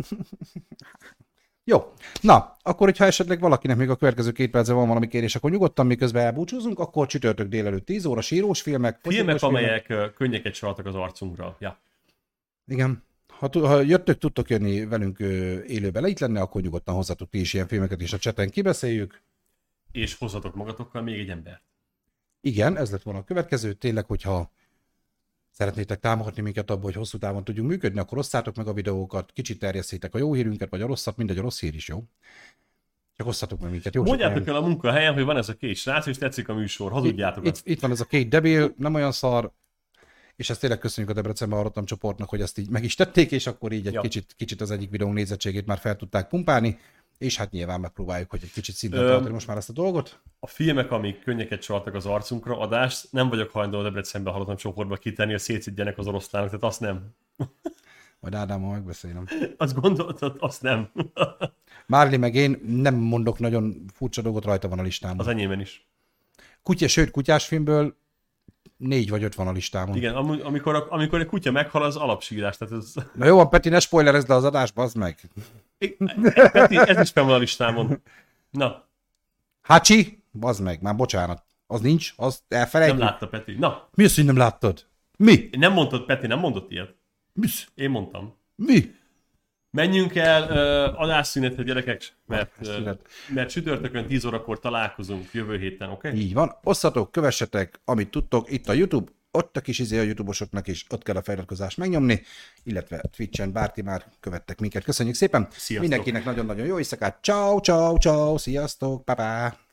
Jó, na, akkor, hogyha esetleg valakinek még a következő két percben van valami kérés, akkor nyugodtan miközben elbúcsúzunk, akkor csütörtök délelőtt tíz óra, sírós filmek. Filmek, amelyek filmek. Könnyeket csaltak az arcunkra. Ja. Igen. Ha, ha jöttök, tudtok jönni velünk élőben le itt lenne, akkor nyugodtan hozzatok ti is ilyen filmeket, és a chaten kibeszéljük. És hozzatok magatokkal még egy embert. Igen, ez lett volna a következő. Tényleg, hogyha szeretnétek támogatni minket abban, hogy hosszú távon tudjunk működni, akkor osszátok meg a videókat, kicsit terjesszétek a jó hírünket, vagy a rosszat, mindegy, a rossz hír is jó. Csak osztatok meg minket. Jó, mondjátok el a munkahelyen, hogy van ez a két srác, és tetszik a műsor, hazudjátok itt, itt, itt van ez a két debil, nem olyan szar, és ezt tényleg köszönjük a Debrecenbe hallottam csoportnak, hogy ezt így meg is tették, és akkor így egy ja. kicsit, kicsit az egyik videónk nézettségét már fel tudták pumpálni, és hát nyilván megpróbáljuk, hogy egy kicsit szinten tartani most már ezt a dolgot. A filmek, amik könnyeket csaltak az arcunkra, adást nem vagyok hajlandó a Debrecenbe hallottam csoportba kitenni, hogy szétszidjenek az oroszlánok, tehát azt nem. Majd Ádámmal megbeszélem. Azt gondoltad, azt nem. Márli meg én nem mondok nagyon furcsa dolgot, rajta van a listámon. Az enyémen is. Kutya, sőt, kutyás filmből négy vagy öt van a listámon. Igen, am- amikor, a, amikor egy kutya meghal, az alapsírás. Tehát ez... Na jó van, Peti, ne spoilerezd le az adásba, az meg. É, Peti, ez is fenn van a listámon. Na. Hácsi? Bazd meg, már bocsánat. Az nincs, azt elfelejtjük. Nem látta Peti. Na. Mi az, hogy nem láttad? Mi? Nem mondtad, Peti, nem mondott ilyet. Mi? Én mondtam. Mi? Menjünk el uh, adásszünetre, gyerekek, mert, uh, mert csütörtökön tíz órakor találkozunk jövő héten, oké? Okay? Így van. Osszatok, kövessetek, amit tudtok, itt a YouTube, ott a kis izé a YouTube-osoknak is, ott kell a feliratkozást megnyomni, illetve Twitchen, bárki már követtek minket. Köszönjük szépen. Sziasztok. Mindenkinek nagyon-nagyon jó éjszakát. Ciao, ciao, ciao, sziasztok, pa-pa.